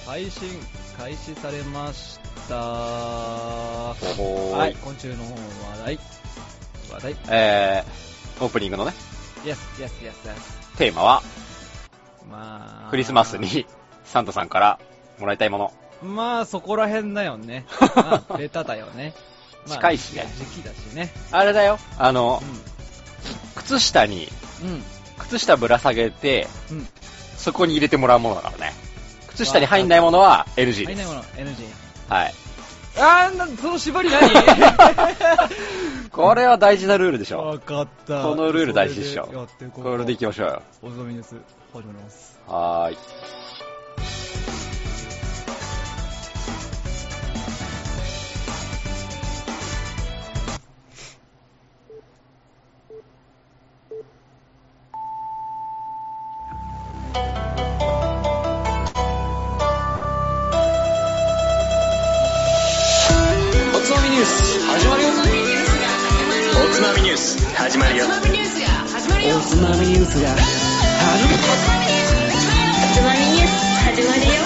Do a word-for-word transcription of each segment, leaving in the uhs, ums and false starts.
配信開始されました。 ほほーい。 はい、今週の話題。話題。 えー、オープニングのね、 Yes, yes, yes, yes. テーマは、 まあ、 クリスマスにサンタさんからもらいたいもの。 まあ、そこら辺だよね。まあ、ベタだよね。まあ、 近いしね。 時期だしね。 あれだよ、あの、 う靴下に、 ん。うん。 靴下ぶら下げて、 うん。 そこに入れてもらうものだからね。靴下に入んないものは エヌジー です。 入んないもの エヌジー。 はい。 あー、な、その縛り何これは大事なルールでしょ。 わかった。 このルール大事でしょ。 やっていこう。 これでいきましょうよ。 おつまみです。始まります。 はーい。 おつまみニュース始まるよ。おつまみニュース始まるよ。おつまみニュースが始まるよ。おつまみニュースが始まるよ。おつまみニュース始まるよ。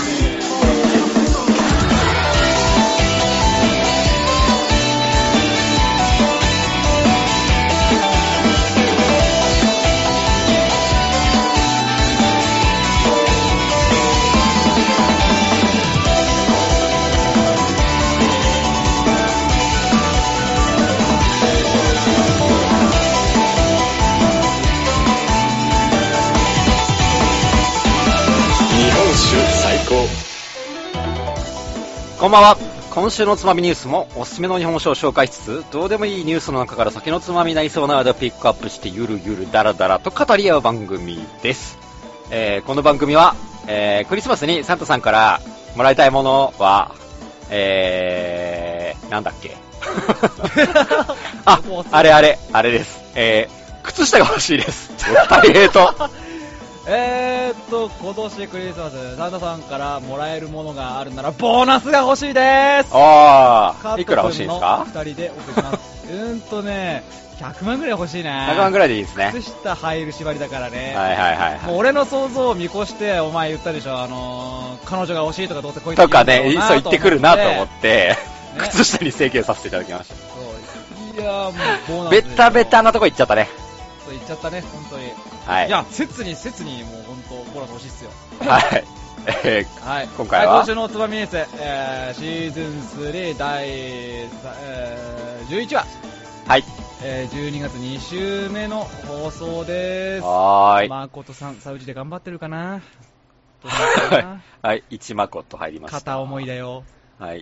こんばんは。今週のつまみニュースもおすすめの日本酒を紹介しつつ、どうでもいいニュースの中から酒のつまみになりそうなワードをピックアップしてゆるゆるだらだらと語り合う番組です。えー、この番組は、えー、クリスマスにサンタさんからもらいたいものは、えー、なんだっけあ、あれあれ、あれです。えー、靴下が欲しいです。大平と。 えーっと、今年クリスマス、サンタさんからもらえるものがあるなら、ボーナスが欲しいです。 あー、いくら欲しいんですか？ ふたりでお送りします。うーんとね、ひゃくまんぐらい欲しいね。 ひゃくまんぐらいでいいですね。 靴下入る縛りだからね。 はいはいはい、はい。 もう俺の想像を見越して、お前言ったでしょ、あのー、彼女が欲しいとかどうせこう言ってとかね、そう言ってくるなと思って、 ね、 靴下に整形させていただきました。 そういやーもうボーナスベッタベタなとこ行っちゃったね。 そう言っちゃったね、本当に。 はい。 いや、切に切にもう本当ボーナス欲しいっすよ。 はい。えー、 はい、 今回は、 はい、今週のつまみニュース、えー、シーズンスリーだい、えー、じゅういちわ。 はい。 えー、じゅうにがつに週目の放送です。 はーい。 誠さん、サウジで頑張ってるかなはい。はい、一誠入りました。 片思いだよ。 はい。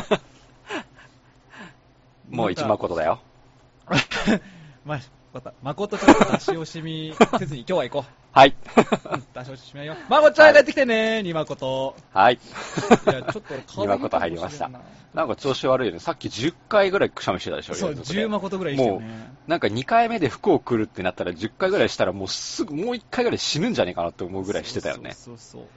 もう一誠だよ。 まあ、また、誠ちょっと出し惜しみせずに今日は行こう。 はい。 うん、出し惜しみよ。誠ちゃん帰ってきてねー、に誠。 はい。いや、ちょっとに誠入りました。なんか調子悪いよね。さっきじゅっかいぐらいくしゃみしてたでしょ。 そう、じゅう誠ぐらいしてるね。もう、なんかにかいめで服を着るってなったらじゅっかいぐらいしたらもうすぐもういっかいぐらい死ぬんじゃねえかなって思うぐらいしてたよね。 そうそうそう。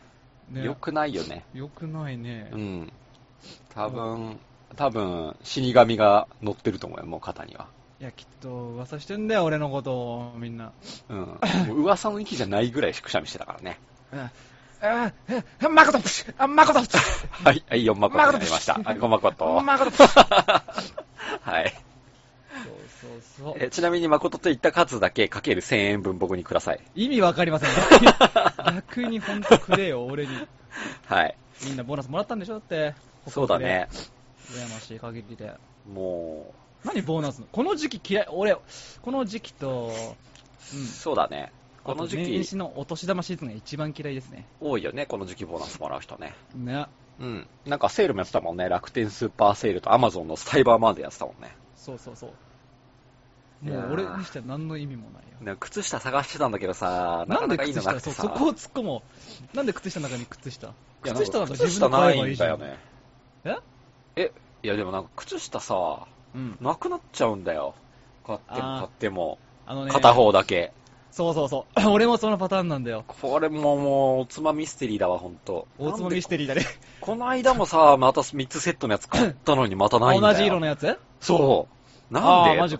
ね、よくないよね。 よくないね。 うん。多分、多分、死神が乗ってると思うよ、もう肩には。 いや、きっと噂してんだよ、俺のことを、みんな。 うん。もう噂の域じゃないぐらいくしゃみしてたからね。 うん。ああ、まことあ、まことはい、はい、よんまことになりました。はい、ごまこと。 まことはい。 そうそうそう。 え、ちなみに誠と言った数だけかけるせんえんぶん僕にください。 意味わかりませんね。逆にほんとくれよ、俺に。 はい。 みんなボーナスもらったんでしょだって。 そうだね。 羨ましい限りで。 もう。何ボーナスのこの時期嫌い、俺、この時期と、 うん。そうだね。この時期。 年始のお年玉シーズンが一番嫌いですね。 多いよね、この時期ボーナスもらう人ね。 ね。 うん。なんかセールもやってたもんね。楽天スーパーセールとアマゾンのサイバーマンでやってたもんね。 そうそうそう。もう俺にしては何の意味もないよ。 ね、靴下探してたんだけどさ、なかなかいいのなくてさ。 そう、そこを突っ込もう。なんで靴下の中に靴下靴下なんか自分で買えばいいじゃん。ね、ええいやでもなんか靴下さ、うん、なくなっちゃうんだよ。買っても買っても。あのね、片方だけ。 そうそうそう。俺もそのパターンなんだよ。 これももう、おつまミステリーだわ、ほんと。 おつまミステリーだね。 この間もさ、またみっつセットのやつ買ったのにまたないんだよ。 同じ色のやつそう。なんであ、マジか。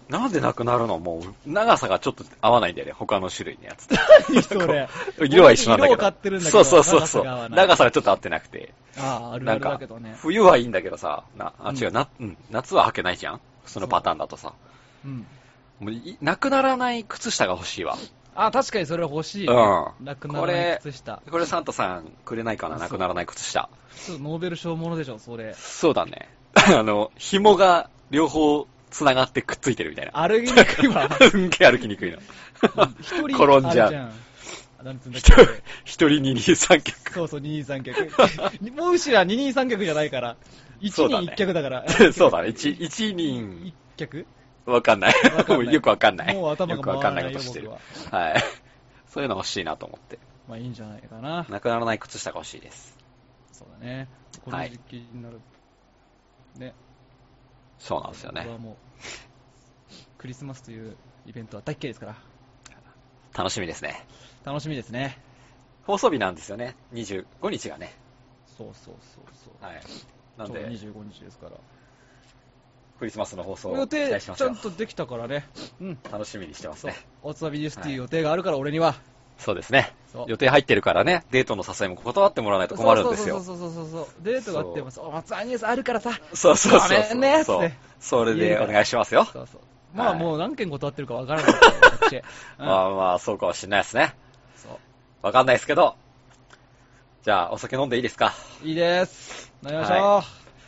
なんでなくなるの？もう、長さがちょっと合わないんだよね、他の種類のやつと。 何それ。 色は一緒なんだけど。 色を買ってるんだけどそうそうそうそう。 長さが合わない長さがちょっと合ってなくて。 ああ、あるあるだけどね。 冬はいいんだけどさ、な、あ、 うん違う、な、うん、夏は履けないじゃん？そのパターンだとさ。 うん。 もうい、なくならない靴下が欲しいわ。 あ、確かにそれ欲しい、ね。 うん。 なくならない靴下。 これ、これサンタさんくれないかな、なくならない靴下。 ちょっとノーベル賞ものでしょ、それ。 そうだね。あの、紐が両方繋がってくっついてるみたいな。 歩きにくいわ。 すんげえ歩きにくいの。 一人転んじゃうあるんなんつうんだっ一人け。、 一人二人三脚。 そうそう、二人三脚。もう後ろは二人三脚じゃないから。一人一脚だから。 そうだね。一、一人、 一脚わかんない。 わかんないよくわかんない。 もう頭がよくわかんない回らないよことしてる。 僕はい。そういうの欲しいなと思って。 まあいいんじゃないかな。 なくならない靴下が欲しいです。 そうだね。この時期になる。ね。 そうなんですよね僕は。もう、クリスマスというイベントは大っ嫌いですから。 楽しみですね。 楽しみですね。 放送日なんですよね。にじゅうごにちがね。 そうそうそうそう。 はい。なんちょうどで、 にじゅうごにちですから。 クリスマスの放送を期予定待しましょう。 ちゃんとできたからね。うん。 楽しみにしてますそうね。。 おつまみニュースっていう予定があるから、俺には。 そうですねそう。 予定入ってるからね、デートの誘いも断ってもらわないと困るんですよ。 そうそうそうそうそう。デートがあっても、そう、おつまみニュースあるからさ。 そうそうそうそう。 ごめんねっつってそう。それでお願いしますよ。 そうそう。まあはいもう何件断ってるかわからないから、私。うんまあまあ、そうかもしれないですね。 そわかんないですけど。じゃあ、お酒飲んでいいですか？ う。いいです。飲みましょう。 は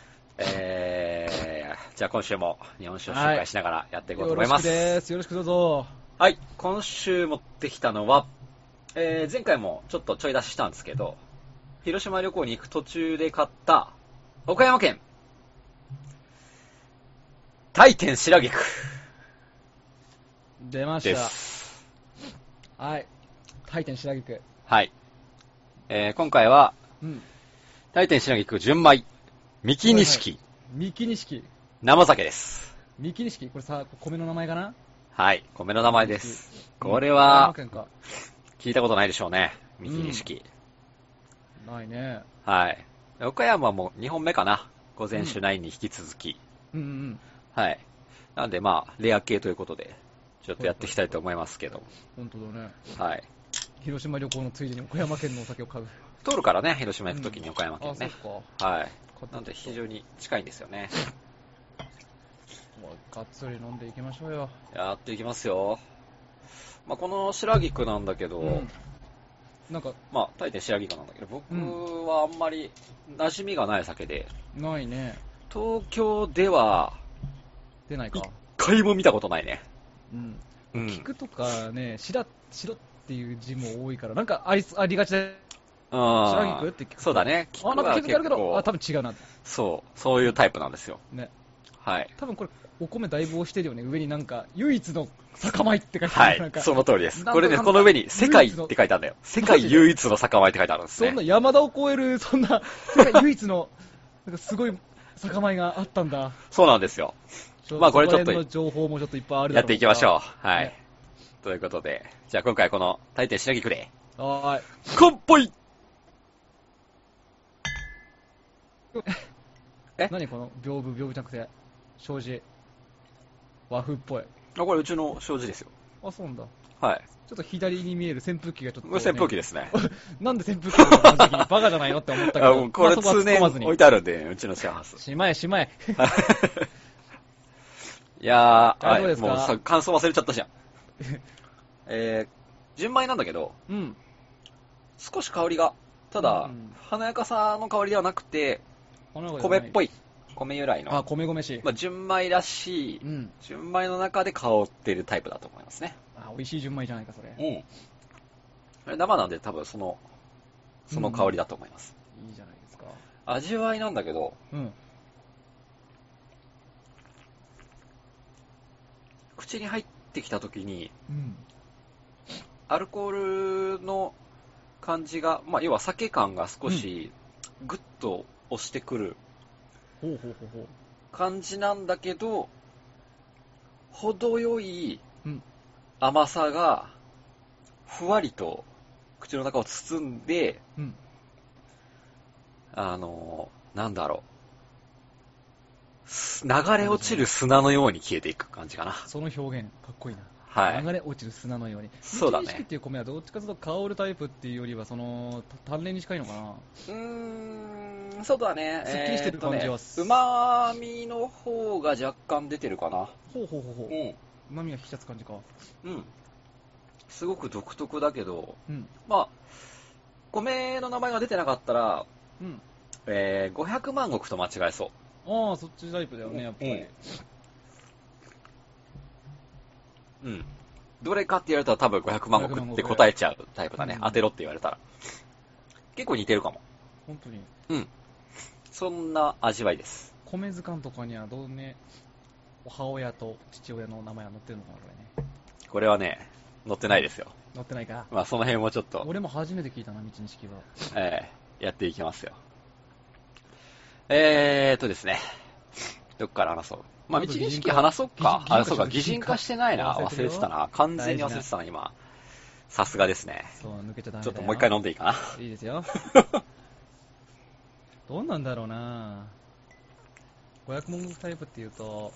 えー、じゃあ今週も日本酒を紹介しながらやっていこうと思います。 よろしくです。よろしくどうぞ。 はい、今週持ってきたのは、えー、前回もちょっとちょい出ししたんですけど、広島旅行に行く途中で買った、岡山県、大天白菊出ましでた。 す。 はい。大天白菊。 はい。えー、今回は、 うん。 大天白菊純米、三木錦、 三木錦。 生酒です。 三木錦。これさ、米の名前かな？ はい、米の名前です。これうんは岡山県か。 聞いたことないでしょうね。三木錦。 ないね。 はい。岡山もにほんめかな。午前酒ナインに引き続き。 うんうんうん。 はい。なんでまあ、レア系ということで、ちょっとやっていきたいと思いますけど。 本当だね。 はい。 広島旅行のついでに岡山県のお酒を買う。 通るからね、広島行くときに岡山あ、 県ね。 そっか。 はい。 買ってなんで非常に近いんですよね。 もうがっつり飲んでいきましょうよ。 やっていきますよ。まあ、この白菊なんだけど、 うん。なんか、 まあ、大抵白菊なんだけど、僕はあんまり馴染みがない酒で、 ないね。 東京では出ないか。 一回も見たことないね。 うん。 うん。 菊とかね、白、白っていう字も多いから、なんかありありがちで、 うん白菊って聞くとそうだね。 あ、なんか聞いてあるけど、 結構あ、多分違うな。 そう、そういうタイプなんですよ。 ね。 はい。 多分これ、お米だいぶ押してるよね。上になんか、唯一の酒米って書いてある。なんかはい、その通りです。 なんとこれね、 なんとこの上に世界って唯一の書いてあるんだよ。世界唯一の酒米って書いてあるんですね。 そんな山田を超える、そんな、世界唯一の、なんかすごい酒米があったんだ。 そうなんですよ。まあこれちょっとそこら辺の情報もちょっといっぱいあるだろうやっていきましょう。はい。 ねということで、じゃあ今回この大抵白菊で、 う。はーい。 乾杯え何この屏風、屏風じゃなくて、障子。和風っぽい。 あ、これうちの障子ですよ。 あ、そうなんだ。 はい。 ちょっと左に見える扇風機がちょっと、 これ扇風機ですね。 なんで扇風機なのこの時期にバカじゃないのって思ったけあど。 もうこれまあそこは通年突っ込まずに置いてあるんで、うちのシェアハウス。 しまえ、しまえ。 いやー、はい、 あどうですかもうさ、感想忘れちゃったじゃん。えー、純米なんだけど、 うん。 少し香りが、ただ、 うん華やかさの香りではなくて、米米い。 っぽい、米由来の、 あ、米米しい。 まあ、純米らしい、 うん。 純米の中で香ってるタイプだと思いますね。 あ、美味しい純米じゃないか、それ。 うん。あれ生なんで多分その、その香りだと思います。 いいじゃないですか。 味わいなんだけど、 うん。 口に入ってきた時に、 うん。 アルコールの感じが、まあ、要は酒感が少しグッと押してくるほうほうほうほう。 感じなんだけど、程よいうん。 甘さがふわりと口の中を包んで、 うん。 あの、なんだろう。 流れ落ちる砂のように消えていく感じかな。 その表現、かっこいいな。 はい。 流れ落ちる砂のように。 そうだね。 道錦っていう米はどっちかというと香るタイプっていうよりは、その、鍛錬に近いのかな。 うーん、そうだね。 すっきりしてる感じは。 うまみの方が若干出てるかな。 ほうほうほうほう。 うん。 うまみが引き立つ感じか。 うん。すごく独特だけど、 うん。 まあ、米の名前が出てなかったら、 うん。 えー、ごひゃくまん石と間違えそう。 ああ、そっちタイプだよね、やっぱり。うん。 うん。どれかって言われたら多分ごひゃくまん石って答えちゃうタイプだね。うん、当てろって言われたら。結構似てるかも。 本当に。 うん。そんな味わいです。 米図鑑とかにはどうね、母親と父親の名前は載ってるのかな、これね。 これはね、載ってないですよ。 載ってないか。 まあその辺もちょっと。 俺も初めて聞いたな、道錦は。 えー、やっていきますよ。えーとですね。どっから話そう。まあ、道錦話そうか。あ、そうか、擬人化してないな。忘れてたな。完全に忘れてたな、今。さすがですね。 そう、抜けちゃダメだよ。 ちょっともう一回飲んでいいかな。 いいですよ。どうなんだろうな。ごひゃくもん石タイプっていうと、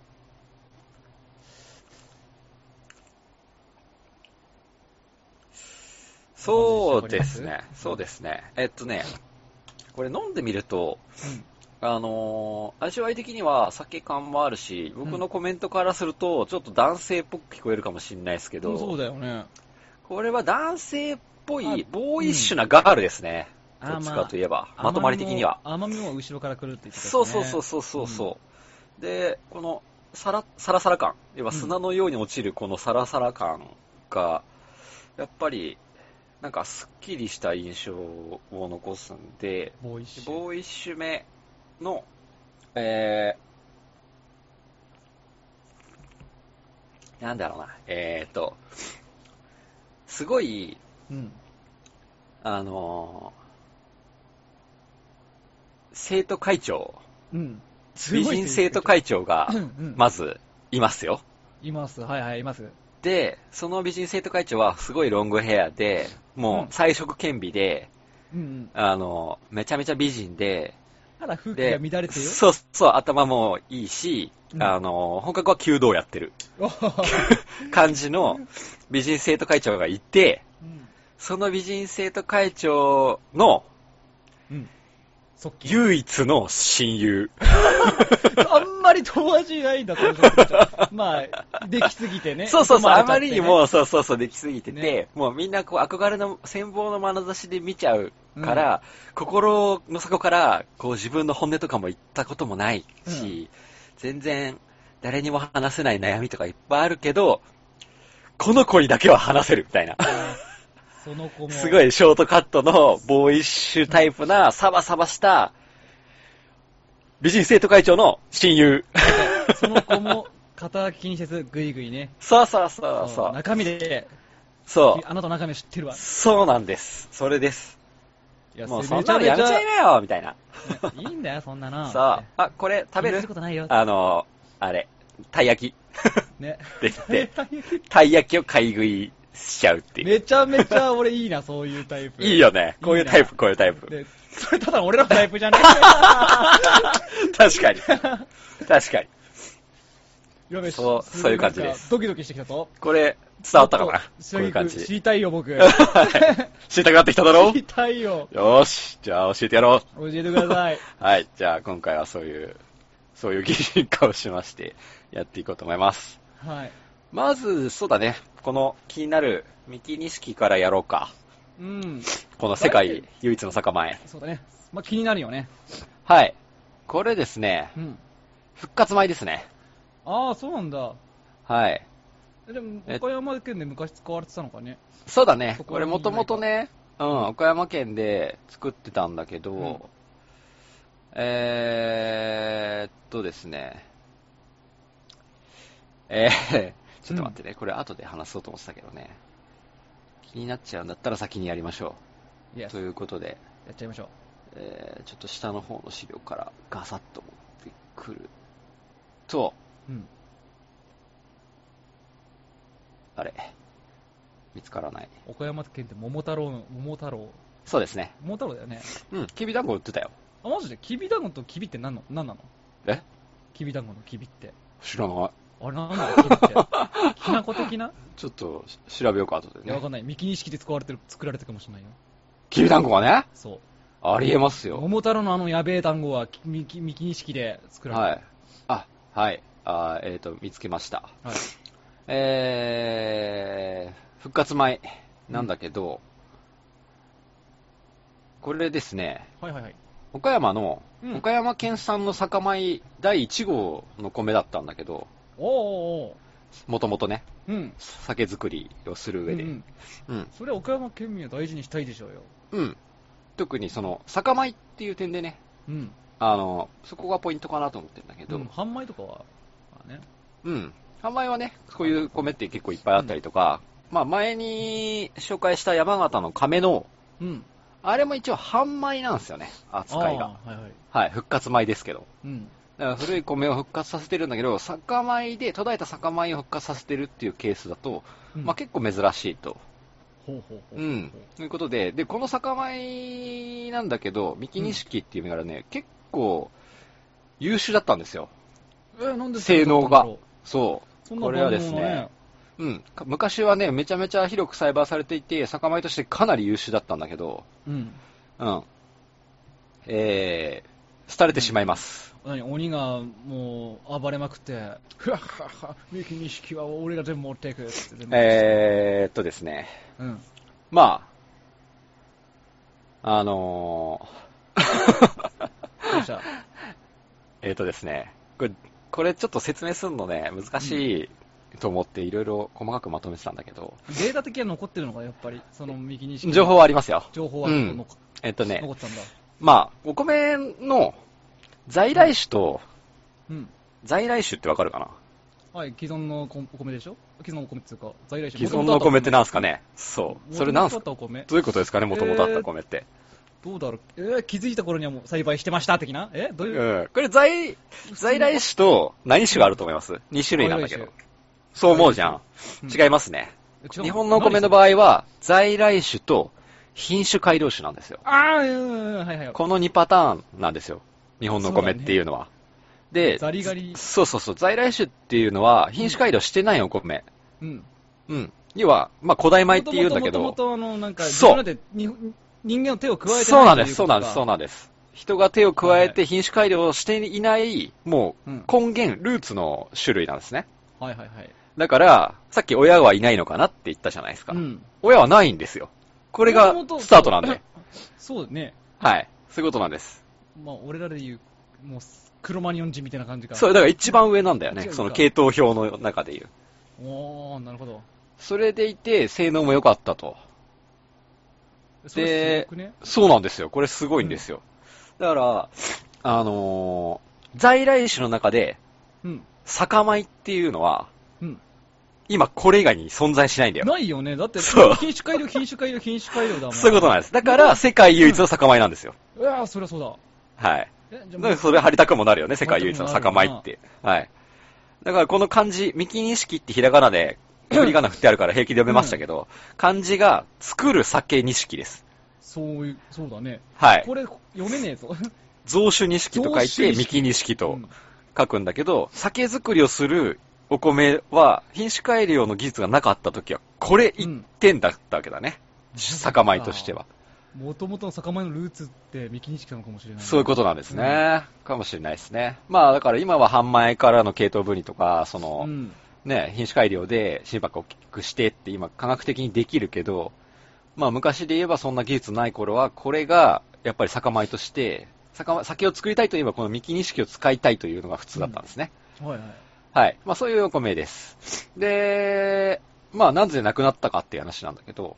そうですね。そうですね。えっとね、これ飲んでみると、うん、あのー、味わい的には酒感もあるし、僕のコメントからすると、ちょっと男性っぽく聞こえるかもしれないですけど、 うん、そうだよね。 これは男性っぽい、ボーイッシュなガールですね。うん、どっちかといえば、ま、まとまり的には。 甘みも後ろから来るって言ってた、ね、 そうそうそうそうそう。うん、で、このサラ、サラサラ感、要は砂のように落ちるこのサラサラ感が、やっぱり、なんかすっきりした印象を残すんで、 ボーイッシュ。 ボーイッシュめの、えー、なんだろうな、えーと、すごい、うん、あのー、生徒会長、うん、美人生徒会長が、まず、いますよ。 います、はいはい、います。 で、その美人生徒会長はすごいロングヘアで、もう彩色兼備で、うんうん、あの、めちゃめちゃ美人で、 ただ風景が乱れてるよ。 そうそう、頭もいいし、うん、あの、本格は弓道やってる感じの美人生徒会長がいて、うん、その美人生徒会長の、うん唯一の親友。 あんまり友達いないんだと思う。まあ、できすぎてね。 そうそうそう、ね、あまりにも、そうそうそう、できすぎてて、ね、もうみんなこう憧れの羨望の眼差しで見ちゃうから、うん、心の底から、こう自分の本音とかも言ったこともないし、うん、全然誰にも話せない悩みとかいっぱいあるけど、この子にだけは話せるみたいな。 その子もすごいショートカットのボーイッシュタイプなサバサバした美人生徒会長の親友。 その子も肩気にせずグイグイね。 そうそうそうそう。 中身で、 そう。 あなたの中身知ってるわ。 そうなんです。それです。いやもうそんなのやめちゃいなよみたいな。 いいんだよそんなの。 そう。あ、これ食べる？ ことないよ。 あのあれたい焼き。 ね。 できてたい焼きを買い食いしちゃうっていう。 めちゃめちゃ俺いいな、そういうタイプ。 いいよね。こういうタイプ、こういうタイプ。でそれただ俺らのタイプじゃない。 確かに。確かに。 やべ、 そう、そういう感じです。 ドキドキしてきたぞ。 これ、伝わったかな？こういう感じ。 知りたいよ、僕。 知りたくなってきただろ？ 知りたいよ。 よーし、じゃあ教えてやろう。教えてください。 はい、じゃあ今回はそういう、そういう擬人化をしまして、やっていこうと思います。 はい。 まず、そうだね。この気になる三木錦からやろうか。 うん。 この世界唯一の酒米。 そうだね。まあ、気になるよね。 はい。これですね。 うん。 復活米ですね。 ああ、そうなんだ。 はい。 でも、岡山県で昔使われてたのかね。 そうだね。これもともとね、うん、岡山県で作ってたんだけど、うん、えーっとですね。えー、ちょっと待ってね、うん、これ後で話そうと思ってたけどね。気になっちゃうんだったら先にやりましょう。 Yes. ということで。 やっちゃいましょう。 えー、ちょっと下の方の資料からガサッと持ってくると、うん、あれ見つからない。 岡山県って桃太郎の、桃太郎。 そうですね。 桃太郎だよね。 うん、きびだんご売ってたよ。 あ、マジできびだんごときびって何の、何なの？ えきびだんごのきびって。 知らない。 あれなんだろう、きびって。きなこ的なちょっと調べようか、後でね。 いや、わかんない。三木錦で使われてる、作られてるかもしれないよ。 きびだんごがね。 そう。 ありえますよ。 桃太郎のあのやべえ団子は三木錦で作られてる。 はい。あ、はい。あえっ、ー、と、見つけました。 はい。 えー、復活米なんだけど、うん、これですね。 はいはいはい。 岡山の、 うん、 岡山県産の酒米だいいち号の米だったんだけど、 おーおーもともとね、 うん、 酒造りをする上で、 うんうんうん、 それは岡山県民は大事にしたいでしょうよ。 うん。特にその酒米っていう点でね、 うん、 あのそこがポイントかなと思ってるんだけど、うん、 半米とかは、まあね、 うん、半米はね、こういう米って結構いっぱいあったりとか、うん、まあ前に紹介した山形の亀の、 うん、 あれも一応半米なんですよね、扱いが。はいはい、 はい、復活米ですけど。 うん、 だから古い米を復活させてるんだけど、酒米で途絶えた酒米を復活させてるっていうケースだと、うん、まあ結構珍しいと。 ほうほうほうほう。 うん。ということで、で、この酒米なんだけど、三木錦っていう銘柄ね、うん、結構優秀だったんですよ。 えー、なんで性能が。そう。 そんなこれはですね、うん。昔はね、めちゃめちゃ広く栽培されていて、酒米としてかなり優秀だったんだけど、 うん。 うん。えー、廃れてしまいます。 うん、何鬼がもう暴れまくって、ふわっはっは、三木錦は俺が全部持っていくって全部。 えーっとですね。 うん。 まあ、あのー、 どうしたえーっとですね、これ、これちょっと説明するのね、難しいと思っていろいろ細かくまとめてたんだけど。 データ的には残ってるのか、やっぱり。その三木錦。 情報はありますよ。 情報は残、うん、 えーっとね、 残ったんだ。 まあ、お米の在来種と、 うん。 在来種ってわかるかな？ はい、既存のお米でしょ？既存のお米っていうか、在来種。 既存のお米ってなんすかね？そう。それなんすか？ どういうことですかね、もともとあった米って。 えー、どうだろう、えー、気づいた頃にはもう栽培してました的な？えどういう、 うん、これ在、在来種と何種があると思います？ に 種類なんだけど。そう思うじゃん。うん、違いますね。日本のお米の場合は、在来種と品種改良種なんですよ。 ああ、うん、はいはい。 このにパターンなんですよ。日本のお米っていうのは。で、 ザリガリ。 そうそうそう、在来種っていうのは品種改良してないお米。 うん。 うん。要は、まあ、古代米って言うんだけど。 もともとあの、なんか、 そう。 で人間の手を加えてない。 そうなんです、そうなんです、そうなんです。人が手を加えて品種改良をしていない、もう、根源、ルーツの種類なんですね。 はいはいはい。 だから、さっき親はいないのかなって言ったじゃないですか。うん、親はないんですよ。これがスタートなんで。 そうね。 はい。そういうことなんです。 まあ、俺らで言う、もう、クロマニヨン人みたいな感じか。 そう、だから一番上なんだよね。その系統表の中で言う。 おー、なるほど。 それでいて、性能も良かったと。 で、ね、 そうなんですよ。これすごいんですよ。うん、だから、あのー、在来種の中で、うん、酒米っていうのは、うん、今これ以外に存在しないんだよ。 ないよね。だって、 そう品種改良、品種改良、品種改良だもん。 そういうことなんです。だから、世界唯一の酒米なんですよ。 うん、うわぁ、そりゃそうだ。 はい。だからそれ張りたくもなるよね、世界唯一の酒米って。はい。だからこの漢字、三木錦ってひらがなで、振り仮名振ってあるから平気で読めましたけど、うん、漢字が作る酒錦です。 そういう、そうだね。 はい。 これ読めねえぞ。 造酒錦と書いて、三木錦と書くんだけど、うん、酒造りをするお米は、品種改良の技術がなかった時は、これ一点だったわけだね。うん、酒米としては。 もともとの酒米のルーツって三木錦なのかもしれない、ね。 そういうことなんですね、うん。かもしれないですね。まあだから今は半米からの系統分離とか、その、うん、ね、品種改良で心拍を大きくしてって今科学的にできるけど、まあ昔で言えばそんな技術ない頃は、これがやっぱり酒米として、酒, 酒を作りたいといえばこの三木錦を使いたいというのが普通だったんですね。 うん、はいはい。 はい。まあそういうお米です。で、まあなぜなくなったかっていう話なんだけど、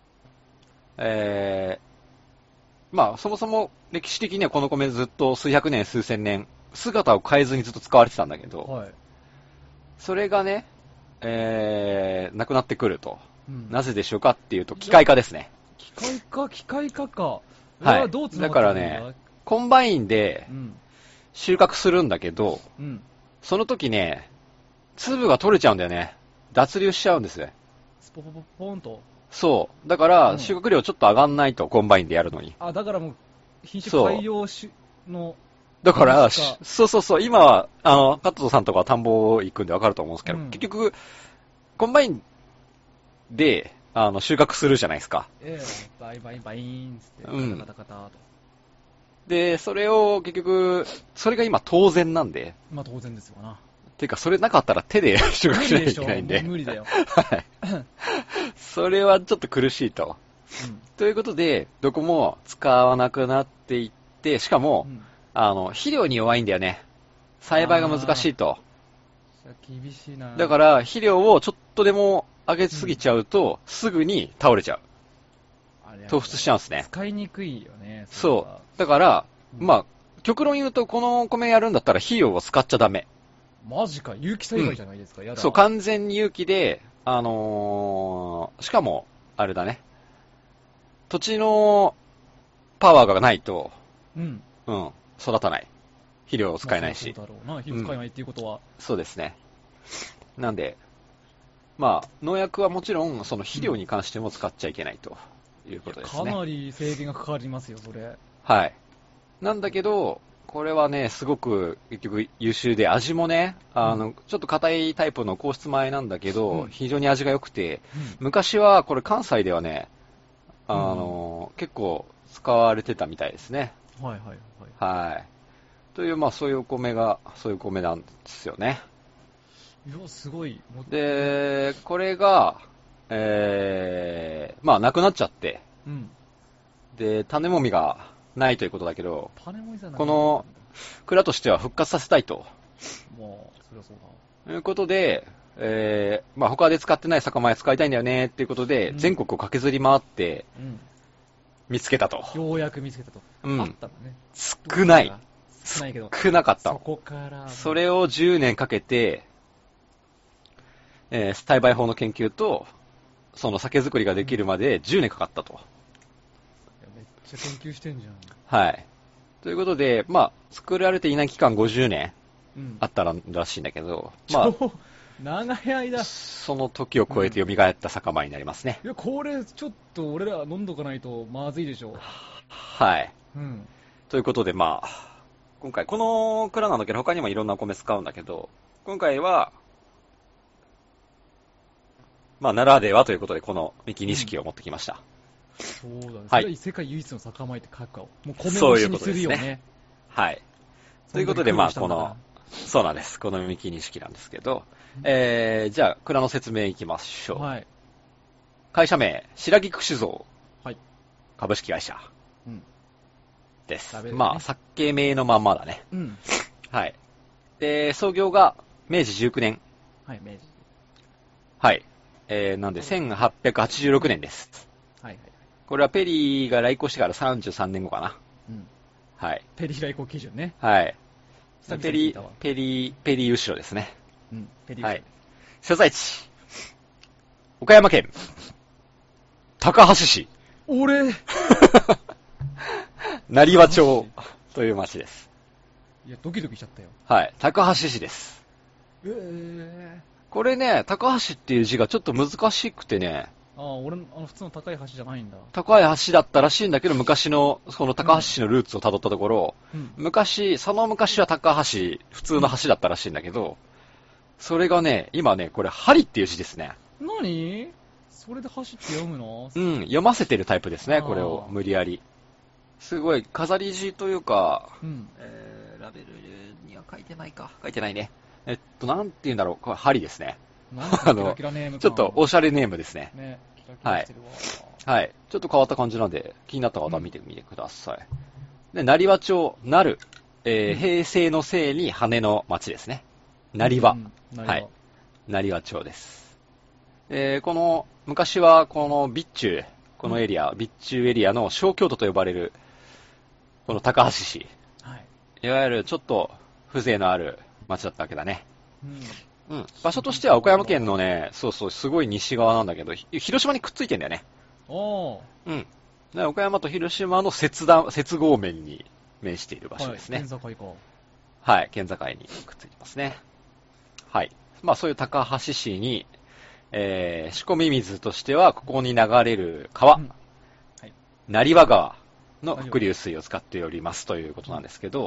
えー、まあそもそも歴史的にはこの米ずっと数百年数千年姿を変えずにずっと使われてたんだけど、はい、それがね、えー、なくなってくると、うん、なぜでしょうかっていうと機械化ですね。 機械化、機械化か。 はい。 どうつながってるんだ？だからね、コンバインで収穫するんだけど、うん、その時ね、粒が取れちゃうんだよね。脱粒しちゃうんですね。 スポポポポンと。 そう。だから、収穫量ちょっと上がんないと、コンバインでやるのに。 あ、だからもう、品種改良しの、 だから、 マジかそうそうそう、今は、あの、加藤さんとかは田んぼ行くんでわかると思うんですけど、 うん結局、コンバインで、あの、収穫するじゃないですか。 ええ、バイバイバイーンつって、 うんカタカタカタと。 で、それを結局、それが今当然なんで、 まあ当然ですよな。 ていうか、それなかったら手で収穫しなきゃい無理でしょ、 けないんで。 もう無理だよ。 はい。それはちょっと苦しいと。ということで、どこも使わなくなっていって、しかも、 うん。うん。 あの、肥料に弱いんだよね。栽培が難しいと。 厳しいな。 だから、肥料をちょっとでも上げすぎちゃうと、すぐに倒れちゃう。 あれ突出しちゃうんですね。 使いにくいよね。 そう。だから、 うんまあ、極論言うと、この米やるんだったら肥料を使っちゃダメ。 う。マジか、有機栽培じゃないですか、やだ。 そう、完全に有機で、あのー、しかも、あれだね。土地のパワーがないと、 うん。 うん、育たない。肥料を使えないし。 まあそうだろうな、肥料使えないっていうことは。 そうですね。なんで、まあ、農薬はもちろん、その肥料に関しても使っちゃいけないということですね。 かなり制限がかかりますよ、それ。 はい。なんだけど、これはね、すごく結局優秀で、味もね、あの、ちょっと硬いタイプの硬質米なんだけど、 うん非常に味が良くて、 うん。 昔はこれ関西ではね、あの、結構使われてたみたいですね。 はいはいはい。 はい。という、まあそういうお米が、そういうお米なんですよね。 いや、すごい。もう、 で、これが、えー、まあなくなっちゃって、 うん。 で、種もみがないということだけど、 種もいざなこの、蔵としては復活させたいと。 もう、そりゃそうだ。 ということで、えー、まあ他で使ってない酒米使いたいんだよねっていうことで、 うん全国を駆けずり回ってうん。 見つけたと。 ようやく見つけたと。 うんあったのね。 少ない。 少ないけど。 少なかったそ。こから。 それをじゅうねんかけて、えー、栽培法の研究と、その酒造りができるまでじゅうねんかかったと。 いやめっちゃ研究してんじゃん。 はい。ということで、まあ、作られていない期間ごじゅうねんうん。 あったらしいんだけど、まあ、 超長い間。いその時を超えて蘇った酒米になりますね。 や、これ、ちょっと俺ら飲んどかないとまずいでしょ。 はい。 うん。 ということで、まあ、今回、この蔵なんだけど、他にもいろんなお米使うんだけど、今回は、まあ、ならではということで、この三木錦を持ってきました。 そうだね。 はいそれは世界唯一の酒米って書くかを。もう米そういう越しにすことですねるよね。 はい。ということで、まあ、この、そうなんです。この三木錦なんですけど、えー、じゃあ、蔵の説明いきましょう。 はい。 会社名、白木串蔵はい。 株式会社うん。 です。 食べるねまあ、酒名のまんまだね。 うん。 はい。で、創業が明治じゅうきゅうねん。 はい、明治。 はい。えー、なんで、せんはっぴゃくはちじゅうろくねんです。 はいはい。 これはペリーが来航してからさんじゅうさんねんごかな。 うん。 はい。 ペリー来航基準ね。 はい。 久々 ペリーに聞いたわ、 ペリー、ペリー後ろですね。 うん。ペリー。 はい。所在地。岡山県。高梁市。 俺成和町という町です。 いや、ドキドキしちゃったよ。 はい。高梁市です。 ええこれね、高橋っていう字がちょっと難しくてね、 ー。ああ、俺の、あの、普通の高い橋じゃないんだ。 高い橋だったらしいんだけど、昔の、その高橋市のルーツを辿ったところ、 うん。 昔、その昔は高橋、普通の橋だったらしいんだけど、それがね、今ね、これ、針っていう字ですね。 何それで橋って読むのうん、読ませてるタイプですね、 あーこれを、無理やり。すごい、飾り字というか、 うん。 えー、ラベルには書いてないか。書いてないね。えっと、なんて言うんだろう、これ、針ですね。 なんかキラキラネームかちょっと、おしゃれネームですね。 ね、キラキラしてるわ。 はい。ちょっと変わった感じなんで、気になった方は見てみてください。で、成和町、なる、えーうん平成のせいに羽の町ですね。成和、 うん成和。 はい。成和町です。えーこの、昔はこの備中、このエリア、備中エリアの小京都と呼ばれる、この高橋市。 はい。 いわゆるちょっと風情のある町だったわけだね。 うん。 うん。場所としては岡山県のね、そうそう、すごい西側なんだけど、ひ広島にくっついてんだよね。 おー。 うん。で岡山と広島の接断、接合面に面している場所ですね。 はい、県境か。 はい、県境にくっついてますね。はい。まあそういう高橋市に、えー、仕込み水としては、ここに流れる川、 うんはい。 成和川の伏流水を使っておりますということなんですけど、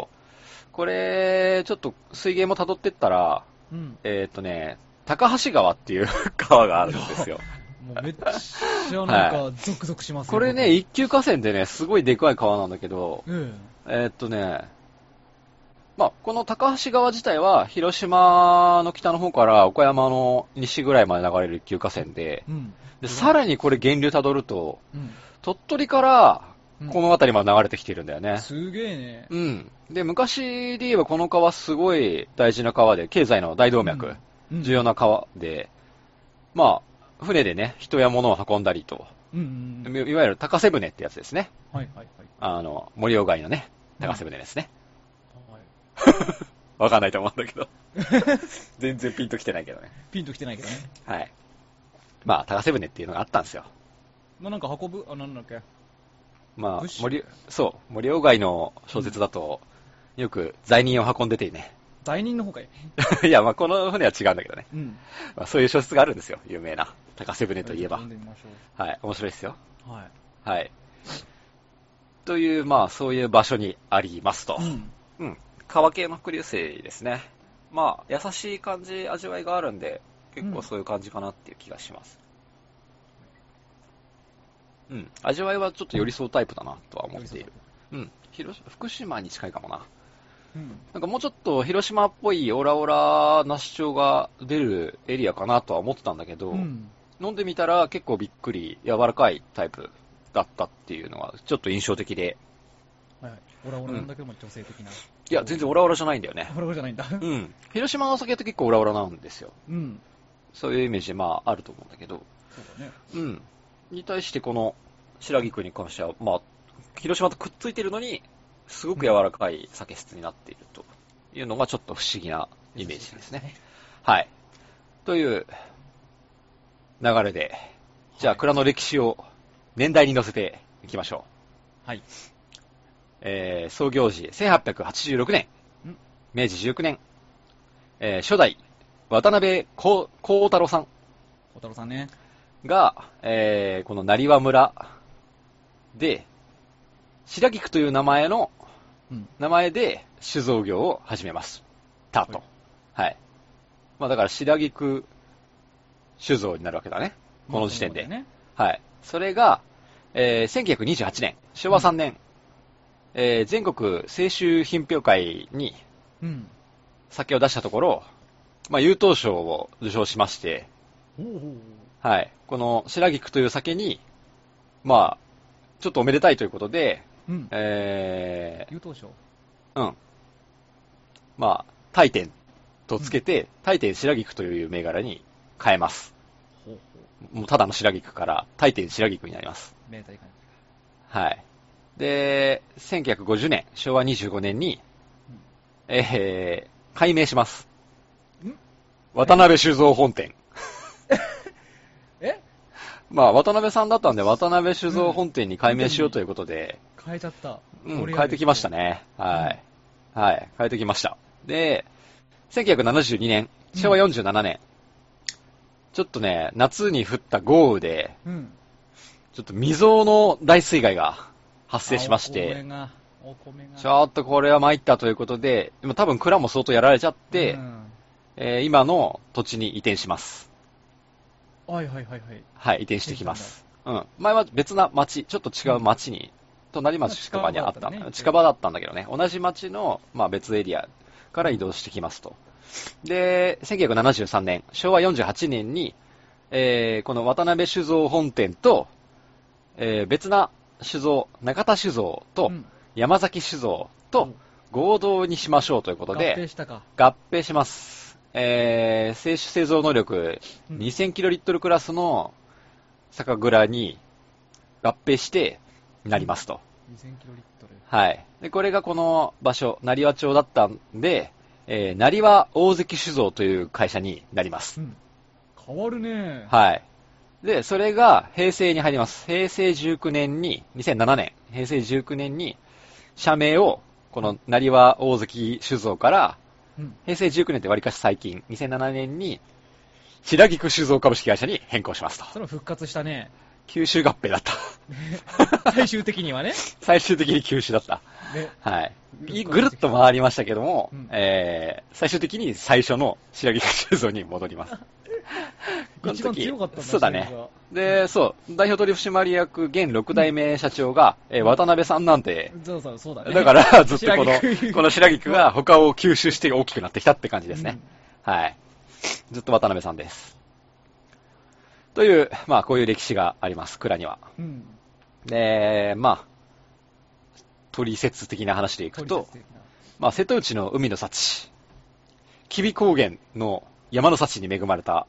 これ、ちょっと水源も辿ってったら、 うん。 えっとね、高橋川っていう川があるんですよ。 もうめっちゃなんか、ゾクゾクしますね。 これね、一級河川でね、すごいでかい川なんだけど、 うん。 えっとね、まあ、この高橋川自体は、広島の北の方から岡山の西ぐらいまで流れる一級河川で、 うん。 でさらにこれ源流辿ると、 うん。 鳥取からうんこの辺りまで流れてきてるんだよね。 すげえね。 うん。で、昔で言えばこの川すごい大事な川で、経済の大動脈、 うん重要な川で、まあ、船でね、人や物を運んだりと、 うんうんうん。 いわゆる高瀬船ってやつですね。 はいはいはい。 あの、森尾貝のね、高瀬船ですね。 はいわかんないと思うんだけど。全然ピンときてないけどね。 ピンときてないけどね。 はい。まあ、高瀬船っていうのがあったんですよ。 まあなんか運ぶ、あ、なんだっけ。 まあ物、資森、そう、森尾貝の小説だと、よく罪人を運んでてね。 罪人の方かい。 いや、まあ、この船は違うんだけどね。 うん。 まあ、そういう小説があるんですよ、有名な。高瀬船といえば読。んでみましはい、面白いですよ。 ょう。はい。 はい。という、まあ、そういう場所にありますと。 うん。 うん。川系の伏流水ですね。まあ、優しい感じ、味わいがあるんで、結構そういう感じかなっていう気がします。うん。味わいはちょっと寄り添うタイプだなとは思っている。うん。広島、福島に近いかもな。 うん。 なんかもうちょっと広島っぽいオラオラな主張が出るエリアかなとは思ってたんだけど、 うん。 飲んでみたら結構びっくり柔らかいタイプだったっていうのがちょっと印象的で、 はいはい。オラオラなんだけども女性的な。 いや、全然オラオラじゃないんだよね。 オラオラじゃないんだ。 うん。広島のお酒って結構オラオラなんですよ。 うん。 そういうイメージ、まあ、あると思うんだけど、 そうだね。 うん。に対してこの白菊に関しては、まあ、広島とくっついてるのに、すごく柔らかい酒質になっているというのがちょっと不思議なイメージですね。はい。という流れで、じゃあ蔵の歴史を年代に乗せていきましょう。 はい。 えー、創業時せんはっぴゃくはちじゅうろくねんん、 明治じゅうきゅうねん、えー、初代渡辺幸幸太郎さん小太郎さんね。 が、えー、この成羽村で、白菊という名前の、 うん。 名前で酒造業を始めます。たと。はい。まあだから白菊酒造になるわけだね。この時点で。 まあそうだよね。 はい。それが、えー、せんきゅうひゃくにじゅうはちねん、しょうわさんねん、えー、全国清酒品評会にうん。 酒を出したところ、まあ優等賞を受賞しまして、 おお。 はい。この白菊という酒に、まあ、ちょっとおめでたいということで、 うん。 え優等賞。 ー、うん。まあ、大天とつけて、大天白菊という銘柄に変えます。 ほうほもうただの白菊から大天白菊になります。 う。明太感はい。で、せんきゅうひゃくごじゅうねん、しょうわにじゅうごねんに、えー、改名します。 ん渡辺酒造本店。 えまあ、渡辺さんだったんで、渡辺酒造本店に改名しようということで、 変えちゃった。 うん、 これ変えてきました。ね。はい。はい、変えてきました。で、せんきゅうひゃくななじゅうにねん、しょうわよんじゅうななねん、ちょっとね、夏に降った豪雨で、 うん。 ちょっと未曾有の大水害が発生しましあお米て、 が、お米が。 ちょっとこれは参ったということで、今多分蔵も相当やられちゃって、 うんえー今の土地に移転します。 はいはいはいはい。 はい、移転してきます。うん。前は別な町、ちょっと違う町に、隣町とかにあった、 まあ近場だったね近場だったんだけどね、同じ町の、まあ、別エリアから移動してきますと。で、せんきゅうひゃくななじゅうさんねん、しょうわよんじゅうはちねんに、えーこの渡辺酒造本店と、えー別な酒造、中田酒造とうん山崎酒造と合同にしましょうということ合併で、 したか。 合併します。えー、清酒製造能力うんにせんキロリットルクラスの酒蔵に合併してなりますと。 にせんキロリットル。 はい。で、これがこの場所、成羽町だったんで、えー、成羽大関酒造という会社になりますう。ん。変わるね。 はい。で、それが平成に入ります。平成じゅうきゅうねんに、にせんななねん、平成じゅうきゅうねんに社名をこの成羽大関酒造からうん。 平成じゅうきゅうねんって割かし最近、にせんななねんに白菊酒造株式会社に変更しますと。 それも復活したね。 吸収合併だった。 最終的にはね。 最終的に吸収だった。 ね、 はい。ぐるっと回りましたけども、 うん、 えー、最終的に最初の白木修造に戻ります。 一番強かったんだ。 そうだね。で、そう、代表取締役現ろく代目社長が、うん、えー、渡辺さんなんで、 そうそう、そうだね。 だから、ずっとこの、この白菊が他を吸収して大きくなってきたって感じですね。うん、はい。ずっと渡辺さんです。という、まあ、こういう歴史があります、蔵には。うん、で、まあ、取説的な話でいくと、まあ、瀬戸内の海の幸、吉備高原の山の幸に恵まれた、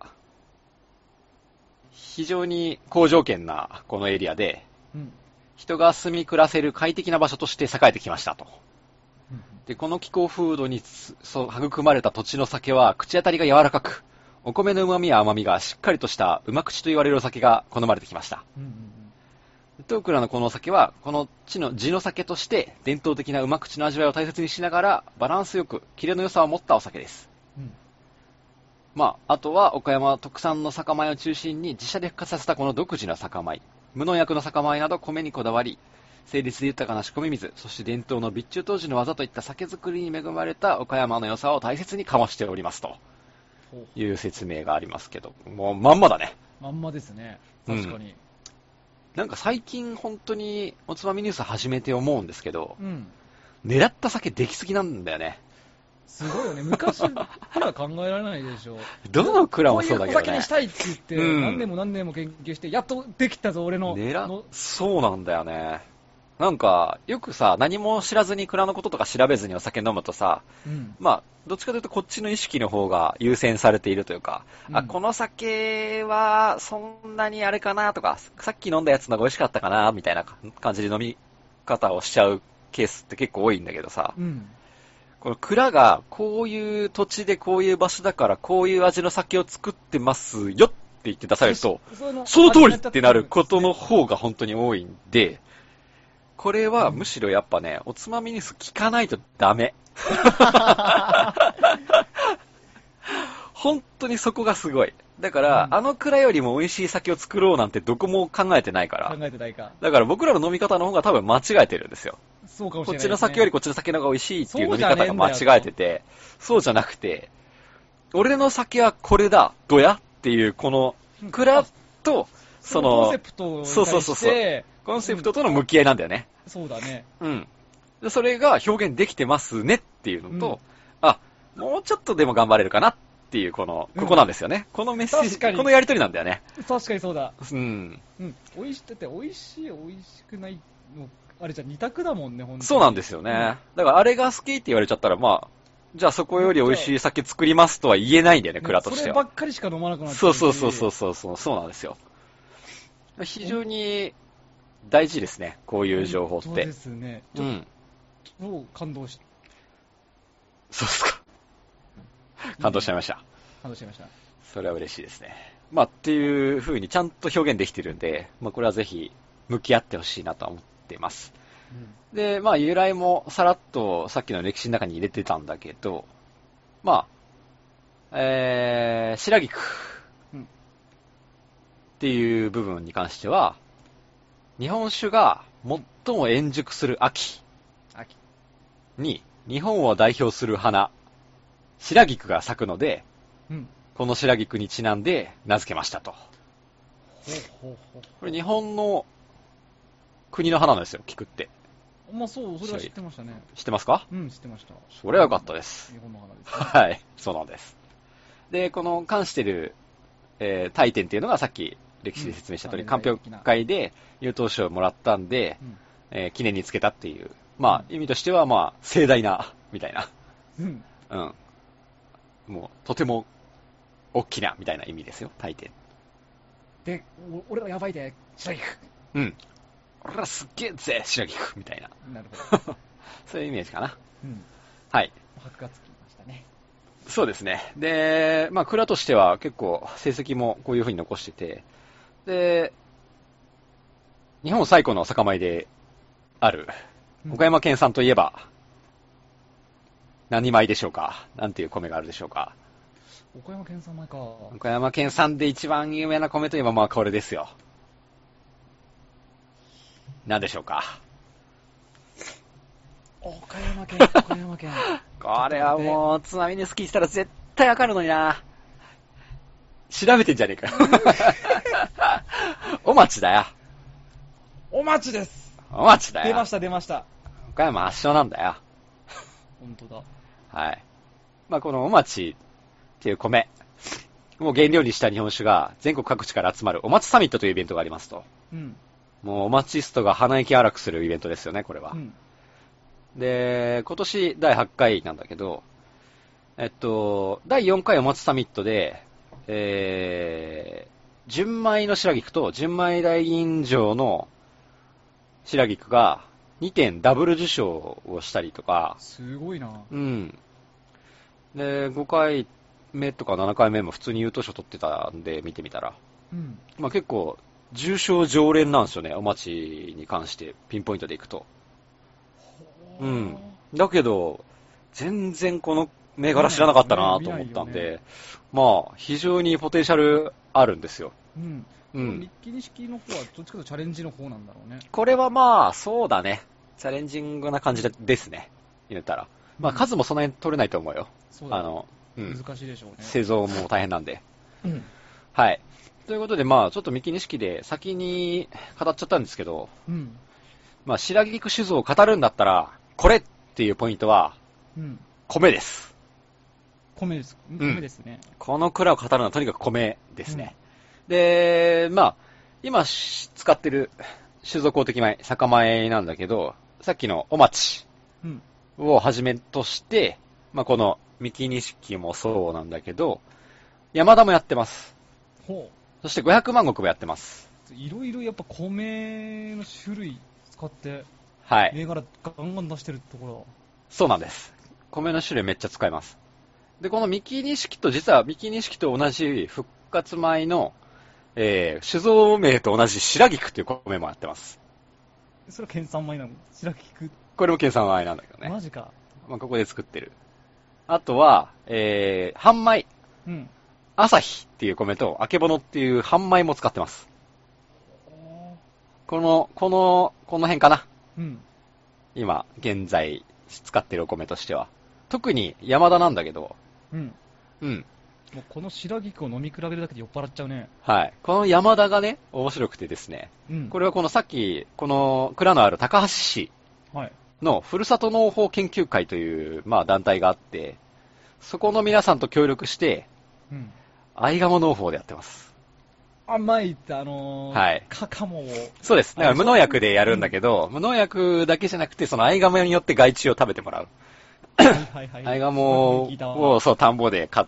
非常に好条件なこのエリアで、うん、人が住み暮らせる快適な場所として栄えてきましたと。うん、で、この気候風土に育まれた土地の酒は口当たりが柔らかく、お米の旨味や甘みがしっかりとしたうま口と言われるお酒が好まれてきました。うんうんうん、東倉のこのお酒は、この地の地の酒として伝統的なうま口の味わいを大切にしながら、バランスよく、キレの良さを持ったお酒です。うん、まあ、あとは岡山特産の酒米を中心に自社で復活させたこの独自の酒米、無農薬の酒米など米にこだわり、清律で豊かな仕込み水、そして伝統の備中当時の技といった酒造りに恵まれた岡山の良さを大切に醸しておりますという説明がありますけど、もうまんまだね。 まんまですね。確かに。うん、 なんか最近本当におつまみニュース始めて思うんですけど、うん、狙った酒できすぎなんだよね。 すごいよね。昔から考えられないでしょ。 どの蔵もそうだけどね。 こういうお酒にしたいって言って、うん、何年も何年も研究して、やっとできたぞ、俺の。 狙そうなんだよね。なんか、よくさ、何も知らずに蔵のこととか調べずにお酒飲むとさ、うん、まあ、どっちかというとこっちの意識の方が優先されているというか、うん、あ、この酒はそんなにあれかなとか、さっき飲んだやつのが美味しかったかなみたいな感じで飲み方をしちゃうケースって結構多いんだけどさ、うん、この蔵がこういう土地でこういう場所だからこういう味の酒を作ってますよって言って出されると、その通りってなることの方が本当に多いんで、これはむしろやっぱね、おつまみニュース聞かないとダメ。本当にそこがすごい。だから、うん、あの蔵よりも美味しい酒を作ろうなんてどこも考えてないから。 考えてないか。 だから僕らの飲み方の方が多分間違えてるんですよ。 そうかもしれないですね。 こっちの酒よりこっちの酒の方が美味しいっていう飲み方が間違えてて、そうじゃなくて、俺の酒はこれだ、どやっていうこの蔵と、その、 コンセプトをそうそうそうそう。コンセプトとの向き合いなんだよね。 うん、そうだね。 うん。でそれが表現できてますねっていうのと、うん、あ、もうちょっとでも頑張れるかなっていう、この、ここなんですよね。うん、このメッセージ、このやりとりなんだよね。 確かにそうだ。 うん。 うん。美味しくて、美味しい、美味しくないの、あれじゃ二択だもんね、本当に。 そうなんですよね。うん、だからあれが好きって言われちゃったら、まあ、じゃあそこより美味しい酒作りますとは言えないんだよね、蔵としては。そればっかりしか飲まなくなっちゃう。 そうそうそうそうそうそう、そうなんですよ。非常に大事ですね、こういう情報って。そうですね。うん。超感動し、 そうですか。感動しちゃいました。 感動しちゃいました。 それは嬉しいですね。まあ、っていう風にちゃんと表現できてるんで、まあ、これはぜひ向き合ってほしいなと思っています。うん、で、まあ、由来もさらっとさっきの歴史の中に入れてたんだけど、まあ、えー、白菊っていう部分に関しては、日本酒が最も円熟する秋に日本を代表する花、白菊が咲くので、うん、この白菊にちなんで名付けましたと。ほうほうほう。これ日本の国の花なんですよ、菊って。 まあそう、それは知ってましたね。 知ってますか？ うん、知ってました。 それは良かったです。 日本の花です、 ね。はい、そうなんです。で、この冠してる、えー、大典っていうのがさっき歴史で説明した通り、鑑評会で優等賞をもらったんで、うん、えー、記念につけたっていう、まあ、意味としては、まあ、盛大な、みたいな。うん。うん。もう、とても、大きな、みたいな意味ですよ、大典。 で、俺はやばいで、白菊。 うん。俺らすっげえぜ、白菊、みたいな。 なるほど。 そういうイメージかな。 うん。 はい。 箔がつきましたね。 そうですね。で、まあ、蔵としては結構、成績もこういう風に残してて、で、日本最古の酒米である、岡山県産といえば、何米でしょうか？なんていう米があるでしょうか？ 岡山県産米か。 岡山県産で一番有名な米といえば、まあこれですよ。 何でしょうか。 岡山県、岡山県。 これはもう、つまみニュース聞いてたら絶対わかるのにな。調べてんじゃねえかよ。お町だよ。 お町です。 お町だよ。 出ました、出ました。 岡山圧勝なんだよ。 本当だ。 はい。まあ、このお町っていう米、もう原料にした日本酒が全国各地から集まるお町サミットというイベントがありますと。 うん。 もうお町ストが鼻息荒くするイベントですよね、これは。 うん、 で、今年だいはちかいなんだけど、えっと、だいよんかいお町サミットで、えー、純米の白菊と純米大吟醸の白菊がにてんダブル受賞をしたりとか。 すごいな。 うん。で、ごかいめとかななかいめも普通に優等賞取ってたんで見てみたら。 うん。 まあ結構、重賞常連なんですよね、お町に関してピンポイントでいくと。うん。だけど、全然この銘柄知らなかったなと思ったんで、ね、まあ、非常にポテンシャルあるんですよ。 うん。うん。日記錦の方はどっちかというとチャレンジの方なんだろうね。 これはまあ、そうだね。チャレンジングな感じでですね。言ったら。まあ、数もそんなに取れないと思うよ。 そうだね。 あの、うん。 難しいでしょうね。 製造も大変なんで。 うん。 はい。ということで、まあ、ちょっと三木錦で先に語っちゃったんですけど、 うん。 まあ、白菊酒造を語るんだったら、これっていうポイントは、 うん。 米です。 米です。米ですね。 うん、この蔵を語るのはとにかく米ですね。うん、で、まあ、今使ってる酒造公的米、酒米なんだけど、さっきのお町をはじめとして、まあ、この三木錦もそうなんだけど、山田もやってます。 ほう。 そしてごひゃくまん石もやってます。 いろいろやっぱ米の種類使って、 はい。 銘柄ガンガン出してるところ。 そうなんです。米の種類めっちゃ使います。で、この三木錦と、実は三木錦と同じ復活米の、えー、酒造名と同じ白菊という米もやってます。 それは県産米なの？白菊？ これも県産米なんだけどね。 マジか。 まあ、ここで作ってる。あとは、えー、半米。 うん。 朝日っていう米と、あけぼのっていう半米も使ってます。この、この、この辺かな。 うん。 今、現在、使ってるお米としては。特に山田なんだけど、 うん。 うん。 もうこの白菊を飲み比べるだけで酔っ払っちゃうね。 はい。この山田がね、面白くてですね。うん。これはこのさっき、この蔵のある高橋市のふるさと農法研究会という、まあ団体があって、そこの皆さんと協力して、うん。アイガモ農法でやってます。 甘いって、あのー、 はい。 カカモを。 そうです。だから無農薬でやるんだけど、うん、無農薬だけじゃなくて、そのアイガモによって害虫を食べてもらう。はいはいはい。アイガモを、そう、田んぼで買って、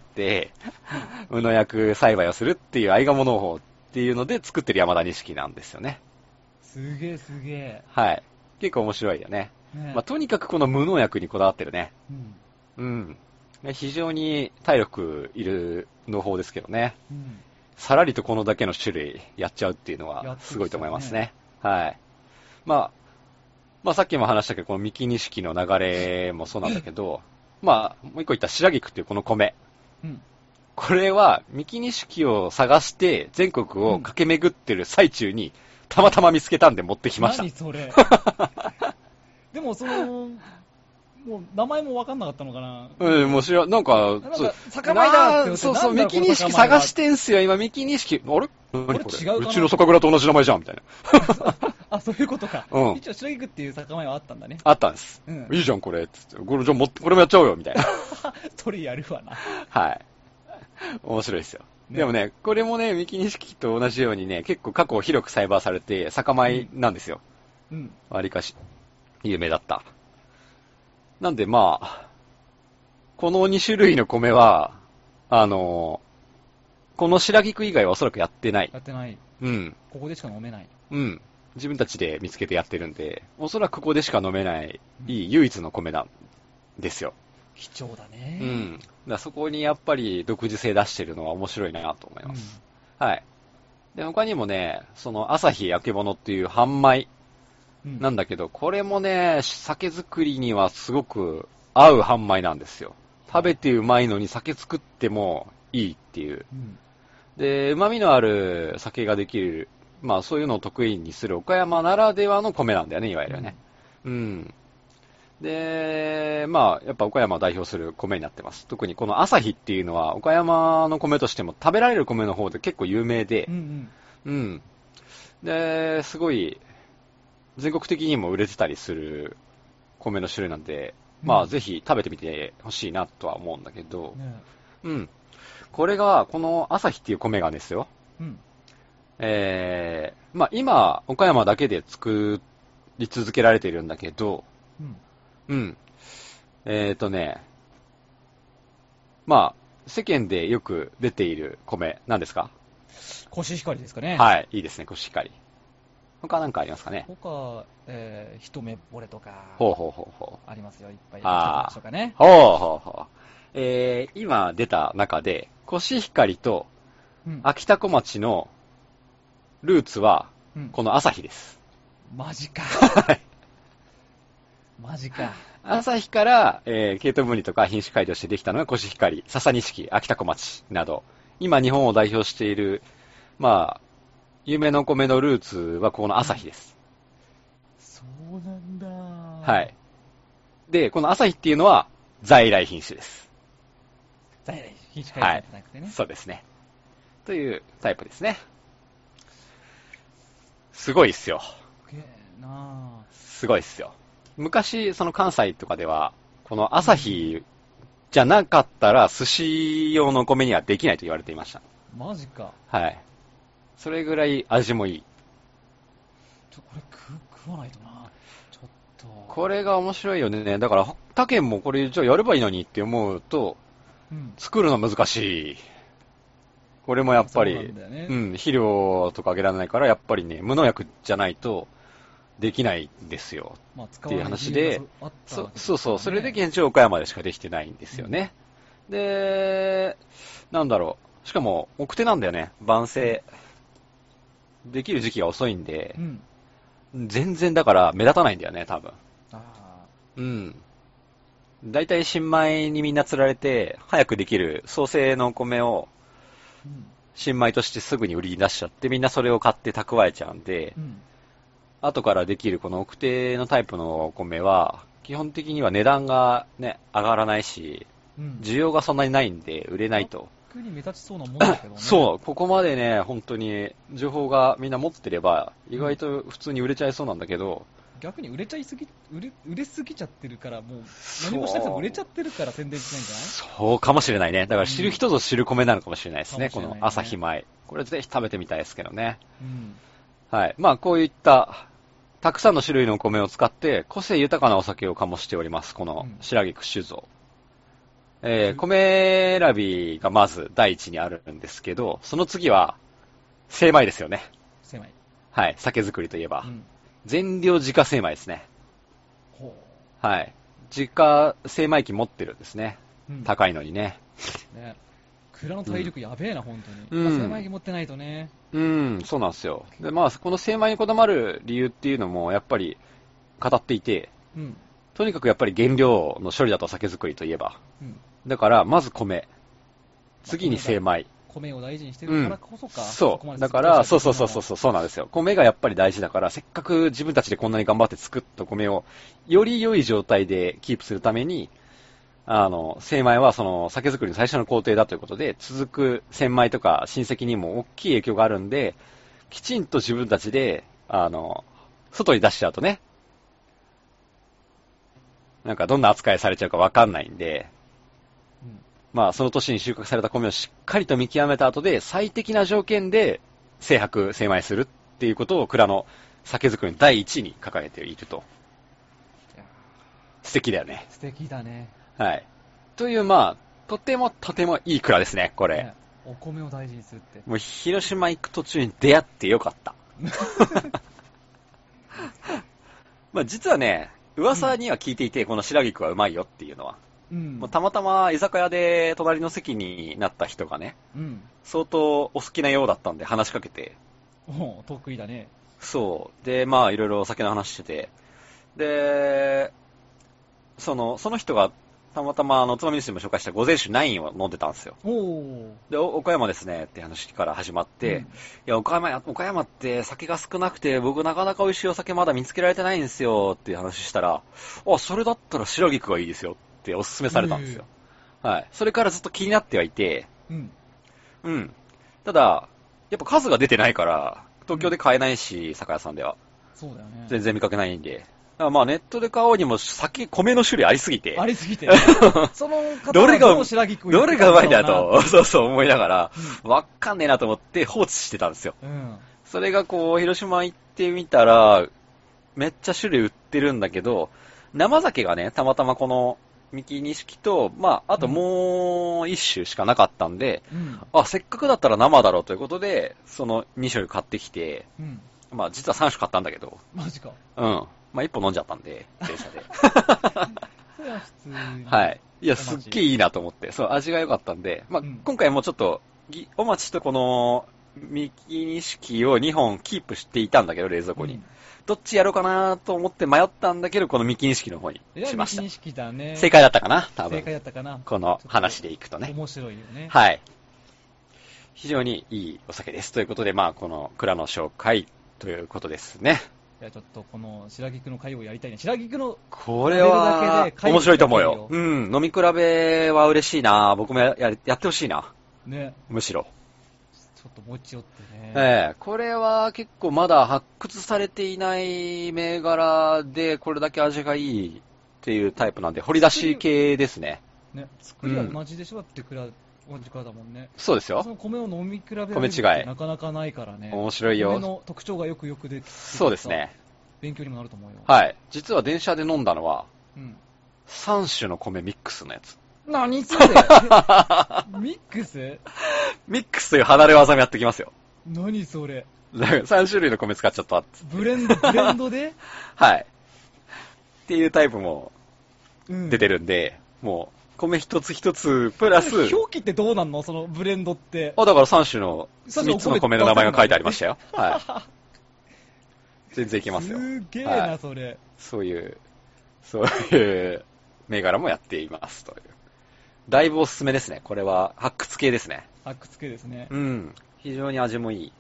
無農薬栽培をするっていうアイガモ農法っていうので作ってる山田錦なんですよね。 すげえすげえ。 はい。結構面白いよね。ね、まあ、とにかくこの無農薬にこだわってるね。うん。うん。非常に体力いる農法ですけどね。うん、さらりとこのだけの種類やっちゃうっていうのはすごいと思いますね。はい。まあ、まあさっきも話したけど、この三木錦の流れもそうなんだけど、まあ、もう一個言った白菊っていうこの米。うん、これは三木錦を探して全国を駆け巡ってる最中にたまたま見つけたんで持ってきました。 何それでもその、もう名前も分かんなかったのかな。 うん、もう知ら、なんか、 なんか酒米だって。 そうそう、三木錦探してんすよ、今、三木錦。あれ何これ違うかな、 うちの酒蔵と同じ名前じゃん、みたいな。 あ、そういうことか。うん。一応、白菊っていう酒米はあったんだね。 あったんです。うん。いいじゃん、これ。つって。これ、じゃあも、これもやっちゃおうよ、みたいな。 それやるわな。 はい。面白いですよ。ね、でもね、これもね、三木錦と同じようにね、結構過去広く栽培されて、酒米なんですよ。うん。わりかし、有名だった。なんでまあ、このに種類の米は、あの、この白菊以外はおそらくやってない。 やってない。 うん。 ここでしか飲めない。 うん。自分たちで見つけてやってるんで、おそらくここでしか飲めない、いい唯一の米なんですよ。 貴重だね。 うん。だからそこにやっぱり独自性出してるのは面白いなと思います。うん、はい。で、他にもね、その朝日あけぼのっていう半米なんだけど、これもね、酒造りにはすごく合う半米なんですよ。食べてうまいのに酒作ってもいいっていう。うん、で、旨味のある酒ができるまあそういうのを得意にする岡山ならではの米なんだよね、いわゆるね。うん。うんで、まあ、やっぱ岡山を代表する米になってます。特にこの朝日っていうのは、岡山の米としても食べられる米の方で結構有名で、 うんうん。うん、で、すごい、全国的にも売れてたりする米の種類なんで、うん、まあ、ぜひ食べてみてほしいなとは思うんだけど、ね、うん。これが、この朝日っていう米がですよ、うん、えー、まあ、今、岡山だけで作り続けられているんだけど、うんうん。えっ、ー、とね、まあ、世間でよく出ている米、何ですか？ コシヒカリですかね。 はい、いいですね、コシヒカリ。他何かありますかね？ 他、えー、一目惚れとか。 ほうほうほうほう。 ありますよ、いっぱい。ああ。とかね。 ほうほうほう。えー、今出た中で、コシヒカリと、秋田小町のルーツは、この朝日です。 うん、マジか。はい。マジか。 朝日から、えー、系統分離とか品種改良してできたのがコシヒカリ、笹錦、秋田小町など、今日本を代表している、まあ、有名なお米のルーツはこの朝日です。 そうなんだ。 はい。で、この朝日っていうのは在来品種です。 在来品種改良じゃなくてね、はい。 そうですね。というタイプですね。すごいっすよ。 すげえなすごいっすよ。昔、その関西とかでは、この朝日じゃなかったら寿司用の米にはできないと言われていました。 マジか。 はい。それぐらい味もいい。 ちょ、これ食、食わないとな。ちょっと。 これが面白いよね。だから、他県もこれじゃあやればいいのにって思うと、うん、作るの難しい。これもやっぱり、う、ね、うん、肥料とかあげられないから、やっぱりね、無農薬じゃないと、できないんですよ、まあ、っていう話で、そ、そうそう、それで現状岡山でしかできてないんですよね。うん、で、なんだろう、しかも奥手なんだよね、晩成。できる時期が遅いんで、うん、全然だから目立たないんだよね、多分。あうん。だいたい新米にみんな釣られて、早くできる創生のお米を、新米としてすぐに売り出しちゃって、みんなそれを買って蓄えちゃうんで、うん後からできるこの奥手のタイプのお米は、基本的には値段がね、上がらないし、うん、需要がそんなにないんで売れないと。 逆に目立ちそうなもんだけどね。 そう、ここまでね、本当に情報がみんな持ってれば、意外と普通に売れちゃいそうなんだけど、 うん、逆に売れちゃいすぎ、売れ、売れすぎちゃってるから、もう何もしなくても売れちゃってるから宣伝しないんじゃない？ そうかもしれないね。だから知る人ぞ知る米なのかもしれないですね、うん、この朝日米。これぜひ食べてみたいですけどね。うん、はい。まあこういった、たくさんの種類のお米を使って個性豊かなお酒を醸しております。この白菊酒造。うん、えー、米選びがまず第一にあるんですけど、その次は精米ですよね。 精米。 はい。酒造りといえば。うん、全量自家精米ですね。ほう。はい。自家精米機持ってるんですね。うん、高いのにね。 ね。蔵の体力やべえな、うん、本当に。うん、精米機持ってないとね。 うん、そうなんですよ。で、まあ、この精米にこだわる理由っていうのも、やっぱり語っていて、うん、とにかくやっぱり原料の処理だと酒造りといえば。うん、だから、まず米。次に精米。 米を大事にしてるからこそか。 うん、そう。だから、そうそうそうそう、そうなんですよ。米がやっぱり大事だから、せっかく自分たちでこんなに頑張って作った米を、より良い状態でキープするために、あの、精米はその酒造りの最初の工程だということで、続く千米とか親戚にも大きい影響があるんで、きちんと自分たちで、あの、外に出しちゃうとね、なんかどんな扱いされちゃうかわかんないんで、うん、まあその年に収穫された米をしっかりと見極めた後で、最適な条件で精白、精米するっていうことを蔵の酒造りの第一に掲げていると。素敵だよね。 素敵だね。 はい。という、まあ、とてもとてもいい蔵ですね、これ。ね、 お米を大事にするって。 もう、広島行く途中に出会ってよかった。まあ、実はね、噂には聞いていて、うん、この白菊はうまいよっていうのは。うん、もうたまたま居酒屋で隣の席になった人がね、うん、相当お好きなようだったんで話しかけて。 お得意だね。 そう。で、まあ、いろいろお酒の話してて。で、その、その人がたまたまあの、つまみニュースでも紹介した御前酒ナインを飲んでたんですよ。 おー。 で、お岡山ですねって話から始まって、うん、いや、岡山、岡山って酒が少なくて、僕なかなか美味しいお酒まだ見つけられてないんですよっていう話したら、あ、それだったら白菊がいいですよっておすすめされたんですよ。はい。それからずっと気になってはいて、うん。うん。ただ、やっぱ数が出てないから、東京で買えないし、うん、酒屋さんでは。 そうだよね。 全然見かけないんで。だからまあネットで買おうにも酒、米の種類ありすぎて。 ありすぎて。その方はどう白菊をどれがうまいんだと、そうそう思いながら、うん、わかんねえなと思って放置してたんですよ。うん、それがこう、広島行ってみたら、めっちゃ種類売ってるんだけど、生酒がね、たまたまこの、三木錦と、まあ、あともう一種しかなかったんで、うん、あ、せっかくだったら生だろうということで、そのに種類買ってきて、うん、まあ実はさん種買ったんだけど。 マジか。 うん。まあ一本飲んじゃったんで、電車で。 それは普通に。 はい。いや、すっげえいいなと思って、そう、味が良かったんで、まあ、うん、今回もちょっと、お待ちとこの、三木錦をにほんキープしていたんだけど、冷蔵庫に。うん、どっちやろうかなと思って迷ったんだけど、この三木錦の方にしました。 三木錦だね。 正解だったかな多分。 正解だったかなこの話でいくとね。 面白いよね。 はい。非常にいいお酒です。ということで、まあ、この蔵の紹介ということですね。 いや、ちょっとこの白菊の会をやりたいね。白菊のこれは面白いと思うよ。うん、飲み比べは嬉しいな。僕も や, や, やってほしいな。ね。むしろ。 ちょっと持ち寄ってね。 ええー、これは結構まだ発掘されていない銘柄で、これだけ味がいいっていうタイプなんで、掘り出し系ですね。 ね、作りは同じでしょ、だってくら同じからだもんね。 そうですよ。 その米を飲み比べられる米違いなかなかないからね。 面白いよ。 米の特徴がよくよく出てきて、 そうですね。 勉強にもなると思うよ。 はい。実は電車で飲んだのは、うん、さん種の米ミックスのやつ。 何それミックスミックスという離れ技もやってきますよ。 何それさん種類の米使っちゃったっつって。 ブレンド、ブレンドではい。っていうタイプも出てるんで、うん、もう、米一つ一つプラス。 表記ってどうなんのそのブレンドって。 あ、だからさん種のみっつの米の名前が書いてありましたよ。はい。全然いけますよ。 すげえな、はい、それ。 そういう、そういう銘柄もやっていますという。だいぶおすすめですね。これは発掘系ですね。 発掘系ですね。 うん。非常に味もいい。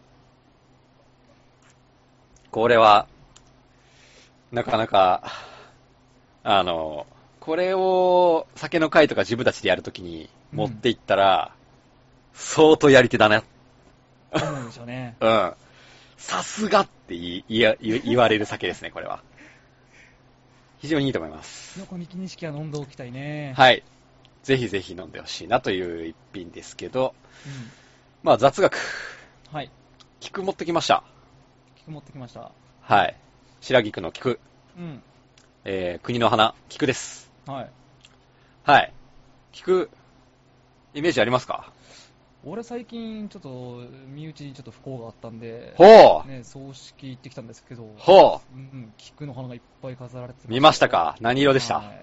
これは、なかなか、あの、これを酒の会とか自分たちでやるときに持っていったら、うん、相当やり手だね。 そうでしょうね。 うん。さすがって言い言言われる酒ですね、これは。非常にいいと思います。 この三木錦は飲んでおきたいね。 はい。ぜひぜひ飲んでほしいなという一品ですけど、うん、まあ雑学。 はい。 菊持ってきました。 菊持ってきました。 はい。白菊の菊。 うん。 えー、国の花、菊です。 はい。 はい。菊、イメージありますか？ 俺最近ちょっと身内にちょっと不幸があったんで、 ほう、 ね、葬式行ってきたんですけど、 ほう、 うん、菊の花がいっぱい飾られて見ましたか？何色でした？はい、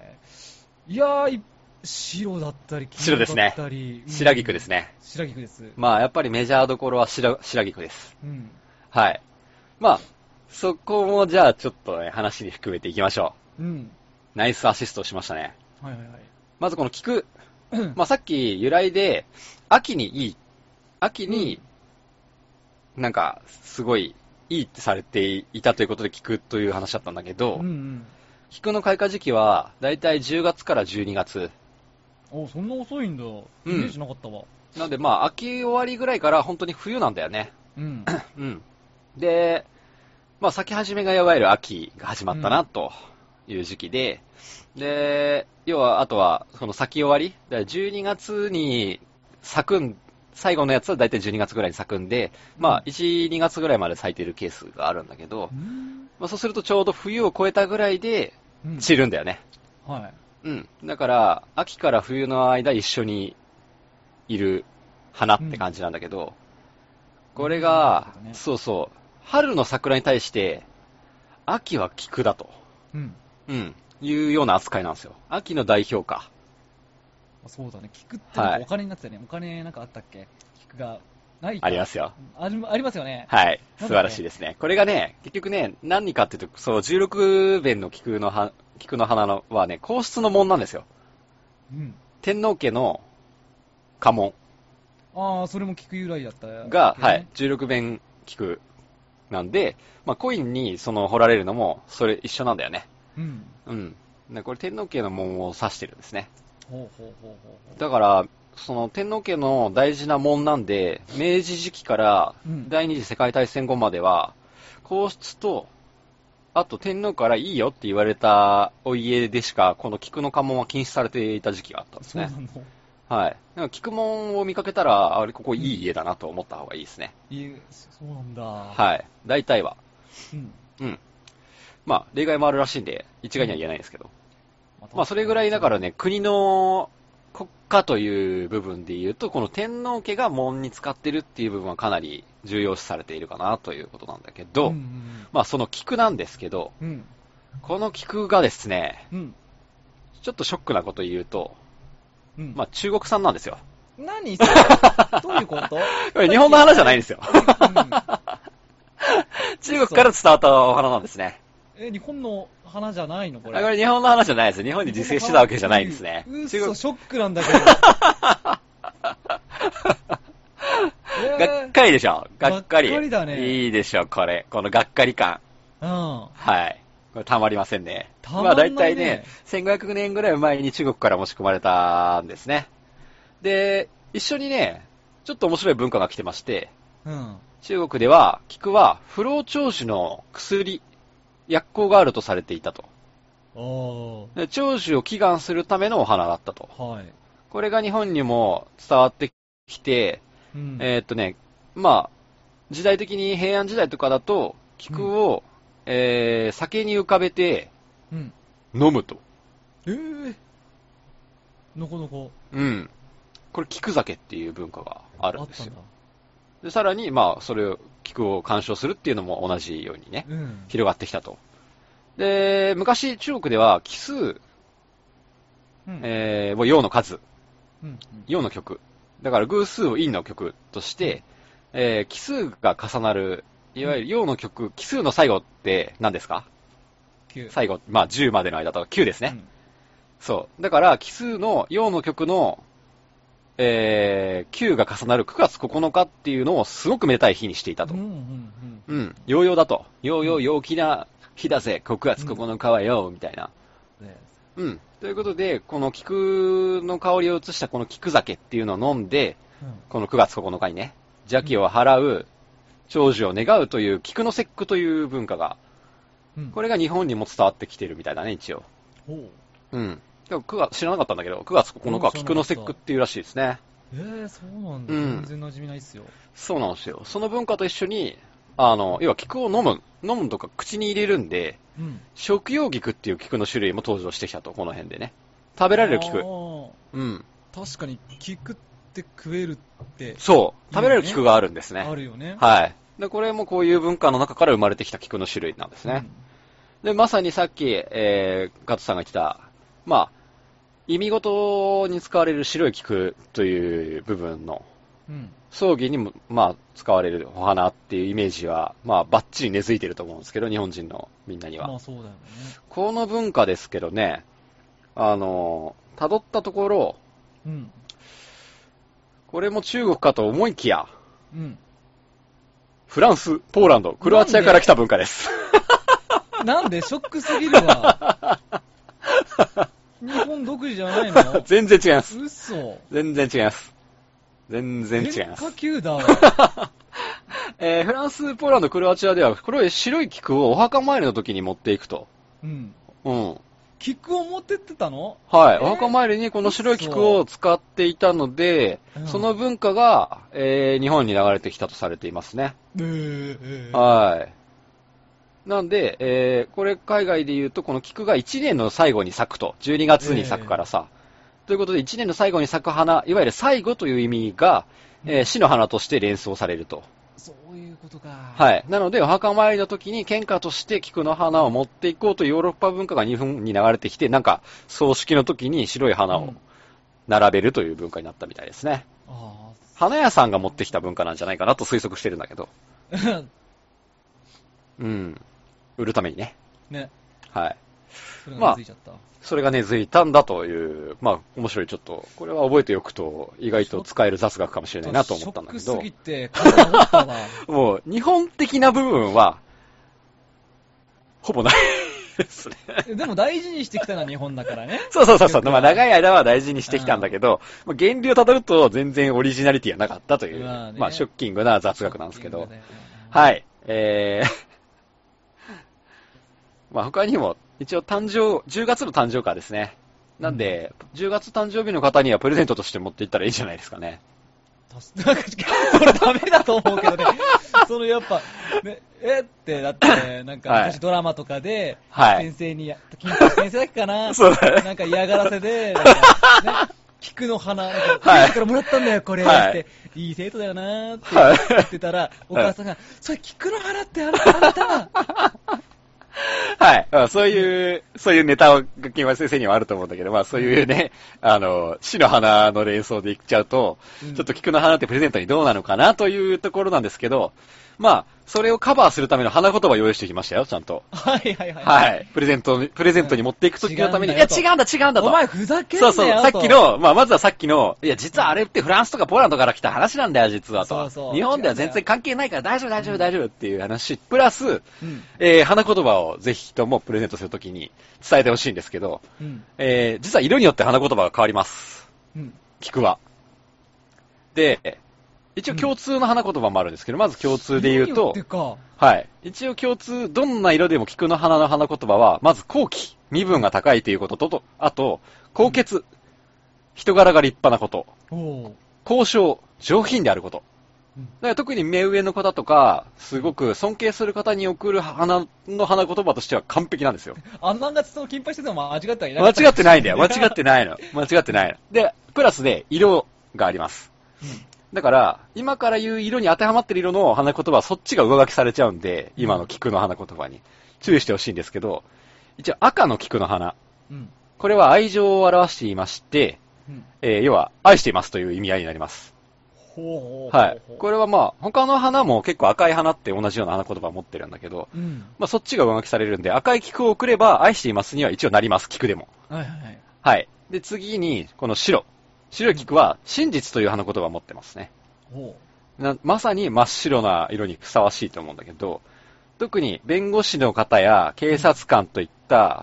いやー、白だったり黄色だったり、 白ですね、うん、白菊ですね。 白菊です。 まあやっぱりメジャーどころは 白, 白菊です。 うん。 はい。まあそこもじゃあちょっとね話に含めていきましょう。 うん。 ナイスアシストをしましたね。 はいはいはい。 まずこの菊、まあさっき由来で秋にいい、秋になんかすごいいいってされていたということで菊という話だったんだけど、 うんうん、 菊の開花時期はだいたいじゅうがつからじゅうにがつ。 お、そんな遅いんだ。イメージなかったわ。 うん、なんでまあ秋終わりぐらいから本当に冬なんだよね。 うん。 うん。で、まあ咲き始めがいわゆる秋が始まったなという時期で、うん、で、要はあとはその咲き終わり、だからじゅうにがつに咲くん、最後のやつはだいたいじゅうにがつぐらいに咲くんで、うん、まあいち、にがつぐらいまで咲いてるケースがあるんだけど、うん、まあそうするとちょうど冬を越えたぐらいで散るんだよね。 うん、はい。 うん。だから、秋から冬の間一緒にいる花って感じなんだけど、うん、これが、ね、そうそう、春の桜に対して、秋は菊だと。 うん。 うん。いうような扱いなんですよ。秋の代表か。 そうだね。菊ってなんかお金になってたよね。はい、お金なんかあったっけ？菊がないか。 ありますよ。 あり、ありますよね。 はい。素晴らしいですね。これがね、結局ね、何かっていうと、そう、じゅうろくべんの菊のは、菊の花のはね、皇室の門なんですよ。 うん。 天皇家の家紋ああ、それも菊由来だったよ、 が、はい、じゅうろくべん菊なんで、まあ、コインにその彫られるのも、それ一緒なんだよね。 うん。 うん。でこれ天皇家の紋を指してるんですね。 ほうほうほうほう。 だから、その天皇家の大事な紋なんで、明治時期から第二次世界大戦後までは、皇室と、あと天皇からいいよって言われたお家でしか、この菊の家紋は禁止されていた時期があったんですね。 そうなの？ はい。だから菊紋を見かけたら、あれ、ここいい家だなと思った方がいいですね。 いい、そうなんだ。 はい。大体は。 うん。 うん。まあ、例外もあるらしいんで、一概には言えないですけど。まあ、それぐらいだからね、国の国家という部分で言うと、この天皇家が門に使ってるっていう部分はかなり重要視されているかなということなんだけど、 うんうん、 まあ、その菊なんですけど、 うん、 この菊がですね、 うん、 ちょっとショックなこと言うと、 うん、 まあ、中国産なんですよ。 何それどういうこと？ これ日本の花じゃないんですよ。 うん、 中国から伝わったお花なんですね。 え、日本の花じゃないのこれ？ これ日本の花じゃないです。日本に自生してたわけじゃないんですね。 うっそ、 中国ショックなんだけど。 がっかりでしょ。がっかり。 がっかりだね。 いいでしょ、これ。このがっかり感。 うん。 はい。これたまりませんね。 たまんないね。 まあ大体ね、せんごひゃくねんぐらい前に中国から持ち込まれたんですね。で、一緒にね、ちょっと面白い文化が来てまして、 うん。 中国では、菊は不老長寿の薬、薬効があるとされていたと。 おー。 で長寿を祈願するためのお花だったと。 はい。 これが日本にも伝わってきて、 うん、 えーっとね、まあ、時代的に平安時代とかだと、菊を、うん、えー、酒に浮かべて、 うん、 飲むと。 えー、のこのこ。 うん。これ、菊酒っていう文化があるんですよ。 あったんだ。 で、さらに、まあ、それを、菊を鑑賞するっていうのも同じようにね、 うん、 広がってきたと。で、昔、中国では、奇数、うん、えー、もう陽の数、うんうん、陽の曲。だから偶数を陰の曲として、えー、奇数が重なる、いわゆる陽の曲、奇数の最後って何ですか？ きゅう。 最後、まあじゅうまでの間ときゅうですね。うん、そう。だから、奇数の陽の曲の、えー、きゅうが重なるくがつここのかっていうのをすごくめでたい日にしていたと。うんうんうん。うん。陽々だと。陽々陽気な日だぜ、くがつここのかはよ、みたいな。うん。ということで、この菊の香りを移したこの菊酒っていうのを飲んで、うん、このくがつここのかにね、邪気を払う、長寿を願うという菊の節句という文化が、うん、これが日本にも伝わってきてるみたいだね、一応。ほう。うん。でもくがつ知らなかったんだけど、くがつここのかは菊の節句っていうらしいですね。 えー、そうなんだ。うん、全然馴染みないっすよ。 そうなんですよ。その文化と一緒に、あの、要は菊を飲む、飲むとか口に入れるんで、うん、食用菊っていう菊の種類も登場してきたと、この辺でね。食べられる菊。うん。 確かに菊って食えるって。 そう。食べられる菊があるんですね。 あるよね。 はい。で、これもこういう文化の中から生まれてきた菊の種類なんですね。うん、で、まさにさっき、えー、ガトさんが言ってた、まあ、意味ごとに使われる白い菊という部分の、うん、葬儀にも、まあ、使われるお花っていうイメージは、まあ、バッチリ根付いてると思うんですけど、日本人のみんなには。 まあ、そうだよね。 この文化ですけどね、あの、辿ったところ、うん、これも中国かと思いきや、うん、フランス、ポーランド、クロアチアから来た文化です。 なんでショックすぎるわ。日本独自じゃないの？ 全然違います。 嘘。 全然違います。全然違います。 変化球だわ。 えー、フランス、ポーランド、クロアチアでは、これ白い菊をお墓参りの時に持っていくと。うん。うん。 菊を持ってってたの？ はい。お墓参りにこの白い菊を使っていたので、うん、その文化が、えー、日本に流れてきたとされていますね。えーえー、はい。なんで、えー、これ海外で言うと、この菊がいちねんの最後に咲くと。じゅうにがつに咲くからさ。えー、ということで、いちねんの最後に咲く花、いわゆる最後という意味が、えー、死の花として連想されると。 そういうことか。 はい。なので、お墓参りの時に献花として菊の花を持っていこうというヨーロッパ文化が日本に流れてきて、なんか、葬式の時に白い花を並べるという文化になったみたいですね。うん、あ花屋さんが持ってきた文化なんじゃないかなと推測してるんだけど。うん。売るためにね。 ね。 はい。 それが根付いちゃった。 まあ、それが根付いたんだという、まあ、面白い、ちょっと、これは覚えておくと、意外と使える雑学かもしれないなと思ったんだけど。 ショックすぎて、体がったな。 もう、日本的な部分は、ほぼないですね。 でも大事にしてきたのは日本だからね。 そうそうそうそう。まあ、長い間は大事にしてきたんだけど、うん、源流をたどると全然オリジナリティはなかったという、まあ、ね、まあ、ショッキングな雑学なんですけど。はい。えー、まあ、他にも、一応誕生、じゅうがつの誕生日ですね。なんで、うん、じゅうがつ誕生日の方にはプレゼントとして持っていったらいいんじゃないですかね。 なんか、それダメだと思うけどね。そのやっぱ、ね、えってだって、なんか昔ドラマとかで、はい、先生に、金八先生だっけかな、そうだね、なんか嫌がらせで、なんか、ね、菊の花、なんか、先生からもらったんだよ、これ、はい、って、いい生徒だよなーって言ってたら、はい、お母さんが、それ菊の花ってあなたあなたはい。そういう、そういうネタが金八先生にはあると思うんだけど、まあそういうね、あの、死の花の連想でいっちゃうと、うん、ちょっと菊の花ってプレゼントにどうなのかなというところなんですけど、まあ、それをカバーするための花言葉を用意してきましたよ、ちゃんと。 はいはいはい。 はい。プレゼントに、プレゼントに持っていくときのために、いや違うんだ違うんだと。 お前ふざけんなよと。 そうそう、さっきの、まあまずはさっきの、いや実はあれってフランスとかポーランドから来た話なんだよ、実はと。そうそう。日本では全然関係ないから大丈夫大丈夫大丈夫っていう話、プラス、うん、えー、花言葉をぜひともプレゼントするときに伝えてほしいんですけど、うん、えー、実は色によって花言葉が変わります。うん。菊は。で、一応共通の花言葉もあるんですけど、うん、まず共通で言うと、はい。一応共通、どんな色でも菊の花の花言葉は、まず高貴、身分が高いということと、あと、高潔、うん、人柄が立派なこと、高尚、上品であること。うん、だから特に目上の方とか、すごく尊敬する方に送る花の花言葉としては完璧なんですよ。 あんながその金八してても間違ってはいない。間違ってないんだよ。間違ってないの。間違ってないの。で、プラスで色があります。うんだから、今から言う色に当てはまってる色の花言葉はそっちが上書きされちゃうんで、今の菊の花言葉に注意してほしいんですけど、一応赤の菊の花。うん、これは愛情を表していまして、うんえー、要は愛していますという意味合いになります。ほうほうほうほうはい。これはまあ、他の花も結構赤い花って同じような花言葉を持ってるんだけど、うん、まあそっちが上書きされるんで、赤い菊を送れば愛していますには一応なります、菊でも。はいはいはい。はい。で、次に、この白。白い菊は真実という花言葉を持ってますね。なまさに真っ白な色にふさわしいと思うんだけど、特に弁護士の方や警察官といった、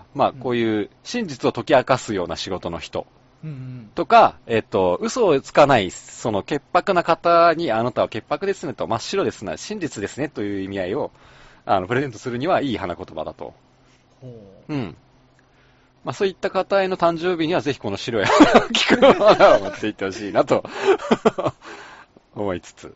うん、まあこういう真実を解き明かすような仕事の人とか、うんうん、えっと、嘘をつかない、その潔白な方に、あなたは潔白ですねと、真っ白ですね、真実ですねという意味合いを、あの、プレゼントするにはいい花言葉だと。うん。まあそういった方への誕生日にはぜひこの白い菊の花を持っていってほしいなと思いつつ。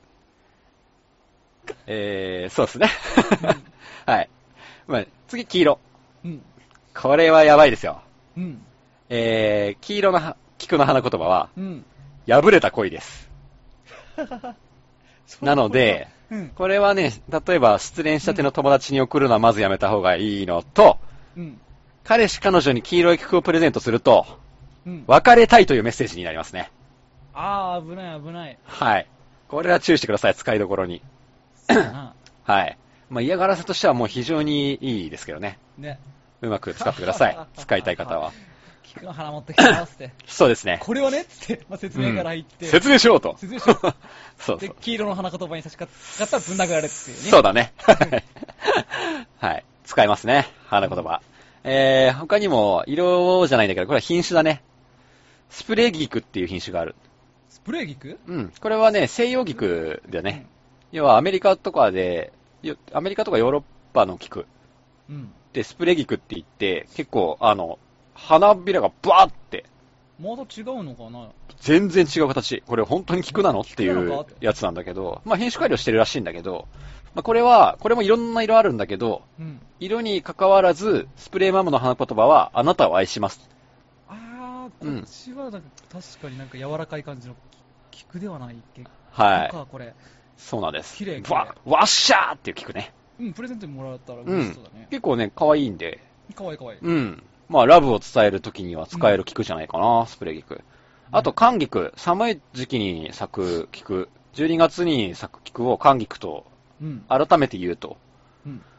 えー、そうですね。はい。まあ、次、黄色。うん。これはやばいですよ。うん。えー、黄色の菊の花言葉は、うん。破れた恋です。なので、うん、これはね、例えば失恋したての友達に送るのはまずやめた方がいいのと、うん。彼氏彼女に黄色い菊をプレゼントすると、うん、別れたいというメッセージになりますね。 あー、危ない危ない。 はい。これは注意してください、使いどころに。はい。まあ嫌がらせとしてはもう非常にいいですけどね。ね。うまく使ってください。使いたい方は。 菊の花持ってきてますって。 そうですね。 これはねっつって、まあ、説明から入って、うん。 説明しようと。 説明しよう。そうそう。 で、黄色の花言葉に差し掛かったらぶん殴られるっていうね。 そうだね。はい。使いますね。花言葉。えー、他にも、色じゃないんだけど、これは品種だね。スプレー菊っていう品種がある。 スプレー菊？ うん。これはね、西洋菊だね。うん、要はアメリカとかで、アメリカとかヨーロッパの菊。うん。で、スプレー菊って言って、結構、あの、花びらがバーって。 また違うのかな？ 全然違う形。これ本当に菊なのっていうやつなんだけど、まあ品種改良してるらしいんだけど、まあこれは、これもいろんな色あるんだけど、うん、色に関わらず、スプレーマムの花言葉は、あなたを愛します。 あー、こっちはなんか、うん、確かになんか柔らかい感じの菊ではないっけ？ はい。 かこれ。 そうなんです。 綺麗。 わ、わっしゃーっていう菊ね。 うん、プレゼントにもらったら嬉しそうだね。 うん、結構ね、可愛いんで。 可愛い可愛い。 うん。まあ、ラブを伝えるときには使える菊じゃないかな、うん、スプレー菊。あと、寒菊。寒い時期に咲く菊。じゅうにがつに咲く菊を寒菊と、改めて言うと。うん、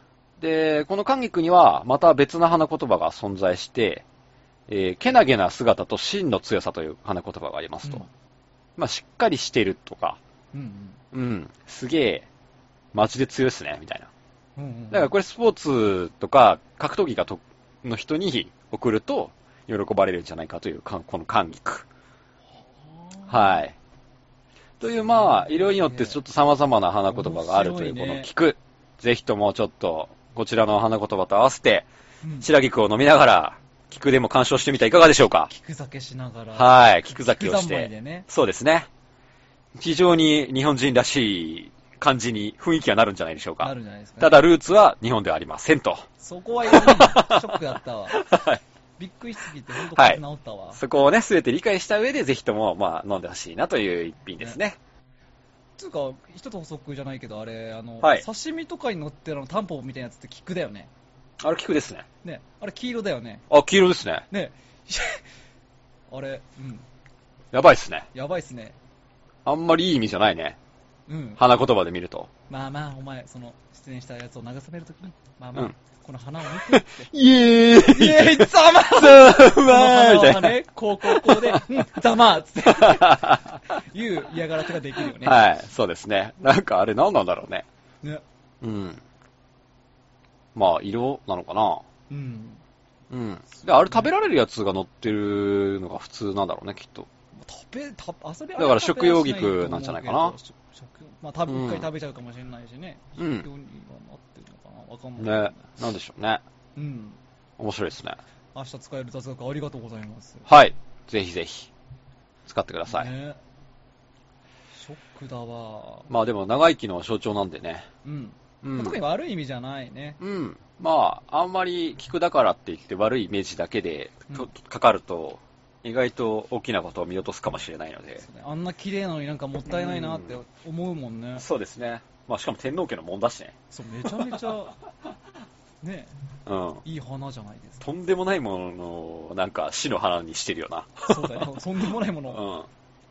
で、この寒菊にはまた別な花言葉が存在して、えー、けなげな姿と真の強さという花言葉がありますと。うん、まあ、しっかりしてるとか、うんうん、うん、すげえ、マジで強いっすね、みたいな。うんうんうん、だからこれスポーツとか格闘技がとの人に送ると喜ばれるんじゃないかというこの寒菊。はい。というまあ色によってちょっと様々な花言葉があるというこの菊、ぜひともちょっとこちらの花言葉と合わせて白菊を飲みながら菊でも鑑賞してみたらいかがでしょうか。 菊酒しながら。 はい、菊酒をして、 ね、 そうですね。非常に日本人らしい感じに雰囲気がなるんじゃないでしょうか。 なるんじゃないですか、ね、 ただルーツは日本ではありませんと。 そこはいい、ね、ショックだったわ。はい。びっくりしすぎて本当に治ったわ、はい。 そこをね、すべて理解した上でぜひともまあ飲んでほしいなという一品ですね。ね、 つうか一つ補足じゃないけどあれあの、 はい、 刺身とかに乗ってるのタンポポみたいなやつって菊だよね。 あれ菊ですね。 ね、あれ黄色だよね。 あ、黄色ですね。 ね、あれ、うん。 やばいっすね。 やばいっすね。 あんまりいい意味じゃないね。 うん。 花言葉で見ると。 まあまあ、お前、その、出演したやつを慰めるときに、まあまあ、うん、この花を見てって。 イエーイイエーイざまーざまーみたいな。 ね、こうこうこうで、うん、ざまーつって。いう嫌がらせができるよね。 はい、そうですね。なんかあれ何なんだろうね。 ね。 うん。まあ、色なのかな。 うん。 うん。で、あれ食べられるやつが乗ってるのが普通なんだろうね、きっと。 食べ、た遊びだから食用菊なんじゃないかな。 食まあ、多分一回食べちゃうかもしれないしね。 うん。 食用にはなってるのかなわかんないね。ね。なんでしょうね。 うん。 面白いですね。 明日使える雑学ありがとうございます。 はい。ぜひぜひ。使ってください。 ね。ショックだわ。 まあでも長生きの象徴なんでね。 うん。うん、特に悪い意味じゃないね。 うん。まあ、あんまり菊だからって言って悪いイメージだけで、うん、かかると、意外と大きなことを見落とすかもしれないので。 ね、あんな綺麗なのになんかもったいないなって思うもんね。 うん、そうですね。まあしかも天皇家のもんだしね。 そう、めちゃめちゃ、ね、 うん。 いい花じゃないですか。 とんでもないものの、なんか死の花にしてるよな。 そうだよ、とんでもないもの。うん。は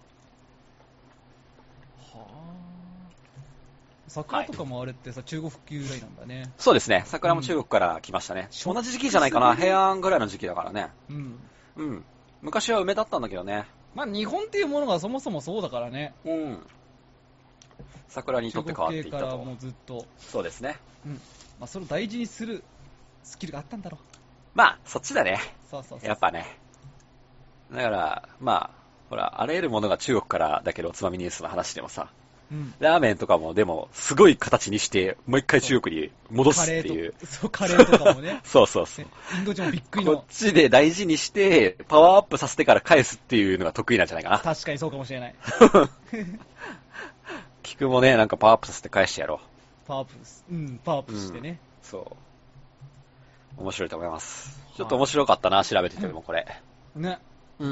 あ。桜とかもあれってさ、はい、中国由来なんだね。 そうですね。桜も中国から来ましたね。うん、同じ時期じゃないかな。平安ぐらいの時期だからね。 うん。 うん。昔は梅だったんだけどね。 まあ日本っていうものがそもそもそうだからね。 うん。桜にとって変わっていったと。 中国系からもうずっと。 そうですね。 うん。まあそれを大事にするスキルがあったんだろう。 まあそっちだね。 そうそうそう。 やっぱね。だからまあほらあらゆるものが中国からだけどおつまみニュースの話でもさ。うん、ラーメンとかもでもすごい形にしてもう一回中国に戻すっていう。 そう、カレーとかもね。 そうそうそう。 インド人もびっくりの。 こっちで大事にしてパワーアップさせてから返すっていうのが得意なんじゃないかな。 確かにそうかもしれない。 菊もね、なんかパワーアップさせて返してやろう。 パワーアップ、うん、パワーアップしてね。 うん、そう。面白いと思います。ちょっと面白かったな、調べててもこれ。 ね。 うん。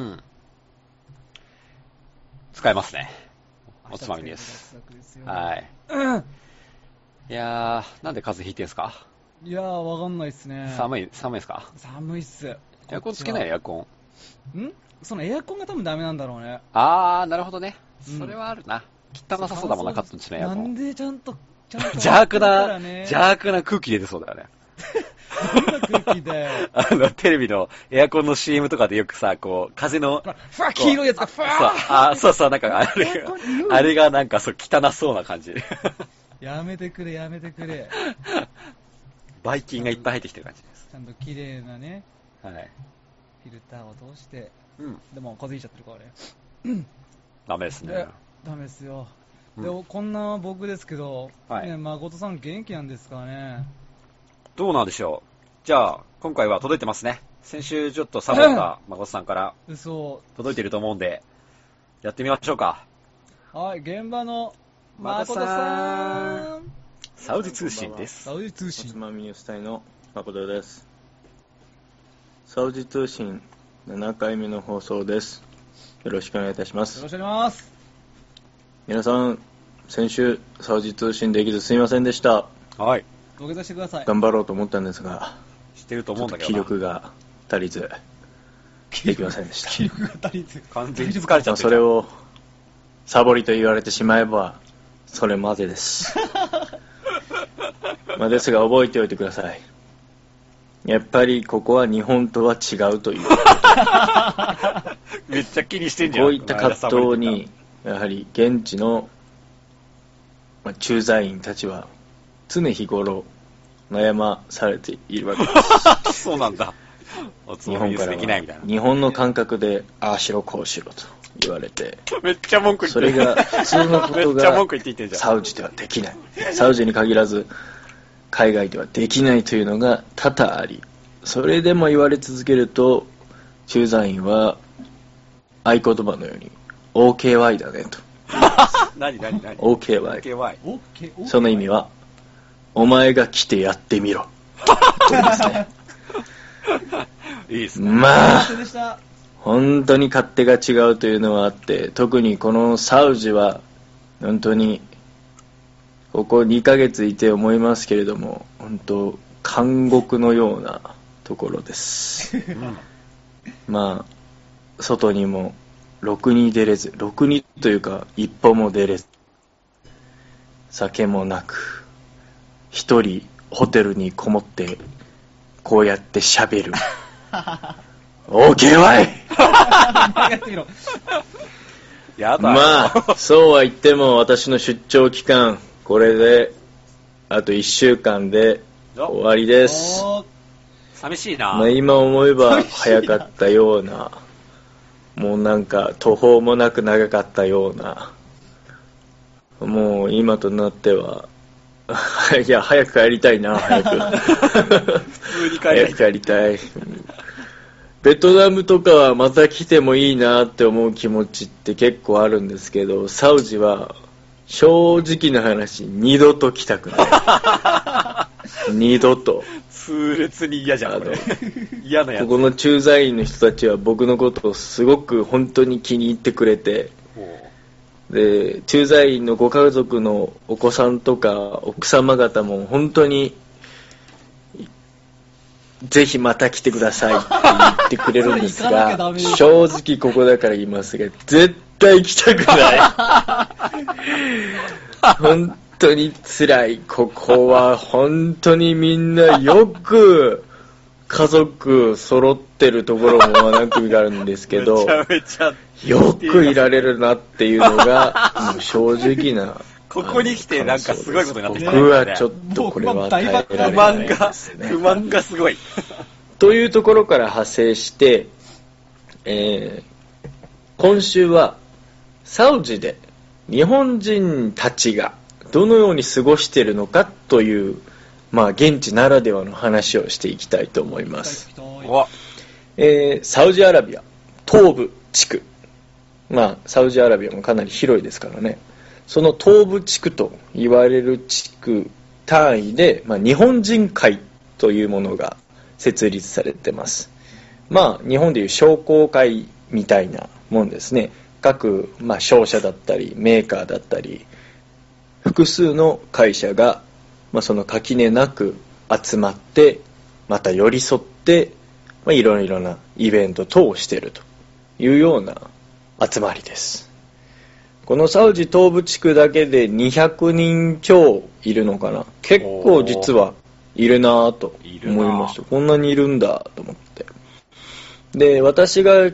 使えますね。おつまみです。はい。うん、いやー、なんで風邪ひいてんすか？ いやー、わかんないっすね。 寒い、寒いっすか？ 寒いっす。 エアコンつけないエアコン。ん？そのエアコンが多分ダメなんだろうね。 あー、なるほどね。それはあるな。汚さそうだもんな、カットのしないエアコン。 なんでちゃんと、ちゃんと、 邪悪な、邪悪な空気出てそうだよね。 どんな空気だよ。 あの、テレビのエアコンの シーエム とかでよくさ、こう、風の、 ふわ、黄色いやつがふわー。あ、そうそう、なんかあれが、あれがなんかそう、汚そうな感じ。 やめてくれ、やめてくれ。 ばい菌がいっぱい入ってきてる感じです。 ちゃんと綺麗なね、 はい。 フィルターを通して、 うん。 でも風邪ひいちゃってるからね。うん。 ダメですね。 ダメですよ。で、うん、こんな僕ですけど、 はい、 ね、誠さん元気なんですかね。 どうなんでしょう。じゃあ、今回は届いてますね。先週ちょっとサボった誠さんから嘘届いてると思うんで、やってみましょうか。 はい、現場の誠さん。 サウジ通信です。 サウジ通信。 おつまみニュース隊の誠です。サウジ通信ななかいめの放送です。よろしくお願いいたします。 よろしくお願いします。 皆さん、先週サウジ通信できずすみませんでした。 はい。 土下座してください。 頑張ろうと思ったんですが、 してると思うんだけど気力が足りずできませんでした。 気力が足りず完全に疲れちゃってる。 それをサボりと言われてしまえばそれまでです。 まあ、ですが覚えておいてください。やっぱりここは日本とは違うというめっちゃ気にしてんじゃん。 こういった葛藤にやはり現地の駐在員たちは常日頃悩まされているわけですそうなんだ。 日本からは日本の感覚でああしろこうしろと言われてめっちゃ文句言ってる。 それが普通のことがサウジではできない。サウジに限らず海外ではできないというのが多々あり、それでも言われ続けると駐在員は合言葉のように オーケーワイ だねと何何何オーケーワイ、 OK その意味はお前が来てやってみろとですねいいですね。 まあ本当に勝手が違うというのはあって、特にこのサウジは本当にここにかげついて思いますけれども、本当監獄のようなところです、うん、まあ外にもろくに出れず、ろくにというか一歩も出れず、酒もなく一人ホテルにこもってこうやって喋るオーケーワイやだまあそうは言っても私の出張期間これであといっしゅうかんで終わりです。 寂しいな、 まあ、今思えば早かったようなもうなんか途方もなく長かったような、もう今となってはいや早く帰りたいな早く普通に帰り早く帰りたい。ベトナムとかはまた来てもいいなって思う気持ちって結構あるんですけど、サウジは正直な話二度と来たくない二度と痛烈に嫌じゃんこれ嫌なやつ。 ここの駐在員の人たちは僕のことをすごく本当に気に入ってくれて、で駐在員のご家族のお子さんとか奥様方も本当にぜひまた来てくださいって言ってくれるんですが正直ここだから言いますが絶対来たくない本当に辛い。ここは本当にみんなよく家族揃ってるところも何組かあるんですけどめちゃめちゃよくいられるなっていうのがもう正直なここに来てなんかすごいことになってきた、 ね、僕はちょっとこれは耐えられないですね。 不満がすごいというところから派生して、えー、今週はサウジで日本人たちがどのように過ごしているのかという、まあ、現地ならではの話をしていきたいと思います。えー、サウジアラビア東部地区、まあサウジアラビアもかなり広いですからね、その東部地区と言われる地区単位で、まあ、日本人会というものが設立されてます。まあ日本でいう商工会みたいなもんですね。各、まあ、商社だったりメーカーだったり複数の会社が、まあ、その垣根なく集まってまた寄り添って、まあ、いろいろなイベント等をしているというような集まりです。このサウジ東部地区だけでにひゃくにん強いるのかな。結構実はいるなぁと思いました。こんなにいるんだと思って。で、私が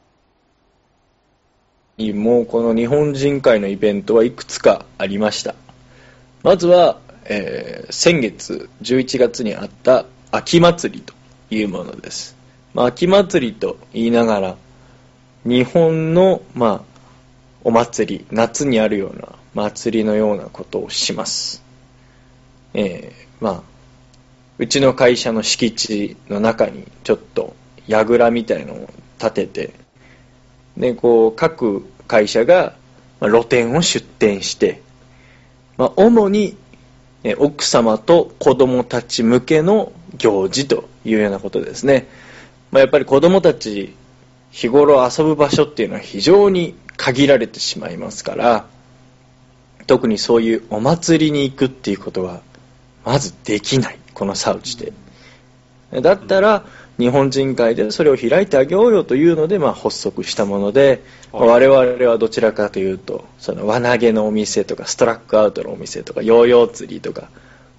もうこの日本人会のイベントはいくつかありました。まずは、えー、先月じゅういちがつにあった秋祭りというものです。まあ、秋祭りと言いながら日本の、まあ、お祭り、夏にあるような祭りのようなことをします。えー、まあうちの会社の敷地の中にちょっと櫓みたいのを建てて、でこう各会社が露店を出店して、まあ、主に奥様と子供たち向けの行事というようなことですね。まあ、やっぱり子供たち日頃遊ぶ場所っていうのは非常に限られてしまいますから、特にそういうお祭りに行くっていうことはまずできない、このサウジで。だったら日本人会でそれを開いてあげようよというので、まあ、発足したもので、我々はどちらかというとその輪投げのお店とかストラックアウトのお店とかヨーヨー釣りとか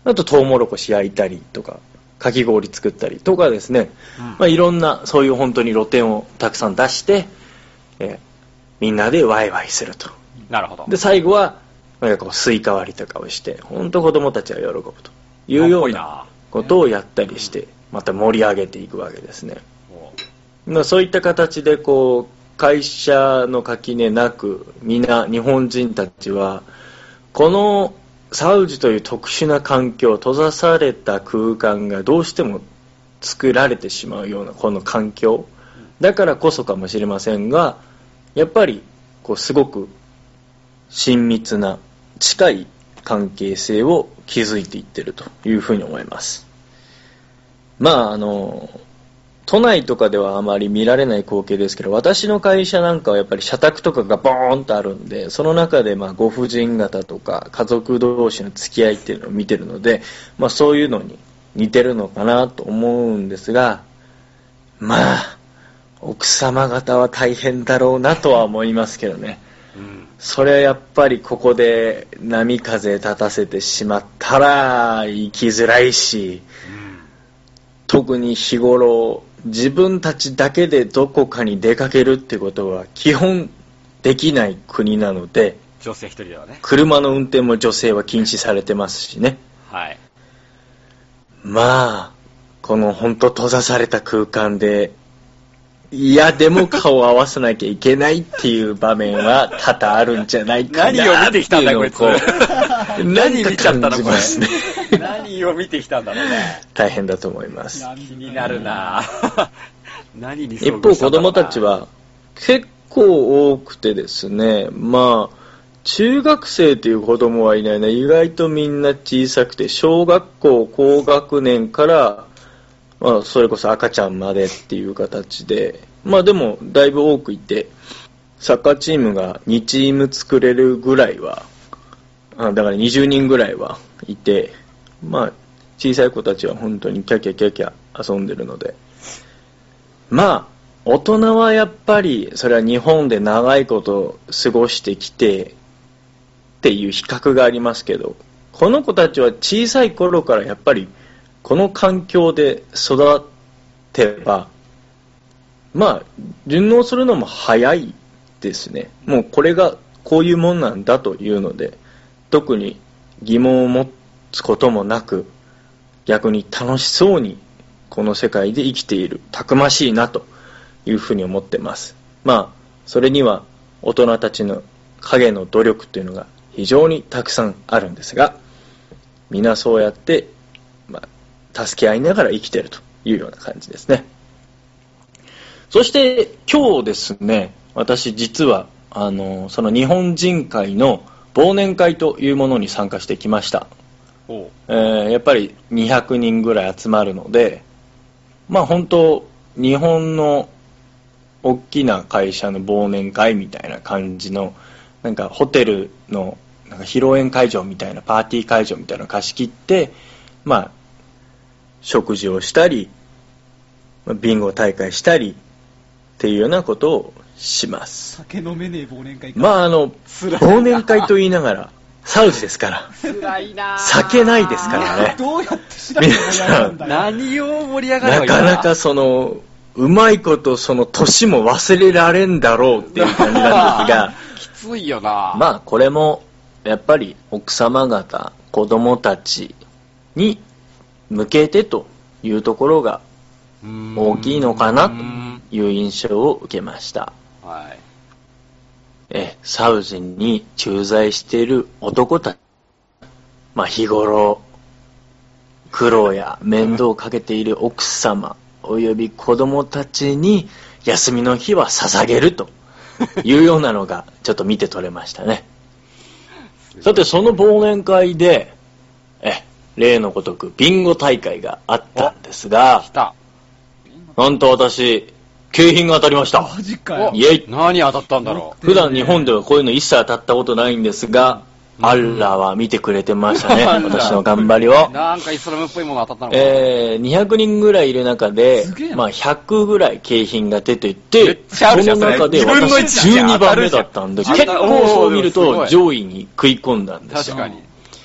あとトウモロコシ焼いたりとか、かき氷作ったりとかですね、うん、まあ、いろんなそういう本当に露店をたくさん出して、えー、みんなでワイワイすると。 なるほど。 で最後はなんかこうスイカ割りとかをして本当子供たちは喜ぶというようなことをやったりしてまた盛り上げていくわけですね。まあ、そういった形でこう会社の垣根なくみんな日本人たちはこのサウジという特殊な環境、閉ざされた空間がどうしても作られてしまうようなこの環境だからこそかもしれませんが、やっぱりこうすごく親密な近い関係性を築いていっているというふうに思います。まああの都内とかではあまり見られない光景ですけど、私の会社なんかはやっぱり社宅とかがボーンとあるんで、その中でまあご婦人方とか家族同士の付き合いっていうのを見てるので、まあそういうのに似てるのかなと思うんですが、まあ奥様方は大変だろうなとは思いますけどね。うん、それはやっぱりここで波風立たせてしまったら生きづらいし、うん、特に日頃自分たちだけでどこかに出かけるってことは基本できない国なので、 女性一人ではね、 車の運転も女性は禁止されてますしね。 はい。 まあこの本当閉ざされた空間でいやでも顔を合わせなきゃいけないっていう場面は多々あるんじゃないかなっていうのを何を見てきたんだこいつ何見ちゃったのこれ何を見てきたんだろうね。 大変だと思います。 気になるな何に一方子供たちは結構多くてですね、まあ中学生という子供はいないな、意外とみんな小さくて小学校高学年からまあ、それこそ赤ちゃんまでっていう形で、まあでもだいぶ多くいて、サッカーチームがにチーム作れるぐらいは、あだからにじゅうにんぐらいはいて、まあ小さい子たちは本当にキャキャキャキャ遊んでるので、まあ大人はやっぱりそれは日本で長いこと過ごしてきてっていう比較がありますけど、この子たちは小さい頃からやっぱりこの環境で育てばまあ順応するのも早いですね。もうこれがこういうもんなんだというので特に疑問を持つこともなく、逆に楽しそうにこの世界で生きている、たくましいなというふうに思ってます。まあそれには大人たちの陰の努力というのが非常にたくさんあるんですが、みんなそうやってまあ助け合いながら生きているというような感じですね。そして今日ですね、私実はあのその日本人会の忘年会というものに参加してきました。おえー、やっぱりにひゃくにんぐらい集まるので、まあ本当日本の大きな会社の忘年会みたいな感じの、なんかホテルのなんか披露宴会場みたいなパーティー会場みたいなのを貸し切って、まあ食事をしたりビンゴ大会したりっていうようなことをします。 酒飲めねえ忘年会か。 まああの忘年会と言いながらサウジですから辛いな、 酒ないですからね。 どうやって調べて盛り上がるんだよ。 何を盛り上がるのかなかなかそのうまいことその年も忘れられんだろうっていう感じなんですがきついよな。 まあこれもやっぱり奥様方子供たちに向けてというところが大きいのかなという印象を受けました。はい、えサウジに駐在している男たち、まあ、日頃苦労や面倒をかけている奥様および子供たちに休みの日は捧げるというようなのがちょっと見て取れましたね。さてその忘年会でえ例のごとくビンゴ大会があったんですが、なんと私景品が当たりました。 マジかよ。 イエイ。 何当たったんだろう。普段日本ではこういうの一切当たったことないんですが、アッラは見てくれてましたね。私の頑張りを。 なんかイスラムっぽいもの当たったのかな。 えー、にひゃくにんぐらいいる中で、まあひゃくぐらい景品が出ていて、その中で私じゅうにばんめだったんで、結構そう見ると上位に食い込んだんですよ。 確かに。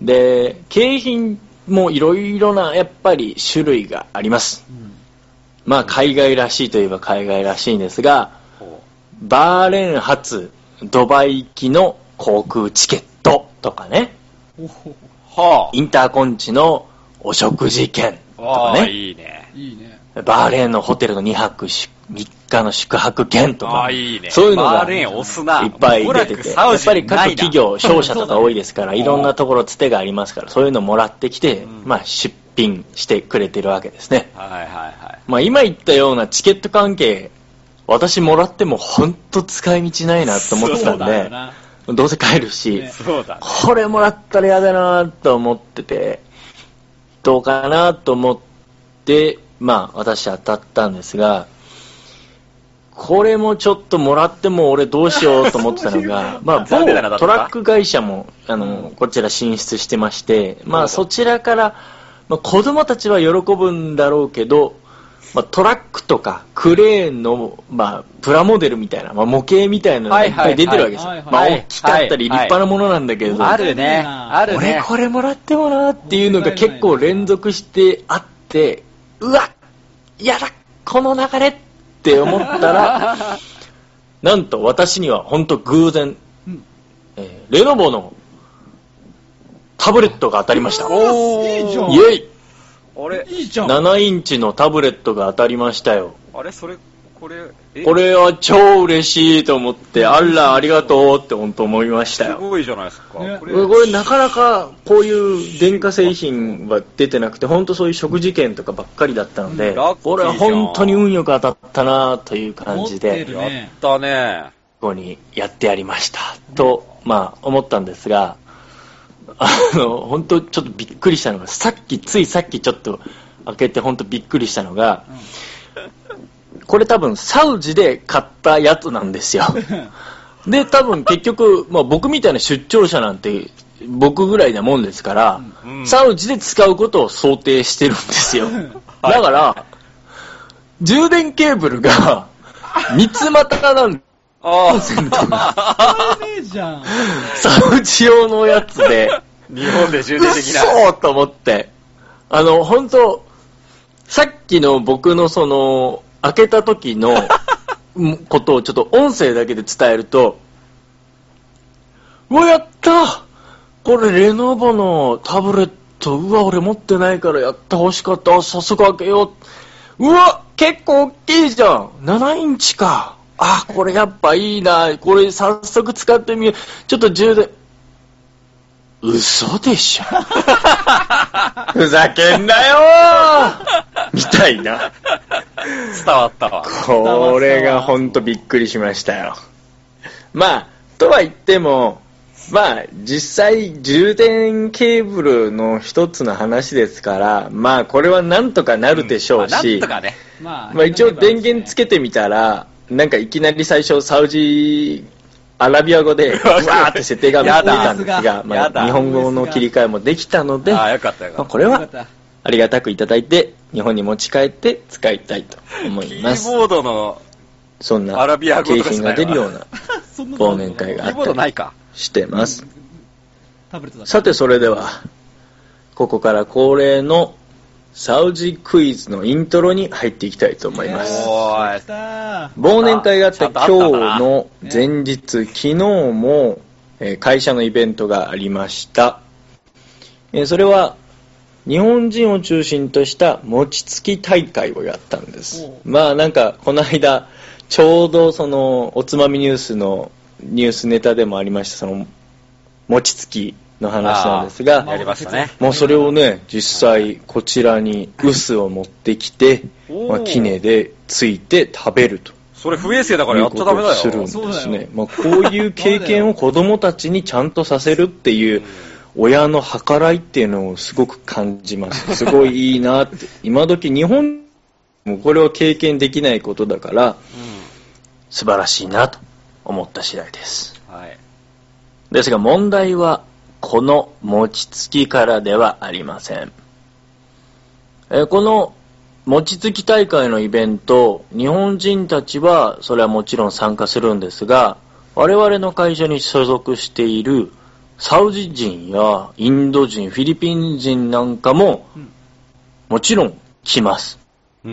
で、景品もいろいろなやっぱり種類があります。うん、まあ海外らしいといえば海外らしいんですが、バーレーン発ドバイ行きの航空チケットとかね、はあ、インターコンチのお食事券とかね、 いいね、いいね、 バーレーンのホテルのにはくみっかの宿泊券とか、 いいね、 そういうのがバーレーン押すないっぱい出てて、やっぱり各企業商社とか多いですから、いろんなところつてがありますから、そういうのもらってきて、うん、まあ出品してくれてるわけですね。はいはいはい。まあ今言ったようなチケット関係、私もらっても本当使い道ないなと思ってたんで、どうせ帰るし、ね、これもらったら嫌だなと思ってて、どうかなと思って、まあ私当たったんですが、これもちょっともらっても俺どうしようと思ってたのが、まあ某トラック会社もあのこちら進出してまして、まあそちらから、まあ、子供たちは喜ぶんだろうけど、まあ、トラックとかクレーンの、まあ、プラモデルみたいな、まあ、模型みたいなのがいっぱい出てるわけですよ。まあ、大きかったり立派なものなんだけど、 はいはいはい、あるね、あるね。 俺これもらってもなっていうのが結構連続してあって、うわ、やだ、この流れって思ったら、なんと私には本当偶然、うんえー、レノボのタブレットが当たりました。 おー、いいじゃん。 イェイ。 あれいいじゃん。 ななインチのタブレットが当たりましたよ。 あれそれこれえこれは超嬉しいと思って、あらありがとうって本当思いましたよ。 すごいじゃないですか、ね、 これこれなかなかこういう電化製品は出てなくて、本当そういう食事券とかばっかりだったので、うん、これは本当に運よく当たったなという感じで、 ね、やったね、 ここにやってやりましたと、まあ思ったんですが、あの本当ちょっとびっくりしたのが、さっきついさっきちょっと開けて本当びっくりしたのが、うん、これ多分サウジで買ったやつなんですよ。で多分結局、まあ、僕みたいな出張者なんて僕ぐらいなもんですから、うん、サウジで使うことを想定してるんですよ。だから、はい、充電ケーブルが三つ股なんです。 ああ、 それねえじゃん。 サウジ用のやつで日本で充電できない。 そうと思って、あの本当さっきの僕のその開けた時のことをちょっと音声だけで伝えると、うわやった、これレノボのタブレット、うわ俺持ってないからやった欲しかった、早速開けよう、うわ結構大きいじゃん、ななインチか、あ、これやっぱいいな、これ早速使ってみよう、ちょっと充電、嘘でしょふざけんなよみたいな、 伝わったわ。 これがほんとびっくりしましたよ。まあとは言っても、まあ実際充電ケーブルの一つの話ですから、まあこれはなんとかなるでしょうし、 うん、まあ、なんとかね、 まあ、一応電源つけてみたら、なんかいきなり最初サウジアラビア語でわーって設定が見えたんですが、まあ、日本語の切り替えもできたので、 あ、よかったよかった、 まあ、これはありがたくいただいて日本に持ち帰って使いたいと思います。 キーボードのそんな景品が出るような忘年会があったりしてます。さてそれではここから恒例のサウジクイズのイントロに入っていきたいと思います。忘年会があった今日の前日、昨日も会社のイベントがありました。それは日本人を中心とした餅つき大会をやったんです。まあなんかこの間ちょうどそのおつまみニュースのニュースネタでもありました、その餅つきの話なんですが、 やりましたね。 もうそれをね、実際こちらに臼を持ってきて、まあ、杵でついて食べると。 それ不衛生だからやっちゃダメだよ。 するんですね。まあ、こういう経験を子供たちにちゃんとさせるっていう親の計らいっていうのをすごく感じます。すごいいいなって。今時日本もこれは経験できないことだから、うん、素晴らしいなと思った次第です。はい。ですが問題はこの餅つきからではありません。えー、この餅つき大会のイベント、日本人たちはそれはもちろん参加するんですが、我々の会社に所属しているサウジ人やインド人、フィリピン人なんかも、うん、もちろん来ます。うん。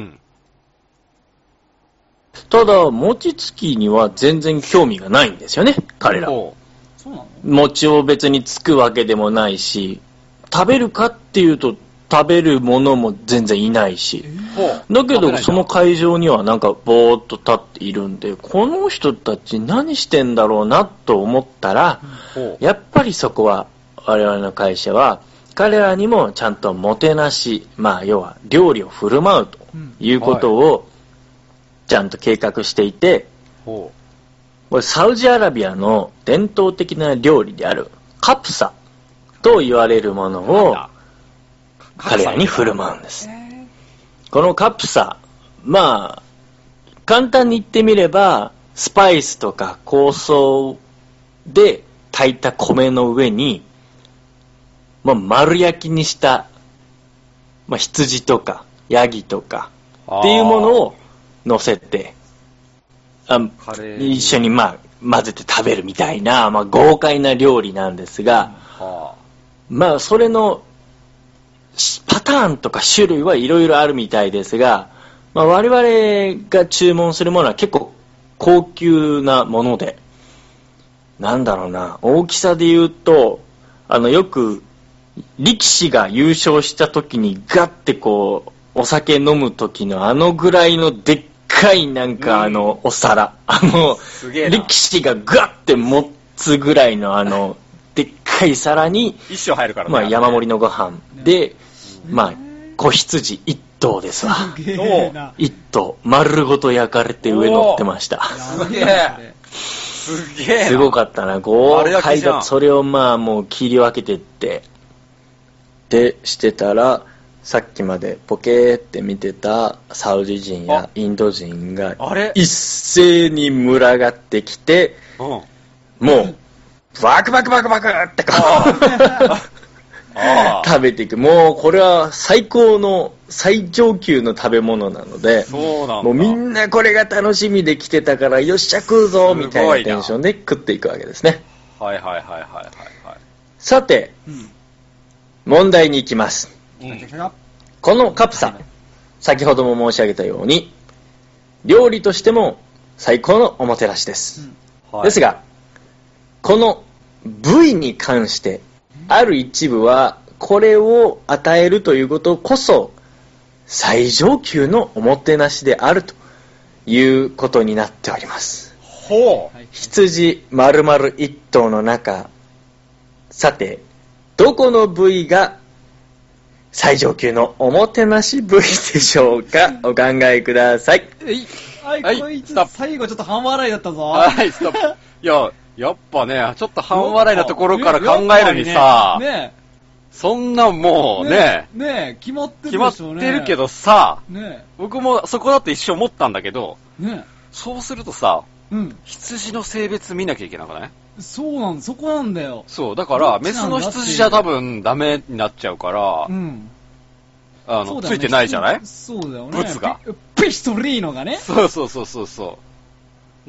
ただ、餅つきには全然興味がないんですよね、彼ら。そうなの？餅を別につくわけでもないし、食べるかっていうと食べるものも全然いないし、えー、だけどその会場にはなんかぼーっと立っているんで、この人たち何してんだろうなと思ったら、うん、やっぱりそこは我々の会社は彼らにもちゃんともてなし、まあ要は料理を振る舞うということをちゃんと計画していて、うんはい、これサウジアラビアの伝統的な料理であるカプサと言われるものを彼らに振る舞うんです。このカプサ、まあ簡単に言ってみればスパイスとか香草で炊いた米の上に、まあ、丸焼きにした、まあ、羊とかヤギとかっていうものを乗せて、あ一緒にまあ混ぜて食べるみたいな、まあ、豪快な料理なんですが、まあそれのパターンとか種類はいろいろあるみたいですが、まあ、我々が注文するものは結構高級なもので、なんだろうな、大きさで言うと、あのよく力士が優勝した時にガッてこうお酒飲む時のあのぐらいのでっかいなんかあのお皿、あの力士がガッて持つぐらいのあのでっかい皿に一生入るからね、 まあ山盛りのご飯で、まあ子羊一頭ですわ。一頭丸ごと焼かれて上乗ってました。 すげえ。すげえ。 すごかったな。豪快だ。それをまあもう切り分けてってでしてたら、さっきまでポケーって見てたサウジ人やインド人が一斉に群がってきて、もうバクバクバクバクってこう食べていく。もうこれは最高の最上級の食べ物なので、 そうなんだ。 もうみんなこれが楽しみで来てたからよっしゃ食うぞみたいなテンションで食っていくわけですね。 はいはいはいはいはい、はい。 さて、うん、問題に行きます。うん、このカプサ、先ほども申し上げたように料理としても最高のおもてなしです、うんはい、ですがこの部位に関してある一部はこれを与えるということこそ最上級のおもてなしであるということになっております。 ほう。 羊丸々一頭の中、さてどこの部位が最上級のおもてなし部位でしょうか。お考えください。 はい、はい、こいつ最後ちょっと半笑いだったぞ。 はい、ストップ。いや、やっぱね、ちょっと半笑いなところから考えるにさ、ねね、そんなもうね、 ね, ね決まってるでしょうね。 決まってるけどさ、ね、僕もそこだって一生思ったんだけど、ね、そうするとさ、うん、羊の性別見なきゃいけなくない？ そうなん、そこなんだよ。 そう、だから、メスの羊じゃ多分ダメになっちゃうから、うん、あの、ね、ついてないじゃない？ そうだよね。 ブツが。 ピ, ピストリーノがね。 そうそうそうそうそう。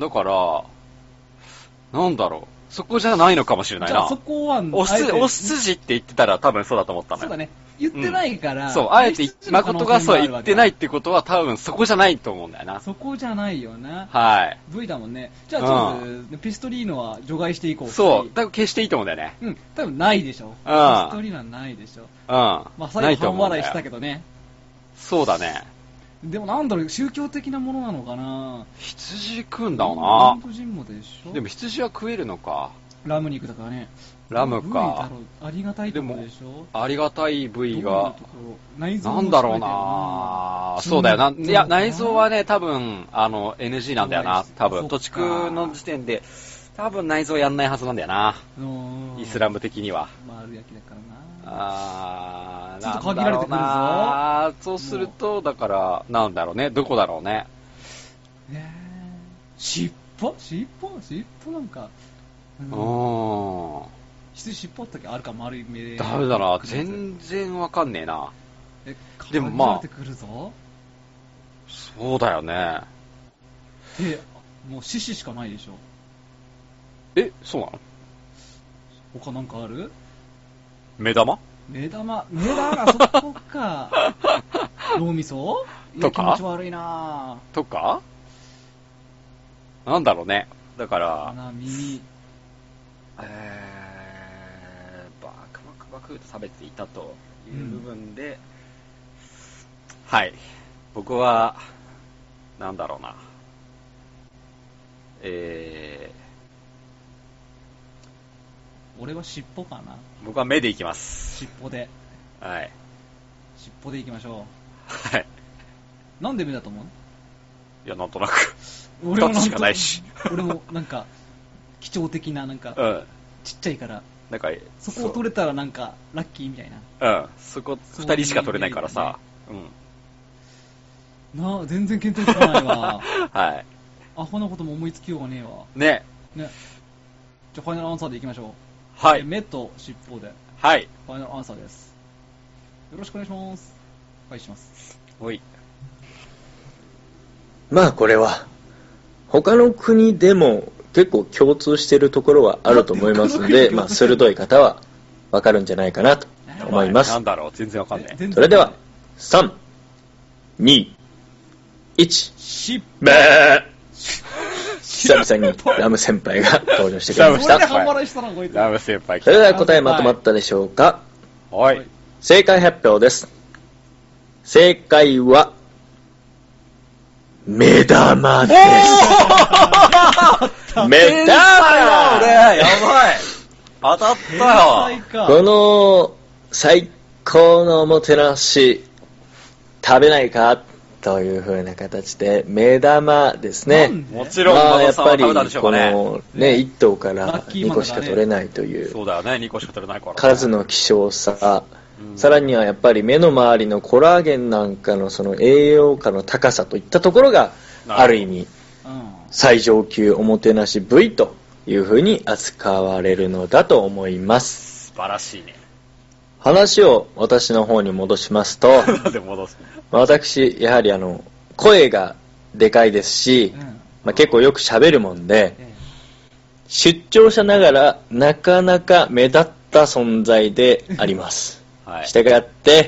だから、なんだろう。そこじゃないのかもしれないな。 じゃあそこは、 おす、お羊って言ってたら多分そうだと思ったのよ。 そうだね。言ってないから。 うん、そう、あえて、誠がそう言ってないってことは多分そこじゃないと思うんだよな。 そこじゃないよな。 はい。 V だもんね。じゃあちょっと、うん、ピストリーノは除外していこう。 そう、多分消していいと思うんだよね。 うん、多分ないでしょ。うん。ピストリーノはないでしょ。うん。まあ最後半笑いしたけどね。 そうだね。 でもなんだろう、宗教的なものなのかな。 羊食うんだろうな。 インド人もでしょ。 でも羊は食えるのか。 ラム肉だからね。 ラムか。 ありがたいところでしょ。 ありがたい部位が。なんだろうな。そうだよな。いや、内臓はね、多分、あの、エヌジー なんだよな。多分、土地区の時点で、多分内臓やんないはずなんだよな。イスラム的には。 丸焼きだからな。 あー、 ちょっと限られてくるぞ。 そうすると、だから、なんだろうね。どこだろうね。 えー、尻尾尻尾尻尾なんか。 うん。 羊尻尾あったっけ？あるか丸い目で。 ダメだな。全然わかんねえな。 え、でもまあ。限られてくるぞ。 そうだよね。 で、もう獅子しかないでしょ。 え、そうなの？ 他なんかある？ 目玉目玉目玉そこか。脳みそとか気持ち悪いなとかなんだろうね。だから、 鼻、耳。 えー、バクバクバクと食べていたという部分で、うん、はい。僕は、なんだろうな。えー、俺は尻尾かな。 僕は目でいきます。 尻尾で。 はい。 尻尾でいきましょう。はい。 なんで目だと思う？ いや、なんとなく。俺もしかないし。 俺もなんか、貴重的な、なんか、うん、ちっちゃいから、 なんかそこを取れたらなんか、ラッキーみたいな。 うん。そこ、二人しか取れないからさ。 うん。なあ、全然見当つかないわ。 はい。 アホなことも思いつきようがねえわ。 ね。 ね。じゃあ、ファイナルアンサーでいきましょう。はい。 目と尻尾で。 はい。 ファイナルアンサーです。よろしくお願いします。お願いします。 おい。 まあ、これは、他の国でも結構共通しているところはあると思いますので、まあ、鋭い方はわかるんじゃないかなと思います。 なんだろう、全然わかんない。 それでは、さん、に、いち、 しべー久々にラム先輩が登場してくれました。 ラム先輩。 それでは答えまとまったでしょうか。 はい。 正解発表です。正解は、目玉です。目玉俺、やばい。当たったよ。 この最高のおもてなし、食べないかという風な形で、目玉ですね。 もちろん、まあ、やっぱり、このね、いっ頭からにこしか取れないという、 そうだよね、にこしか取れないから。 数の希少さ、さらにはやっぱり目の周りのコラーゲンなんかのその栄養価の高さといったところが、ある意味、最上級おもてなし部位という風に扱われるのだと思います。 素晴らしいね。 話を私の方に戻しますと、 で戻す私、やはりあの、声がでかいですし、うんまあ、結構よく喋るもんで、うん、出張者ながらなかなか目立った存在であります。はい、したがって、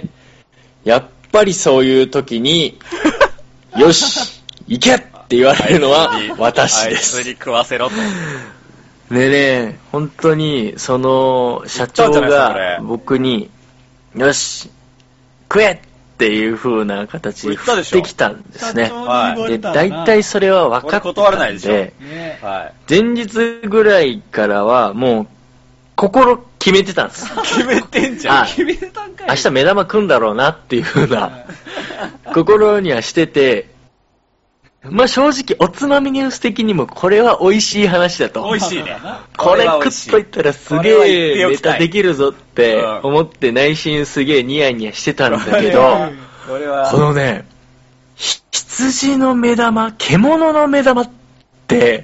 やっぱりそういう時に、よし行けって言われるのは私です。 あいつに食わせろと。 でね、本当に、その、社長が僕に、よし、食えっていう風な形で振ってきたんですね。で、大体それは分かってたんで、前日ぐらいからはもう、心決めてたんです。 決めてんじゃん。 決めてたんかい。 明日目玉食うんだろうなっていう風な、心にはしてて、まあ正直おつまみニュース的にもこれは美味しい話だと。 美味しいね。 これ食っといたらすげえネタできるぞって思って内心すげえニヤニヤしてたんだけど、このね、羊の目玉、獣の目玉って、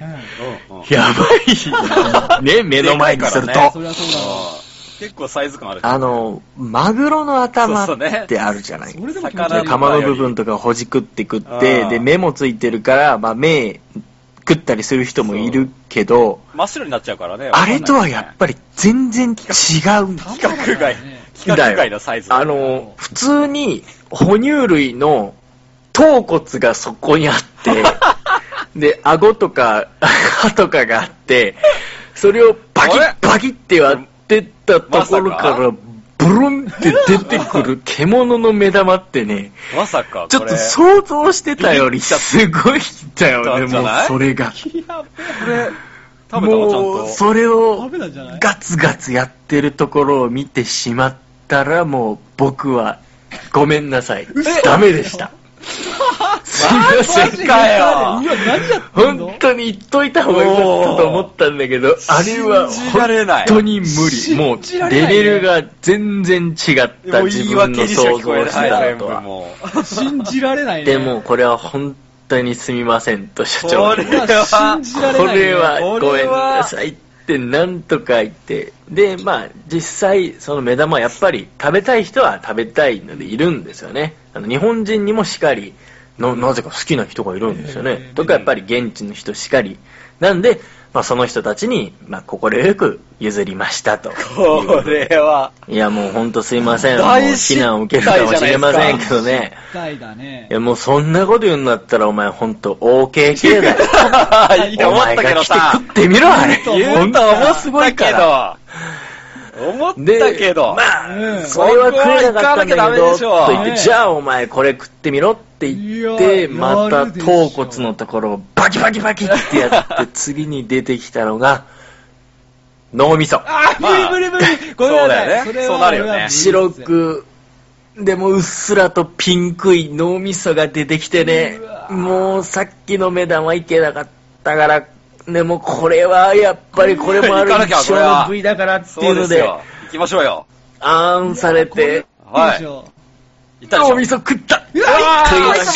やばいね、目の前にすると。 結構サイズ感ある。 あの、マグロの頭ってあるじゃないですか。釜の部分とかほじくって食って、で、目もついてるから、まあ、目食ったりする人もいるけど、 真っ白になっちゃうからね。 あれとはやっぱり全然違う。 規格外。規格外のサイズ。 あの、普通に哺乳類の頭骨がそこにあって、で、顎とか歯とかがあって、それをバキッバキッって割って、出たところからブルンって出てくる獣の目玉ってね、 まさかちょっと想像してたよりすごいんだよね、もうそれが。 これ食べたのちゃんと。 もうそれをガツガツやってるところを見てしまったら、もう僕はごめんなさい、ダメでした。すいませんかよ。本当に言っといた方がよかったと思ったんだけど、あれは本当に無理。もうレベルが全然違った自分の想像したとは。 信じられないね。 でもこれは本当にすみませんと社長に。 これは信じられない。 これはごめんなさいってなんとか言って。で、まあ実際その目玉はやっぱり食べたい人は食べたいのでいるんですよね。あの日本人にもしかり、な, なぜか好きな人がいるんですよね。とかやっぱり現地の人しかり。なんで、 まあ、その人たちに、まあ、心よく譲りましたと。 これは。 いや、もうほんとすいません。もう非難を受けるかもしれませんけどね。 大だね。 いや、もうそんなこと言うんだったら、お前ほんと オーケーケー だよ。お前が来て食ってみろ、あれ。 言うと思すごいけど。思ったけど。 まあ、うん、それは食えなかったんだけど、と言って、じゃあお前これ食ってみろって言って、また頭骨のところをバキバキバキってやって、次に出てきたのが、脳みそ。 あー、無理無理無理。 ごめんなさい。そうだよね。そうなるよね。 白く、でもうっすらとピンクい脳みそが出てきてね、もうさっきの目玉いけなかったから、でもこれはやっぱりこれもある一生の部位だからっていうので、 行きましょうよ。 あーんされて、 はい。 脳みそ食った。 うわー、食いました。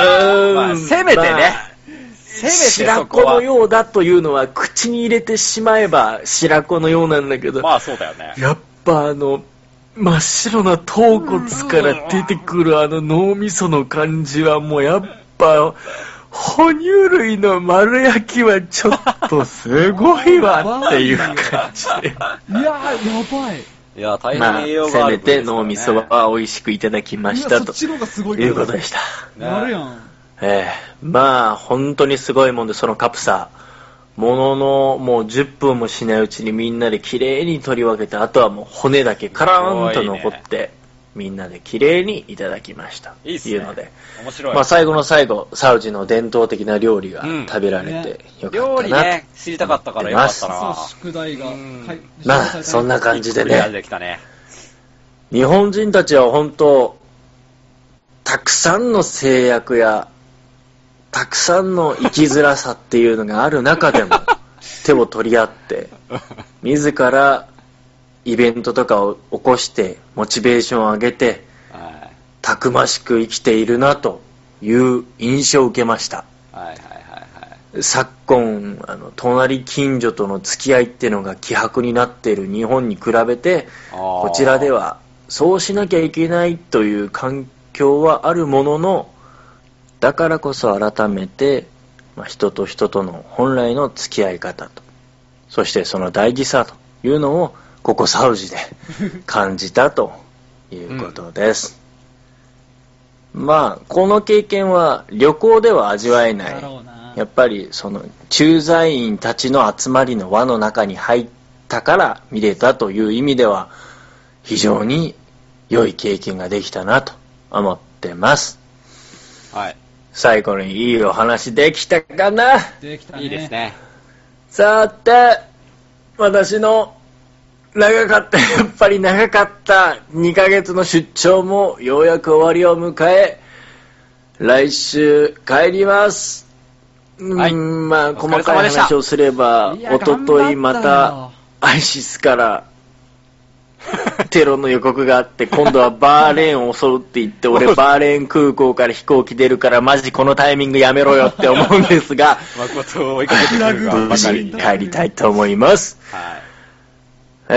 うん。せめてね。せめて白子のようだというのは口に入れてしまえば白子のようなんだけど、 まあそうだよね。 やっぱあの真っ白な頭骨から出てくるあの脳みその感じはもうやっぱ哺乳類の丸焼きはちょっとすごいわっていう感じで。いやー、やばい。 いや、大変栄養がある、 まあ、せめて脳みそは美味しくいただきましたということでした。 なるやん。 ええー、まあ本当にすごいもんで、そのカプサもののもうじゅっぷんもしないうちにみんなできれいに取り分けて、あとはもう骨だけカラーンと残って、みんなできれいにいただきました。 いいっすね。 いうので、 面白い。 まあ最後の最後、サウジの伝統的な料理が食べられてよかったな、うんね、 料理ね、知りたかったからよかったな。 そう、宿題が。 まあそんな感じでね。 できたね。 日本人たちは本当たくさんの制約やたくさんの生きづらさっていうのがある中でも手を取り合って自らイベントとかを起こしてモチベーションを上げてたくましく生きているなという印象を受けました。 はいはいはいはい、 昨今あの隣近所との付き合いっていうのが希薄になっている日本に比べて、こちらではそうしなきゃいけないという環境はあるものの、だからこそ改めて、まあ、人と人との本来の付き合い方と、そしてその大事さというのをここサウジで感じたということです、うん、まあこの経験は旅行では味わえない。やっぱりその駐在員たちの集まりの輪の中に入ったから見れたという意味では非常に良い経験ができたなと思ってます。 はい。 最後にいいお話できたかな？ できたね。 いいですね。 さて、私の長かった、やっぱり長かったにかげつの出張もようやく終わりを迎え、来週帰ります。はい。うんまあ細かい話をすれば、おとといまたアイシスからテロの予告があって、今度はバーレーンを襲うって言って、俺バーレーン空港から飛行機出るからマジこのタイミングやめろよって思うんですが、 誠を追いかけてくるが無事帰りたいと思います。はい。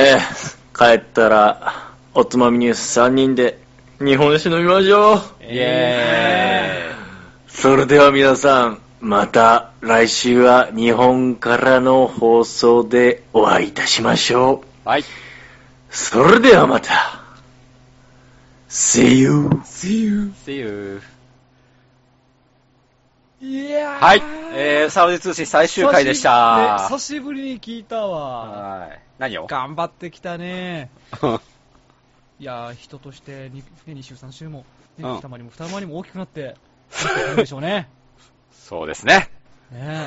えー、帰ったらおつまみニュースさんにんで日本酒飲みましょう。 イエーイ。 それでは皆さん、また来週は日本からの放送でお会いいたしましょう。はい。 それではまた。See you. See you. See you. いやー。 はい。えー、サウジ通信最終回でした。 久しぶりに聞いたわ。 はい。何を？ 頑張ってきたね。いやー、人としてに、に週さん週も、ね、二回りも二回りも大きくなって、いいでしょうね。 そうですね。 ね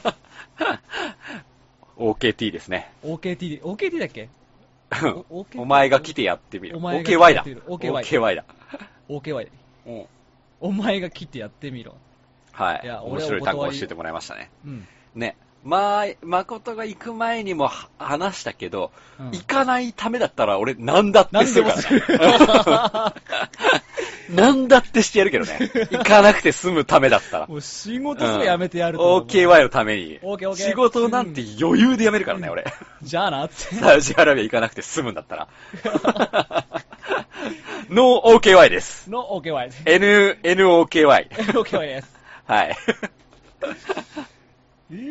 オーケーティー ですね。 オーケーティー で、オーケーティー だっけ？ お, お前が来てやってみろ。 お前がオーケーワイ だ。 オーケーワイオーケーワイ だ。 オーケーワイ だ。 うん。 お前が来てやってみろ。 はい。いや、面白い単語を教えてもらいましたね。うん。ね。まあ、誠が行く前にも話したけど、うん、行かないためだったら俺なんだってするからね。なんだってしてやるけどね。行かなくて済むためだったら。 もう仕事すらやめてやると思う。オーケーワイ のために。 オーケーオーケー。 仕事なんて余裕でやめるからね、俺。 じゃあなって。 サウジアラビア行かなくて済むんだったら。ノー オーケーワイ です。 ノー オーケーワイ です。 N、エヌオーケーワイ。 エヌオーケーワイ です。 はい。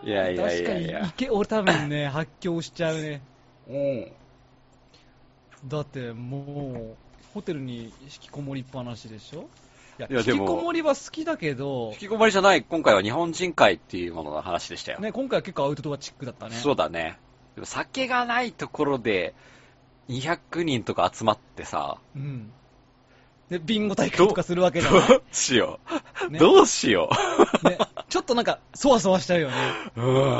いやいやいやいや。 確かに、いけ、俺多分ね、発狂しちゃうね。 うん。 だって、もう、ホテルに引きこもりっぱなしでしょ。いや、 いや引きこもりは好きだけど、 引きこもりじゃない、今回は日本人会っていうものの話でしたよ。 ね、今回は結構アウトドアチックだったね。 そうだね。でも酒がないところで、にひゃくにんとか集まってさ、 うん。で、ビンゴ大会とかするわけじゃない。 どうしよう。ね、どうしよう。ね、ちょっとなんか、そわそわしちゃうよね。 うん、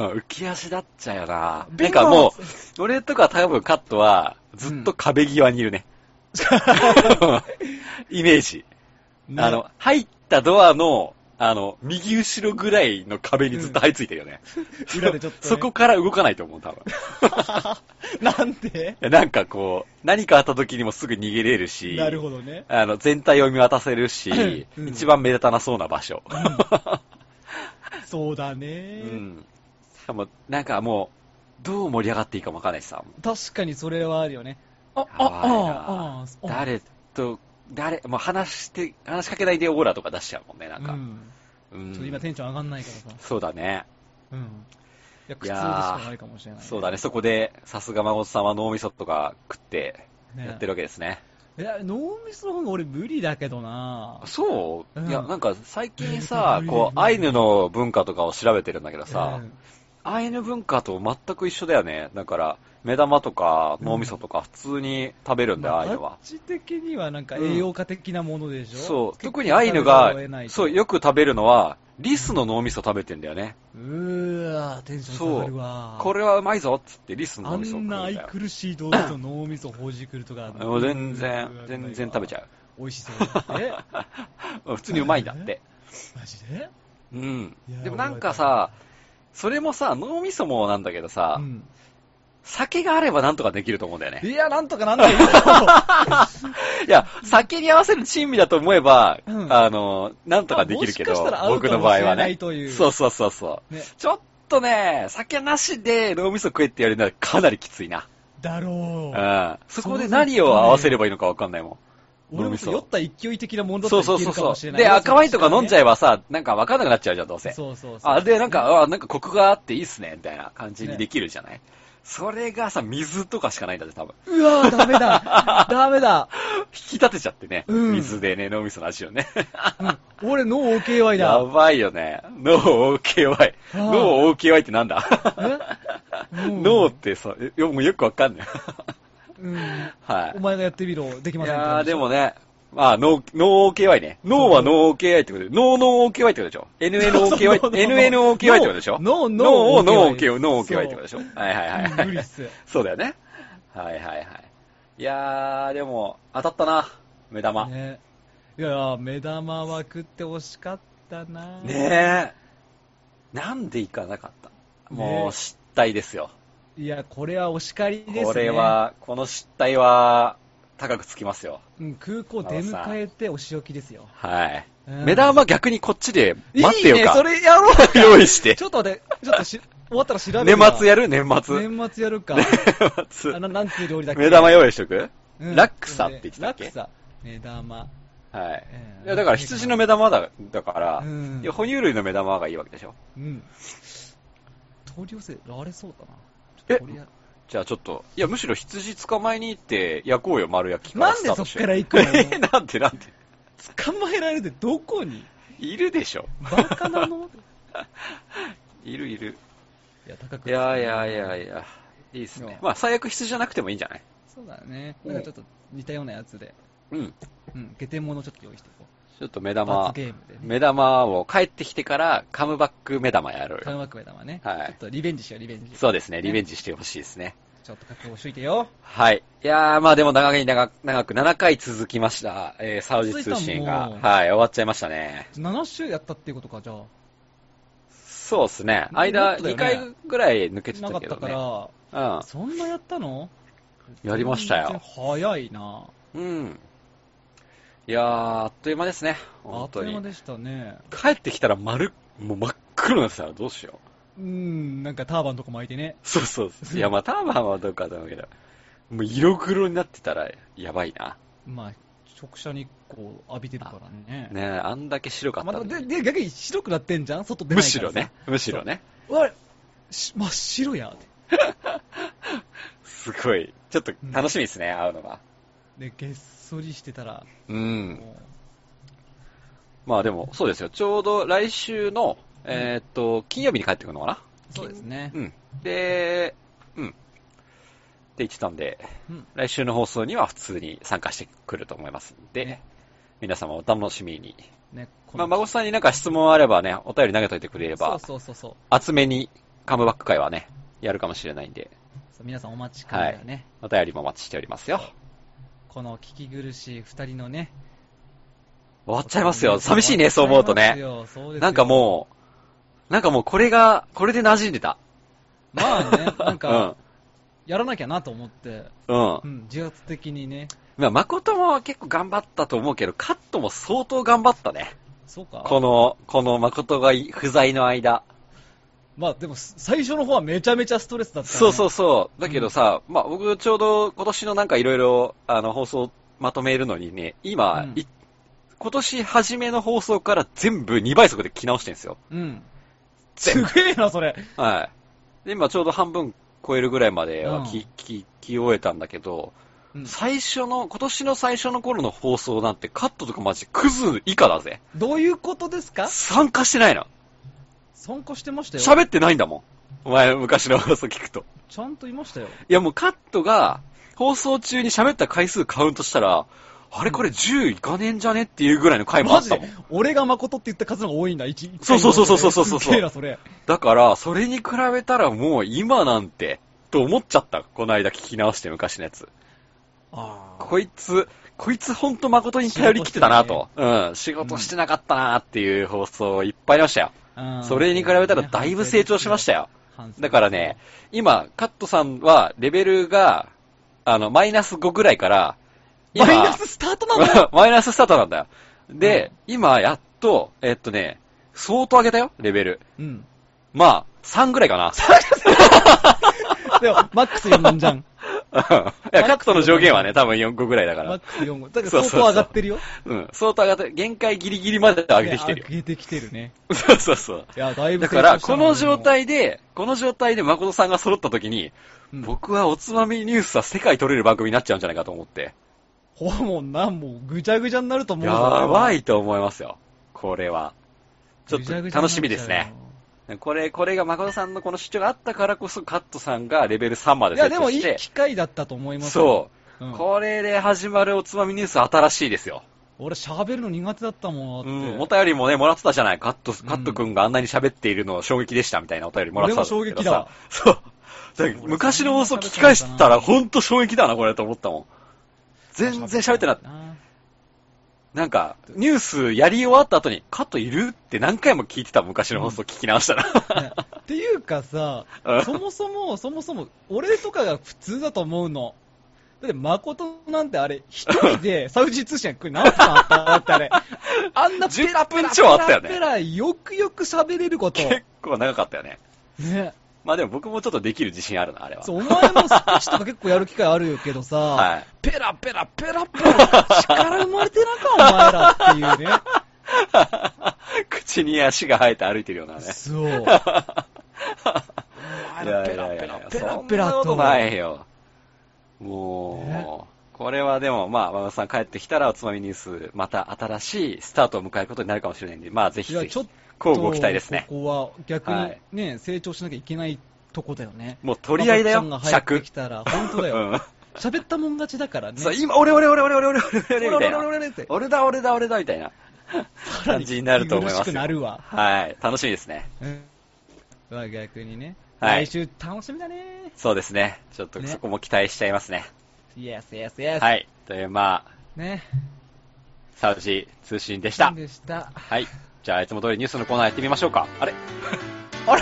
浮き足立っちゃうよな。なんかもう、俺とか多分カットは、ずっと壁際にいるね。うん、イメージ。ね、あの、入ったドアの、あの、右後ろぐらいの壁にずっと張り付いてるよね。 うん、裏でちょっと、ね、 そこから動かないと思う、多分。 なんでなんかこう、何かあった時にもすぐ逃げれるし、 なるほどね。 あの、全体を見渡せるし、うん、一番目立たなそうな場所。うん、 そうだね。 うん。しかも、なんかもう、どう盛り上がっていいかもわかんないしさ。 確かにそれはあるよね。 あ、あ、あ、あ、誰と、誰、もう話して、話しかけないでオーラとか出しちゃうもんね、なんか。うん。 うん、ちょっと今テンション上がんないからさ。 そうだね。 うん。いや、苦痛でしかないかもしれない、ね。 そうだね、そこで、さすが孫さんは脳みそとか食って、やってるわけですね。 ね、いや、脳みその方が俺無理だけどな。 そう、うん、いや、なんか最近さ、こう、アイヌの文化とかを調べてるんだけどさ、うん、アイヌ文化と全く一緒だよね。だから、目玉とか脳みそとか普通に食べるんだよ、うん、アイヌは。 あっち的にはなんか栄養価的なものでしょ、うん、 そう。特にアイヌが、そう、よく食べるのは、リスの脳みそ食べてんだよね。 うーわ、テンション下がるわ。 これはうまいぞっつってリスの脳みそを食うんだよ。 あんな愛くるしい動物の脳みそほじくるとか。 もう全然、全然食べちゃう。 美味しそう。え普通にうまいんだって。 マジで？ うん。でもなんかさ、それもさ、脳みそもなんだけどさ、うん、酒があればなんとかできると思うんだよね。 いや、なんとかなんないよ。 いや、酒に合わせる珍味だと思えば、うん、あの、なんとかできるけど、僕の場合はね。そうそうそうそう、ね。ちょっとね、酒なしで脳みそ食えってやるのはかなりきついな。 だろう。 うん。そこで何を合わせればいいのかわかんないもん。 俺も酔った勢い的なもんだったらいけるかもしれない。そうそうそう。 で、赤ワインとか飲んじゃえばさ、なんかわかんなくなっちゃうじゃん、どうせ。 そうそうそう。 あ、で、なんか、あ、なんかコクがあっていいっすね、みたいな感じにできるじゃない、ね、それがさ、水とかしかないんだって多分。 うわー、ダメだ。ダメだ。 引き立てちゃってね。うん、水でね、脳みその味をね。 うん、俺、脳 オーケーワイ だ。 やばいよね。脳 オーケーワイ。脳 オーケーワイ ってなんだ脳ってさ、よ、もうよくわかんない。 うん、はい。お前がやってみろ。できませんか？ いやー、でもね、まあ、脳、脳 オーケーワイ ね。脳は脳 オーケーワイ ってことで、脳脳 オーケーワイ ってことでしょ ?エヌエヌオーケーワイ、エヌエヌオーケーワイ ってことでしょ脳、 脳、脳を脳 オーケーワイ、脳 オーケーワイ ってことでしょはいはいはい。 無理っす。 そうだよね。はいはいはい。いやー、でも、当たったな。目玉。 ね、いやー、目玉は食って惜しかったな。 ねえ。なんでいかなかった、もう、失態ですよ。 いや、これはお叱りですね。 これは、この失態は、高くつきますよ。 うん、空港出迎えてお仕置きですよ。 はい。うん、目玉逆にこっちで待ってよか。 いいね、それやろうか。 用意して。 ちょっと待って、ちょっとし終わったら調べる。 年末やる年末。 年末やるか。 年末。 あな、なんていう料理だっけ。 目玉用意しとく、うん、ラクサって言ってたっけ、 ラクサ。目玉。はい。 えー、いや、だから羊の目玉だ、だから、うん、いや哺乳類の目玉がいいわけでしょ。うん。 取り寄せられそうだな。 えじゃあちょっと、いや、むしろ羊捕まえに行って焼こうよ、丸焼きからスタートして。なんでそっから行くの？ え、なんでなんで捕まえられてどこにいるでしょ。 バカなのいるいる。 いや、高く。 いやいやいやいや、いいっすね。まあ、最悪羊じゃなくてもいいんじゃない？ そうだね。なんかちょっと似たようなやつで。 うん。 うん、下天物ちょっと用意していこう。 ちょっと目玉、 ゲームでね、 目玉を帰ってきてからカムバック目玉やる。 カムバック目玉ね。 はい。 ちょっとリベンジしよう、リベンジ。 そうですね、リベンジしてほしいですね。 ちょっと覚悟しといてよ。 はい。いやー、まあでも長い長く、長くななかい続きました。えー、サウジ通信が。はい、終わっちゃいましたね。 なな週やったっていうことか、じゃあ。 そうですね。間、にかいぐらい抜けてたけどね。 なかったから、うん。そんなやったの？ やりましたよ。 早いな。 うん。いやー、あっという間ですね。 あっという間でしたね。 帰ってきたら丸、もう真っ黒になってたらどうしよう。うーん、なんかターバンとか巻いてね。 そうそうそう。いや、まあターバンはどうかと思うけど、もう色黒になってたらやばいな。 まあ、直射日光浴びてるからね。 ねえ、あんだけ白かったのに。 まあ、で、で、逆に白くなってんじゃん外出ないから。 むしろね。むしろね。 わ真っ白やって。 すごい。ちょっと楽しみですね、うん、会うのが。 で、げっそりしてたら。 うん。まあでも、そうですよ。ちょうど来週の、えー、っと、金曜日に帰ってくるのかな？ そうですね。 うん。で、うん。って言ってたんで、うん、来週の放送には普通に参加してくると思いますんで、ね、皆様お楽しみに。ね、まあ、孫さんになんか質問あればね、お便り投げといてくれれば、 そうそうそうそう。 厚めにカムバック会はね、やるかもしれないんで。 皆さんお待ちくださいね、 はい。お便りもお待ちしておりますよ。 この聞き苦しい二人のね。 終わっちゃいますよ。寂しいね、そう思うとね。なんかもう、なんかもうこれが、これで馴染んでた。 まあね、なんか、うん、やらなきゃなと思って。うん。うん、自発的にね。 まあ、誠も結構頑張ったと思うけど、カットも相当頑張ったね。 そうか。 この、この誠が不在の間。 まあでも最初の方はめちゃめちゃストレスだった、ね。 そうそうそう。だけどさ、うん、まあ僕ちょうど今年のなんかいろいろあの放送まとめるのにね、今、うん、今年初めの放送から全部にばい速で聞き直してるんですよ。 うん。すげえな、それ。 はい。で、今ちょうど半分超えるぐらいまでは聞、うん、聞き終えたんだけど、うん、最初の、今年の最初の頃の放送なんてカットとかマジクズ以下だぜ。 どういうことですか？ 参加してないの。 参加してましたよ。 喋ってないんだもん。お前昔の放送聞くと。 ちゃんといましたよ。 いやもうカットが放送中に喋った回数カウントしたら、あれこれじゅういかねえんじゃねっていうぐらいの回もあったもん。マジで俺が誠って言った数の方が多いんだ。いちそうそうそうそうそうそうそう。 すげえなそれ。 だからそれに比べたらもう今なんてと思っちゃった。この間聞き直して昔のやつ。ああ。こいつこいつほんと誠に頼りきってたなと。うん。仕事してなかったなっていう放送いっぱいありましたよ。それに比べたらだいぶ成長しましたよ。だからね、今、カットさんはレベルが、あの、マイナスごぐらいから、 マイナススタートなんだよマイナススタートなんだよ。で、うん、今、やっと、えっとね、相当上げたよ、レベル。うん。まあ、さんぐらいかな。 でも、マックスよんじゃん。 いや、カットの上限はね、多分よんこぐらいだから。 マックスよんこ。だから相当上がってるよ。 そうそうそううん、相当上がってる。限界ギリギリまで上げてきてるよ。 上げてきてるね。 そうそうそう。 いや、だいぶだから、この状態で、この状態で誠さんが揃った時に、うん、僕はおつまみニュースは世界取れる番組になっちゃうんじゃないかと思って。 ほもうな、もうぐちゃぐちゃになると思う。 やばいと思いますよ。これは。ちょっと楽しみですね。これ、これが誠さんのこの主張があったからこそ、カットさんがレベルさんまで成長して。いや、 でもいい機会だったと思いますよ。そう、うん。これで始まるおつまみニュース新しいですよ。 俺喋るの苦手だったもんって。 うん、お便りもね、もらってたじゃない。カット、カット君があんなに喋っているの衝撃でしたみたいなお便りもらってたんだけどさ。 俺も衝撃だ。 そう。昔の放送聞き返したらほんと衝撃だな、これと思ったもん。全然喋ってなかった。なんか、ニュースやり終わった後に、カットいるって何回も聞いてた昔の放送聞き直したら、 うんね。っていうかさ、そもそも、そもそも、俺とかが普通だと思うの。だって、誠なんてあれ、一人でサウジ通信これ何分あったってあれ。あんなペラペラペラペラよくよく喋れること。 結構長かったよね。 ね。 まあでも僕もちょっとできる自信あるな、あれは。 そう、お前もスピーチとか結構やる機会あるけどさ、はい、ペラペラペラペラ力生まれてなか、お前らっていうね。 口に足が生えて歩いてるようなね。 そう。お前らペラペラペラペラと。そんなことないよ。もう、これはでも、まあ、和田さん帰ってきたらおつまみニュース、また新しいスタートを迎えることになるかもしれないんで、まあぜひぜひ。交互期待ですね。 ここは逆にね、はい、成長しなきゃいけないとこだよね。 もう取り合いだよ、 尺。きたら本当だよ。喋、うん、ったもん勝ちだからね。 そう、今、俺俺俺俺俺俺俺俺みたいな。俺だ俺だ俺だみたいな感じになると思いますよ。 楽しくなるわ。 はい、楽しみですね。 うん。逆にね。はい。来週楽しみだね。 そうですね。ちょっとそこも期待しちゃいますね。 イエスイエスイエス。 はい。という、まあ、ね。サウジ通信でした。 でした。 はい。じゃあ、いつも通りニュースのコーナーやってみましょうか。あれあれ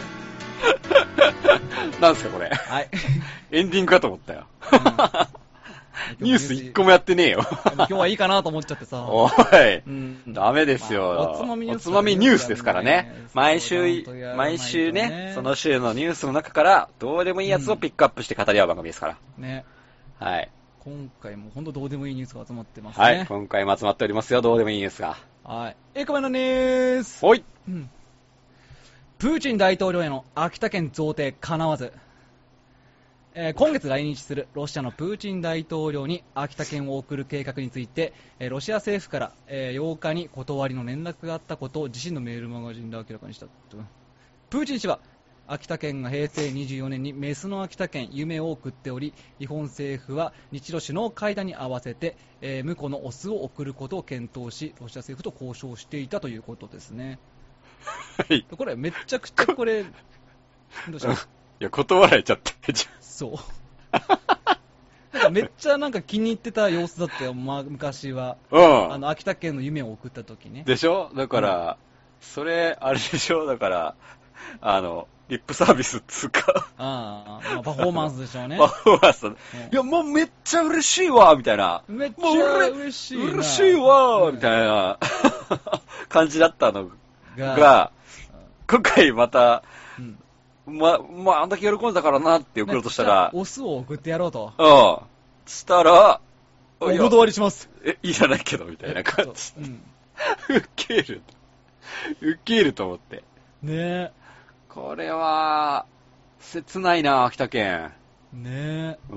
なんすかこれ。 はい。 エンディングかと思ったよ。うん、ニュース一個もやってねえよ。 今日はいいかなと思っちゃってさ。 おい。うん、ダメですよ、まあ。おつまみニュース。おつまみニュースですからね。毎週、毎週ね、その週のニュースの中から、どうでもいいやつをピックアップして語り合う番組ですから。 ね。 はい。 今回も本当どうでもいいニュースが集まってますね。 はい。今回も集まっておりますよ、どうでもいいニュースが。 はい。エイコメのニュース。 ほい。 うん。 プーチン大統領への秋田県贈呈叶わず。えー、今月来日するロシアのプーチン大統領に秋田県を送る計画について、えー、ロシア政府から、えー、ようかに断りの連絡があったことを自身のメールマガジンで明らかにした。プーチン氏は秋田県が平成にじゅうよねんにメスの秋田県夢を送っており、日本政府は日露首脳会談に合わせて、えー、婿のオスを送ることを検討し、ロシア政府と交渉していたということですね。はい、これめちゃくちゃこれどうしたいや断られちゃってじゃん。 そうなんかめっちゃなんか気に入ってた様子だったよ、まあ、昔は、うん、あの秋田県の夢を送った時ね。 でしょ。だから、うん、それあれでしょ。だからあのリップサービスっつうかあ、まあ、パフォーマンスでしょうね。 パフォーマンス、うん、いやもうめっちゃ嬉しいわみたいな、 めっちゃ嬉しいな嬉しいわみたいな、うん、感じだったのが、が今回また、うんま、まあ、あんだけ喜んだからなって送ろうとしたら、 オスを送ってやろうと。 うん。したら、 お断りします。 え、いらないけど、みたいな感じ。うん。ウケる。ウケると思って。 ねえ。 これは、切ないな、秋田県。 ねえ。 うん。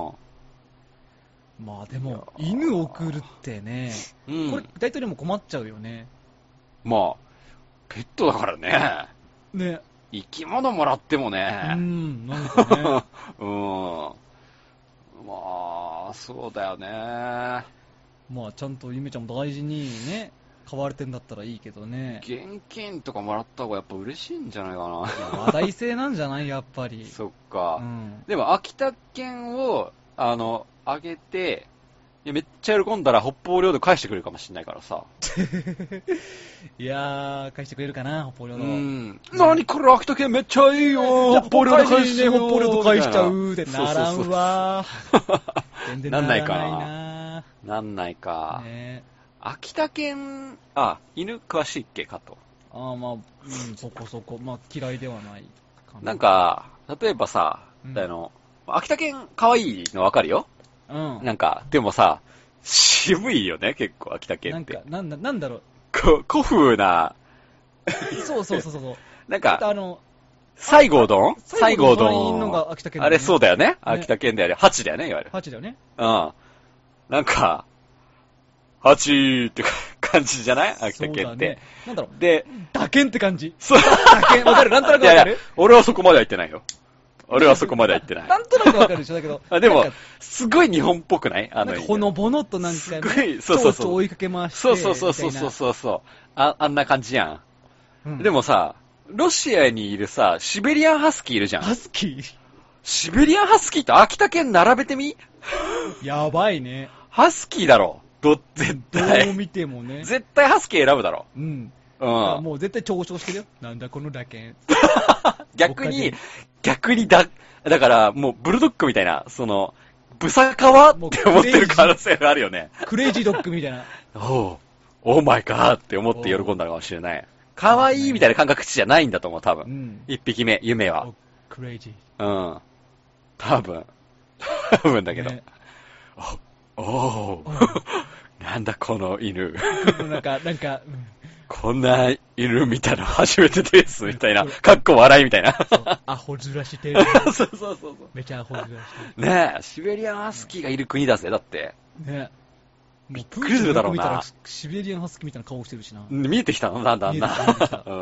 まあでも、犬を送るってね、うん、これ、大統領も困っちゃうよね。 まあ、ペットだからね。 ね生き物もらってもね。 うん、なんかね。 うん。まあ、そうだよね。 まあ、ちゃんとゆめちゃんも大事にね、飼われてんだったらいいけどね。 現金とかもらった方がやっぱ嬉しいんじゃないかな。 話題性なんじゃないやっぱり。 そっか。 うん、 でも、秋田県を、あの、あげて、いやめっちゃ喜んだら北方領土返してくれるかもしれないからさ。 いやー、返してくれるかな、北方領土。 うん。何これ秋田県めっちゃいいよ、 北方領土返しね、北方領土返しちゃうってならんわー。全然ならないな。 なんないか。 ね、 秋田県、あ、犬詳しいっけかと。 ああ、まあ、うん、そこそこ、まあ嫌いではないかな。 なんか、例えばさ、うん、あの、秋田県可愛いのわかるよ。 うん、 なんか、でもさ、渋いよね、結構、秋田県って。 なんか、なんだ、なんだろう。 こ、古風な。 そうそうそうそう。 なんか、 あの、 西郷どん西郷どんのが秋田県だよね。あれそうだよね。秋田県であれ。八だよね、いわゆる。 八だよね。 うん。なんか、八って感じじゃない秋田県って。ね、 なんだろう。 で、 打県って感じ。 そう。 打県、わかるなんとなくわかる。 いやいや、俺はそこまでは言ってないよ。俺はそこまでは言ってない。 なんとなくわかるでしょ、だけど。 あでも、すごい日本っぽくないあの、 なんかほのぼのっとなんか、ね、 すごい、そうそうそう。 蝶々追いかけ回して。 そうそうそうそうそうそう。あ、あんな感じやん。うん、でもさ、ロシアにいるさ、シベリアンハスキーいるじゃん。 ハスキーシベリアンハスキーと秋田県並べてみやばいね。 ハスキーだろ。ど、絶対。 どう見てもね。 絶対ハスキー選ぶだろ。 うん。 うん。 もう絶対嘲笑してるよ。なんだこの打剣。 逆に、逆にだ、だからもうブルドッグみたいな、その、ブサカワって思ってる可能性があるよね。 クレイジードッグみたいな。 おう、オーマイガーって思って喜んだかもしれない。可愛いみたいな感覚値じゃないんだと思う、多分。うん、一匹目、夢は。 クレイジー。うん。多分。多分だけど。ね、お、おー。なんだこの犬。 なんか、なんか、うん、 こんな犬見たの初めてです、みたいな。かっこ笑いみたいな。 アホずらしてる。 そうそうそうそう。 めちゃアホずらしてる。ねえ、シベリアンハスキーがいる国だぜ、だって。 ねえ。 びっくりするだろうな。 シベリアンハスキーみたいな顔してるしな。 見えてきたのだんだんな。うん。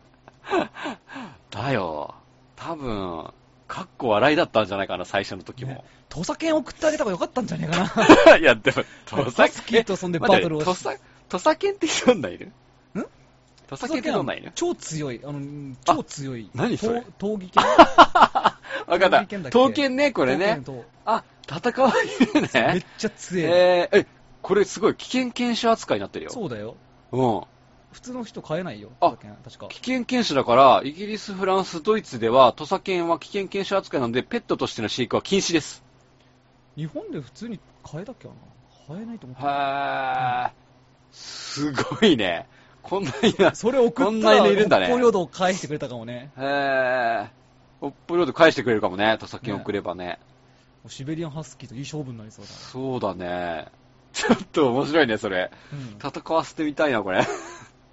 だよ。多分、かっこ笑いだったんじゃないかな、最初の時も。ね、 土佐犬送ってあげた方がよかったんじゃねえかな。いや、でも、 土佐スキーとそんでバトルをして。土佐犬ってどんないる？ん？土佐犬ってどんないる？ 超強い。あの、超強い。 何それ？ 闘技犬。 わかった。闘犬ね、これね。あ、戦われるね。 めっちゃ強い。 えー、え、これすごい危険犬種扱いになってるよ。 そうだよ。 うん。 普通の人飼えないよ。 あ、確か。危険犬種だから、イギリス、フランス、ドイツでは、土佐犬は危険犬種扱いなので、ペットとしての飼育は禁止です。 日本で普通に飼えたっけな？飼えないと思って。 へー。すごいね。こんなにな、 それ送ったら、北方領土を返してくれたかもね。 へー。北方領土返してくれるかもね、土佐犬送ればね。 シベリアンハスキーといい勝負になりそうだ。 そうだね。ちょっと面白いね、それ。うん、戦わせてみたいな、これ。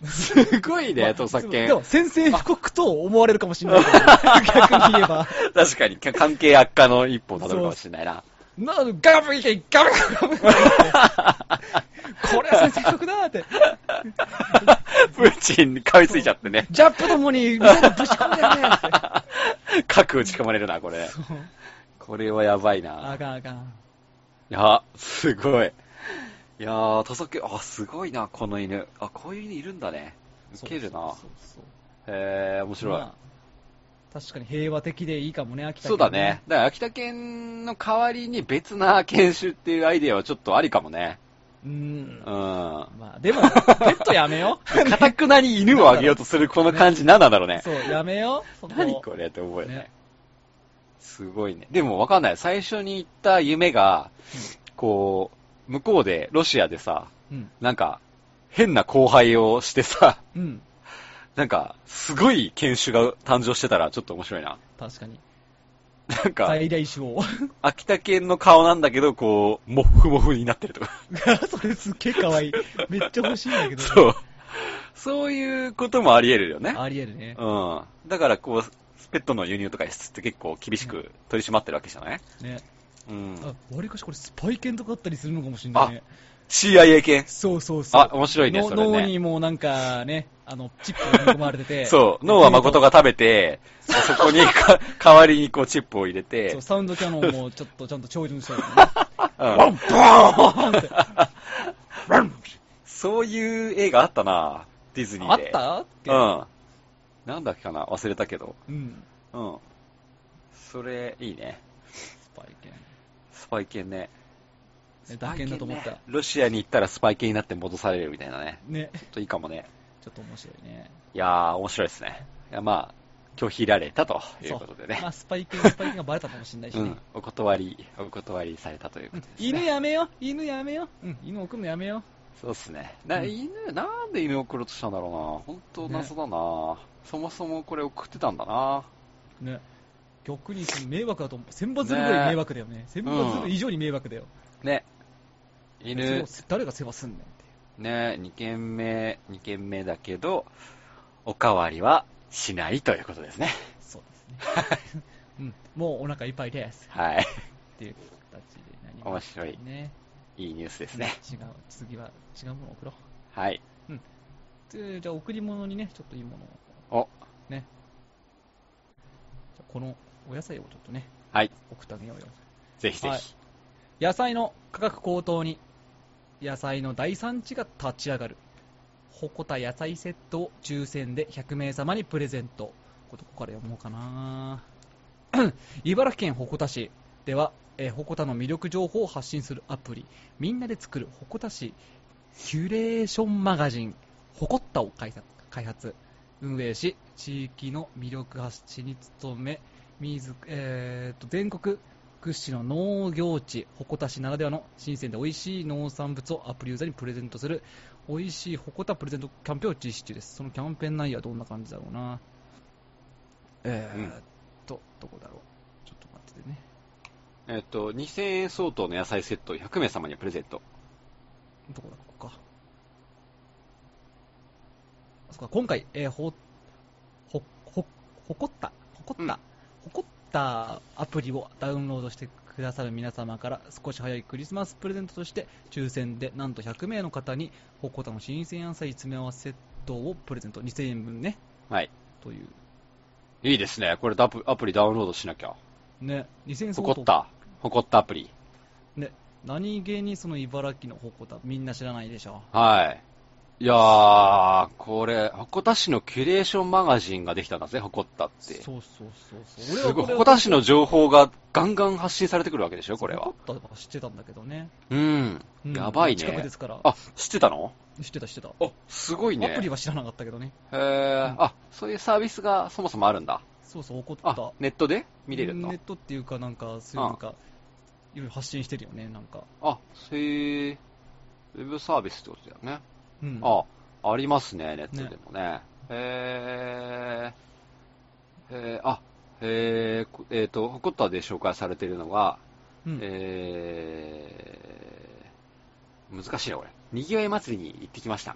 すごいね、土佐犬。 でも、宣戦布告と思われるかもしれないけど、ね、逆に言えば。 確かに、関係悪化の一歩をたどるかもしれないな。 な、ガブいけ、ガブガブガブこれは宣戦布告だーって。 プーチンに噛みついちゃってね。 ジャップともに、ミサイルぶち込んでるねって。 核打ち込まれるな、これ。これはやばいな。 あかんあかん。 いや、すごい。いやー、土佐犬、あ、すごいな、この犬。あ、こういう犬いるんだね。ウケるな。そうそうそう。へー、面白い。まあ、 確かに平和的でいいかもね、秋田犬、ね。 そうだね。だから秋田犬の代わりに別な犬種っていうアイデアはちょっとありかもね。 うーん。 うん。 まあ、でも、ペットやめよう。 かたくなに犬をあげようとするこの感じ何なんだろうね。 そう、やめよう。 何これって思うよね。ね、すごいね。でもわかんない。最初に言った夢が、うん、こう、向こうで、ロシアでさ、うん、なんか、変な後輩をしてさ、うん、なんか、すごい犬種が誕生してたらちょっと面白いな。 確かに。 なんか、 在来種を。 秋田犬の顔なんだけど、こう、モフモフになってるとか。 それすっげえ可愛い。めっちゃ欲しいんだけど、ね。 そう。そういうこともあり得るよね。 あり得るね。 うん。だから、こう、ペットの輸入とか輸出って結構厳しく取り締まってるわけじゃない？ ね。 うん。 あ、わりかしこれスパイ犬とかあったりするのかもしれないね。 シーアイエー 犬。 そうそうそう。 あ、面白いね、それね。 脳にもなんかね、あの、チップが込まれてて。 そう、脳は誠が食べて、そこにか代わりにこうチップを入れて。 そう、サウンドキャノンもちょっとちゃんと超準したりね。うん。ワンバーンって。 そういう映画あったな、ディズニーで。 あったうん。なんだっけかな、忘れたけど。 うん。 うん。それ、いいね。 スパイ犬。 スパイ犬ね。 スパイ犬だと思った、ね。 ロシアに行ったらスパイ犬になって戻されるみたいなね。 ね。 ちょっといいかもね。 ちょっと面白いね。 いやー、面白いですね。いや、まあ、拒否られたということでね。 まあ、スパイ犬、スパイ犬がバレたかもしれないしね。うん。 お断り、お断りされたということですね。 犬やめよ、犬やめよ。うん、犬送るのやめよ。 そうっすね。な、うん、犬、なんで犬送ろうとしたんだろうな。本当謎だな、ね。そもそもこれ送ってたんだな。 ね。逆にその迷惑だと思う。千羽鶴ぐらい迷惑だよね。千羽鶴以上に迷惑だよ。 ね。犬。 誰が世話すんねんって。 ね、二軒目、二軒目だけど、おかわりはしないということですね。 そうですね。うん。もうお腹いっぱいです。 はい。 っていう形で何も、 面白い。ね。いいニュースですね。 違う、次は違うものを送ろう。はい。 うん。で、じゃあ贈り物にね、ちょっといいものを。 お。 ね。じゃあこのお野菜をちょっとね。 はい。 送ってあげようよ。 ぜひぜひ。はい、 野菜の価格高騰に、野菜の大産地が立ち上がる。鉾田野菜セットを抽選でひゃくめいさまにプレゼント。これどこから読もうかな。茨城県鉾田市では、えー、鉾田の魅力情報を発信するアプリ、みんなで作る鉾田市キュレーションマガジン、鉾田を開発、開発運営し、地域の魅力発信に努め、水、えー、と全国屈指の農業地、鉾田市ならではの新鮮で美味しい農産物をアプリユーザーにプレゼントする、美味しい鉾田プレゼントキャンペーンを実施中です。そのキャンペーン内容はどんな感じだろうな。えー、っと、うん、どこだろう。ちょっと待っててね。 えっと、にせんえん相当の野菜セットをひゃくめいさまにプレゼント。 どこだ、ここか。あそこか、今回、えー、ほ、ほ、ほ、ほこった、ほこった、ほこったアプリをダウンロードしてくださる皆様から少し早いクリスマスプレゼントとして抽選でなんとひゃくめいの方にほこたの新鮮野菜詰め合わせセットをプレゼント。にせんえんぶんね。 はい。 という。 いいですね。これアプアプリダウンロードしなきゃ。 ね。にせんえん相当。ほこった。ほこったアプリ。 ね。何気にその茨城のほこたみんな知らないでしょ。 はい。いやー、これ、鉾田市のキュレーションマガジンができたんだぜ、鉾田って。 そうそうそうそう。 すごい、鉾田市の情報がガンガン発信されてくるわけでしょ、これは。 鉾田は知ってたんだけどね。 うん。うん、やばいね。 近くですから。 あ、知ってたの？ 知ってた、知ってた。 あ、すごいね。 アプリは知らなかったけどね。 へー、うん、あ、そういうサービスがそもそもあるんだ。 そうそう、鉾田。 あ、ネットで見れるの？ ネットっていうか、なんか、そういうなんか、いろいろ発信してるよね、なんか。 あ、そういう、ウェブサービスってことだよね。 うん。 あ、ありますね、ネットでもね。ねへー、へー、あ、へー、えっ、ー、と、鉾田で紹介されているのが、うん、えー、難しいな、これ。にぎわい祭りに行ってきました、みたいな。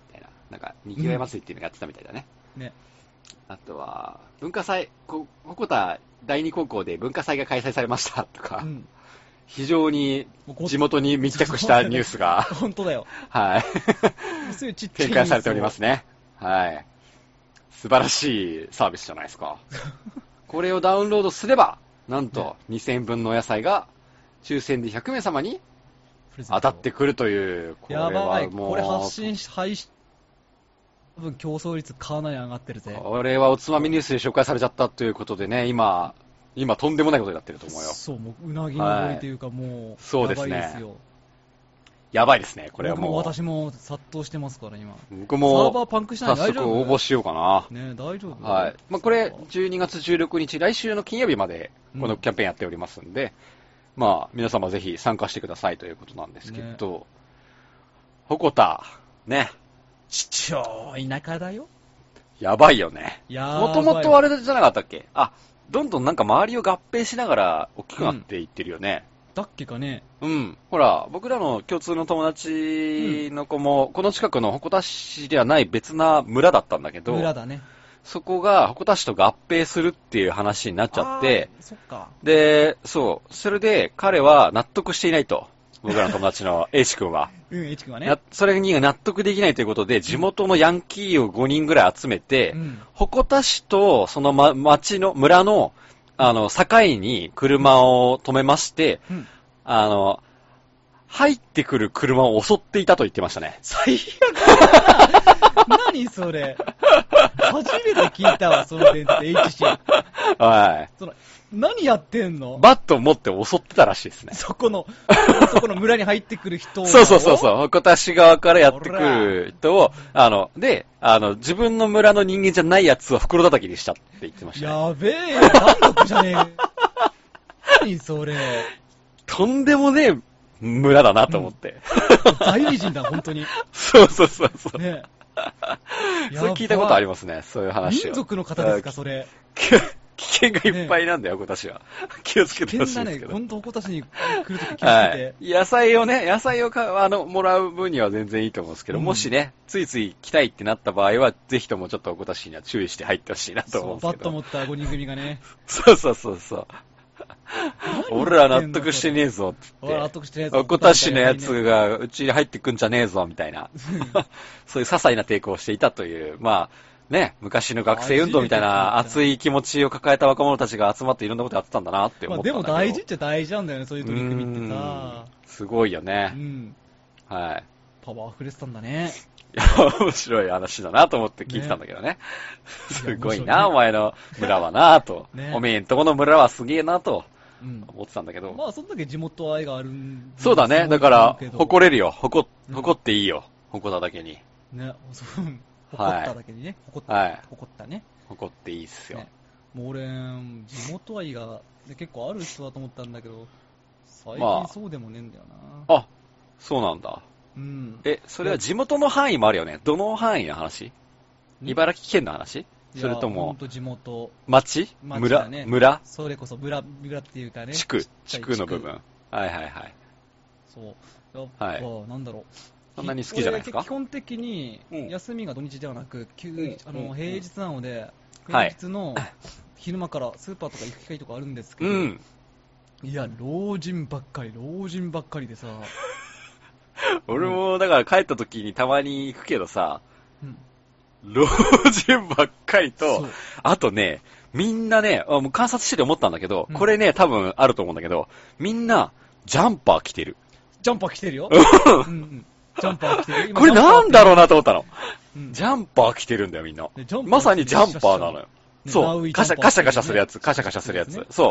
なんか、にぎわい祭りっていうのがやってたみたいだね。 うん、ね。 あとは、文化祭、鉾田第二高校で文化祭が開催されましたとか、うん、非常に地元に密着したニュースが、 本当だよ。 はい。 そういうちっちゃい展開されておりますね。はい。素晴らしいサービスじゃないですか。これをダウンロードすれば、なんとにせんえんぶんのお野菜が抽選でひゃくめいさまに当たってくるという、これはもう。やばい、 これ発信し、配信、多分競争率かなり上がってるぜ。 これはおつまみニュースで紹介されちゃったということでね、今、今とんでもないことになってると思うよ。 そう、もううなぎの森というか、はい、もう、 そうですね。 やばいですよ。 やばいですね、これはもう。 僕も私も殺到してますから、今。 僕も、 サーバーパンクしないで大丈夫？ 早速応募しようかな。 ね、大丈夫？ はい。まあ、これ、じゅうにがつじゅうろくにち、来週の金曜日まで、このキャンペーンやっておりますんで、うん、まあ、皆様ぜひ参加してくださいということなんですけど、鉾田、ね。 超田舎だよ。 やばいよね。 やもともとあれじゃなかったっけ？あ、どんどんなんか周りを合併しながら大きくなっていってるよね。 うんだっけかね。 うん。ほら、僕らの共通の友達の子も、うん、この近くの鉾田市ではない別な村だったんだけど、 村だね。 そこが鉾田市と合併するっていう話になっちゃって、 そっか。 で、そう、それで彼は納得していないと。僕らの友達の H 君は。 うん、H 君はね。 それに納得できないということで、地元のヤンキーをごにんぐらい集めて、うん、鉾田市とその、ま、町の、村の、あの、境に車を止めまして、うん、あの、入ってくる車を襲っていたと言ってましたね。 最悪だな。何それ。初めて聞いたわ、その伝説、H 氏。 はい。 その何やってんの？ バットを持って襲ってたらしいですね。 そこの、そこの村に入ってくる人を。 そうそうそうそう。鉾田市側からやってくる人を、あの、で、あの、自分の村の人間じゃないやつを袋叩きにしたって言ってました、ね。 やべえよ、単独じゃねえよ。何それ。 とんでもねえ村だなと思って。 うん、大美人だ、本当に。 そうそうそうそう。 ねそれ聞いたことありますね、そういう話を。 民族の方ですか、それ。 危険がいっぱいなんだよ、鉾田市は。気をつけてほしいんですけど。 危険だね、本当鉾田市に来るとき気をつけて、 はい。野菜をね、野菜をかあのもらう分には全然いいと思うんですけど、うん、もしね、ついつい来たいってなった場合は、ぜひともちょっと鉾田市には注意して入ってほしいなと思うんですけど。 バッと持ったごにん組がね。 そうそうそうそう。俺ら納得してねえぞって言って。 俺納得してねえぞ。 鉾田市のやつがうちに入ってくんじゃねえぞみたいな。そういう些細な抵抗をしていたという、まあ、ね、昔の学生運動みたいな熱い気持ちを抱えた若者たちが集まっていろんなことやってたんだなって思ったんだけど。 まあ、でも大事っちゃ大事なんだよね、そういう取り組みってさ。 すごいよね。 うん。 はい。 パワー溢れてたんだね。 いや、面白い話だなと思って聞いてたんだけどね。ねすごいな、ね、お前の村はなと。ね、おめえんとこの村はすげえなと。うん、思ってたんだけど。 まあ、そんだけ地元愛があるんそうだね。だから、誇れるよ。誇、誇っていいよ。鉾田だけに。 ね、そう。誇っただけにね。誇った、 はい、 誇ったね。 誇っていいっすよ。ね、 もう俺、地元愛が結構ある人だと思ったんだけど、最近そうでもねえんだよな。 まあ、あ、そうなんだ。 うん。 え、それは地元の範囲もあるよね。どの範囲の話？茨城県の話？それとも、 ほんと地元。 町？ 町村、 ね、 村？ それこそ村、村っていうかね。 地区、地区の部分。はいはいはい。 そう。やっぱ、はい、なんだろう。 そんなに好きじゃないですか？ 基本的に休みが土日ではなく、うん、あの平日なので、 うん、 平日の昼間からスーパーとか行く機会とかあるんですけど、うん、いや、老人ばっかり、老人ばっかりでさ。 俺もだから帰った時にたまに行くけどさ、うん、老人ばっかりと、あとね、みんなね、もう観察してて思ったんだけど、うん、これね、多分あると思うんだけど、みんなジャンパー着てる。 ジャンパー着てるよ。うんうんジャンパー着てる。 これなんだろうなと思ったの。うん、ジャンパー着てるんだよ、みんな。まさにジャンパーなのよ。ね、そう。カシャカシャカシャするやつ、カシャカシャするやつ。そう。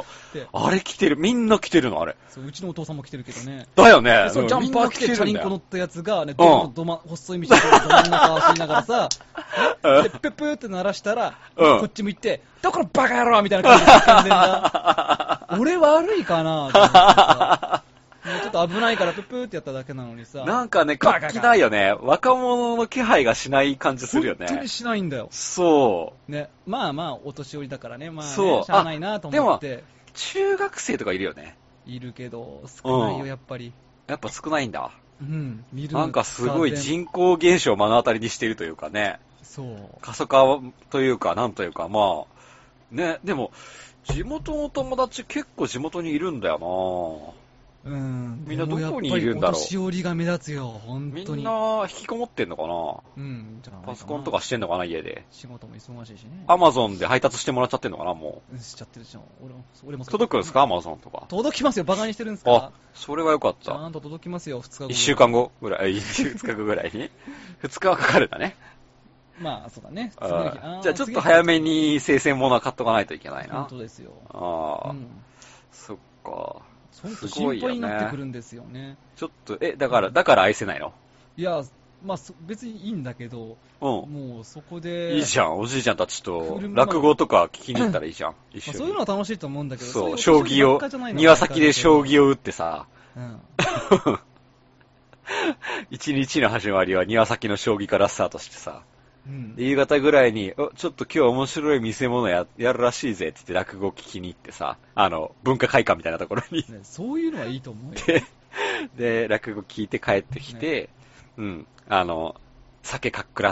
あれ着てる。みんな着てるの、あれ。 そう、うちのお父さんも着てるけどね。 だよね。 そう、ジャンパー着て、チャリンコ乗ったやつが、ね、どどま、細い道でど真ん中を走りながらさ、で、プップーって鳴らしたら、こっち向いて、だからバカ野郎みたいな感じで叫んでんだ。俺悪いかなと思ってさ。ちょっと危ないからプップーってやっただけなのにさ。 なんかね、活気ないよね。若者の気配がしない感じするよね。 本当にしないんだよ。 そう。 ね。まあまあ、お年寄りだからね。まあ、ね、そう。しゃあないなと思って。 でも、中学生とかいるよね。 いるけど、少ないよ、うん、やっぱり。 やっぱ少ないんだ。 うん、見る。 なんかすごい人口減少を目の当たりにしているというかね。 そう。 過疎化というか、なんというか、まあ、ね、でも、地元の友達結構地元にいるんだよな。うん。 みんなどこにいるんだろう。 お年寄りが目立つよ、本当に。 みんな引きこもってんのかな。 うん、じゃあパソコンとかしてんのかな、家で。 仕事も忙しいしね。 アマゾンで配達してもらっちゃってんのかな、もう。 しちゃってるじゃん。俺も、俺も届くんですか、アマゾンとか。 届きますよ、バカにしてるんですか。 あ、それはよかった。 ちゃんと届きますよ、ふつかご。 いっしゅうかんごぐらい、ふつかごぐらいに。ふつかはかかるんだね。 まあ、そうだね。 あじゃあちょっと早めに生鮮物は買っとかないといけないな。 本当ですよ。 ああ、うん、そっか。 すごいよね。心配になってくるんですよね。 ちょっと、え、だから、だから愛せないの？ いや、まあ、別にいいんだけど、うん、もうそこで。 いいじゃん、おじいちゃんたちと、落語とか聞きに行ったらいいじゃん、一緒に。 まあ、そういうのは楽しいと思うんだけど、 そう、将棋を、庭先で将棋を打ってさ、うん。一日の始まりは庭先の将棋からスタートしてさ、うん、で夕方ぐらいに、ちょっと今日面白い見せ物 や, やるらしいぜって言って落語聞きに行ってさ、あの、文化会館みたいなところに、 ね。そういうのはいいと思うよ。 で、で落語聞いて帰ってきて、ね、うん、あの、酒かっくらって、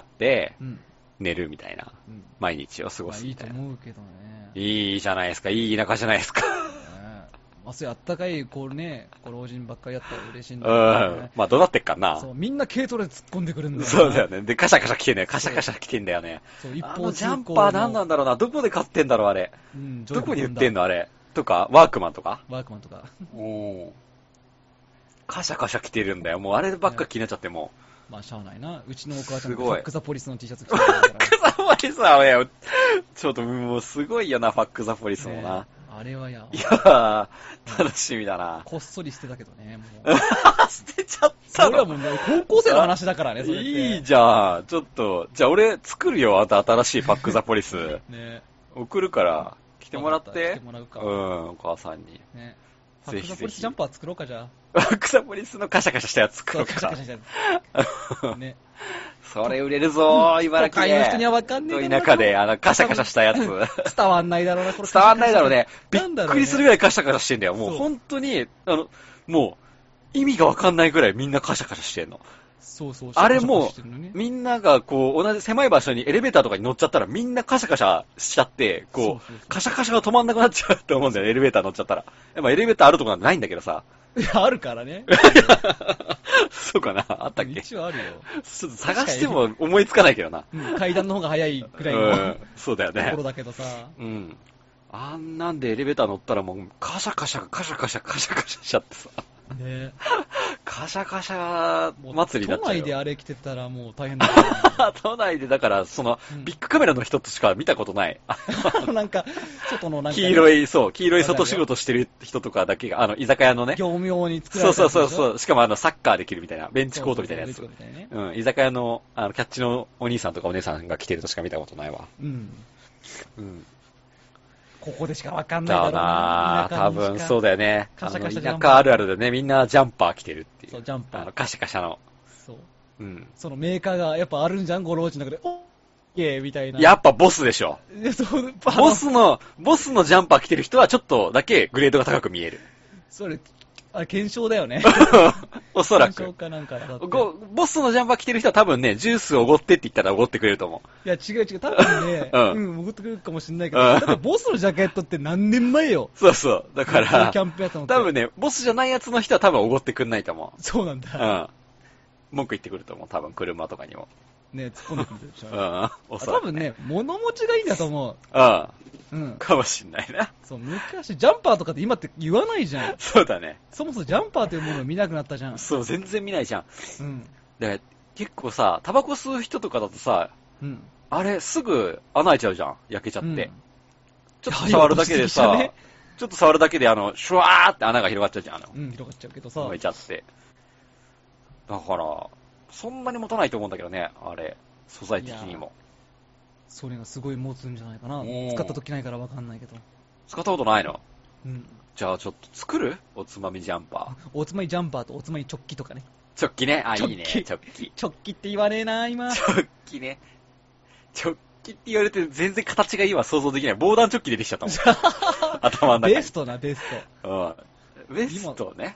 寝るみたいな、うん、毎日を過ごすみたいな。 まあ、いいと思うけどね。 いいじゃないですか、いい田舎じゃないですか。 まあ、そういうあったかい、こうね、ご老人ばっかりやったら嬉しいんだけど、ね。 うん。まあ、どうなってっかな。 そう、みんな軽トラで突っ込んでくるんだよ。 そうだよね。で、カシャカシャ来てんだよ。カシャカシャ来てんだよね。そう、一方ジャンパー何なんだろうな。どこで買ってんだろう、あれ。うん、どこに売ってんの、あれ。とか、ワークマンとかワークマンとか。 おー。カシャカシャ来てるんだよ。もうあればっか気になっちゃってもう。まあ、しゃあないな。うちのお母ちゃんがファックザポリスの T シャツ着てるから。ファックザポリスはね、ちょっともうすごいよな、ファックザポリスもな。ね、 あれはや。 いやー、楽しみだな。 こっそり捨てたけどね、もう。 捨てちゃったの。 それはもう、ね、高校生の話だからね、それって。 いいじゃん。ちょっと、じゃあ俺作るよ、あと新しいファックザポリス。ね。送るから、来てもらって。 来てもらうか。 うん、お母さんに。 ね。ファックザポリスジャンパー作ろうか、じゃあ。ファックザポリスのカシャカシャしたやつ作ろうか。カシャカシャしたやつ。ね。それ売れるぞー、茨城で。 都会の人にはわかんねえ田舎で、あの、カシャカシャしたやつ。 伝わんないだろうな、これ。 伝わんないだろうね。びっくりするぐらいカシャカシャしてんだよ。もう本当に、あの、もう、意味がわかんないぐらいみんなカシャカシャしてんの。 そうそう、 あれもう、みんながこう、同じ狭い場所にエレベーターとかに乗っちゃったらみんなカシャカシャしちゃって、こう、そうそうそうカシャカシャが止まんなくなっちゃうと思うんだよ、エレベーター乗っちゃったら。まあエレベーターあるとこなんてないんだけどさ。 いや、あるからね。 そうかなあったっけ一応あるよ。 ちょっと探しても思いつかないけどな。 うん、階段の方が早いくらいの、うん、 そうだよね。 ところだけどさ。 うん。あんなんでエレベーター乗ったらもうカシャカシャカシャカシャカシャカシャしちゃってさ。ねカシャカシャ祭りになっちゃうよ。 都内であれ来てたらもう大変だよ、ね。 都内でだから、その、うん、ビッグカメラの人としか見たことない。 なんか、外のなんか、 ね、黄色い、そう、黄色い外仕事してる人とかだけが、あの、居酒屋のね。 業務用に作られたそうそうそう。しかもあの、サッカーできるみたいな、ベンチコートみたいなやつ。そうそうそうね、うん、居酒屋の、あの、キャッチのお兄さんとかお姉さんが来てるとしか見たことないわ。うん。 うん。ここでしかわかんないだろうな。多分そうだよね。カシャカシャ田舎あるあるでね、みんなジャンパー着てるっていう。 そう、ジャンパー。 あの、カシャカシャの。 そう。うん。そのメーカーがやっぱあるんじゃん、ご老人の中で。おっけーみたいな。 やっぱボスでしょ。そうボスの、ボスのジャンパー着てる人はちょっとだけグレードが高く見える。 それ、あれ、検証だよね。 おそらく。 検証かなんかだって。 ボスのジャンパー着てる人は多分ね、ジュースをおごってって言ったらおごってくれると思う。いや、違う違う。多分ね、うん、うん、おごってくれるかもしれないけど、うん、だってボスのジャケットって何年前よ。 そうそう。だから、 キャンプやったの多分ね、ボスじゃないやつの人は多分おごってくんないと思う。 そうなんだ。 うん。文句言ってくると思う。多分車とかにも。 ね、突っ込んでくるでしょ。うん。おそらく、ね、多分ね、物持ちがいいんだと思う。 うん。うん。かもしんないな。 そう、昔、ジャンパーとかって今って言わないじゃん。 そうだね。 そもそもジャンパーというものを見なくなったじゃん。 そう、全然見ないじゃん。うん。で、結構さ、タバコ吸う人とかだとさ、うん。あれ、すぐ穴開いちゃうじゃん。焼けちゃって。うん、ちょっと触るだけでさ、ね、ちょっと触るだけであの、シュワーって穴が広がっちゃうじゃん。あのうん、広がっちゃうけどさ。 燃えちゃって。だから、そんなに持たないと思うんだけどね、あれ。素材的にも。 それがすごい持つんじゃないかな。使った時ないから分かんないけど。 使ったことないの？うん。じゃあちょっと作る？おつまみジャンパー。 おつまみジャンパーとおつまみチョッキとかね。 チョッキね。あ、いいね。チョッキ。 チョッキって言わねえな、今。 チョッキね。チョッキって言われて全然形が今想像できない。防弾チョッキ出てきちゃったもん。頭の中に。 ベストな、ベスト。うん。ベストね。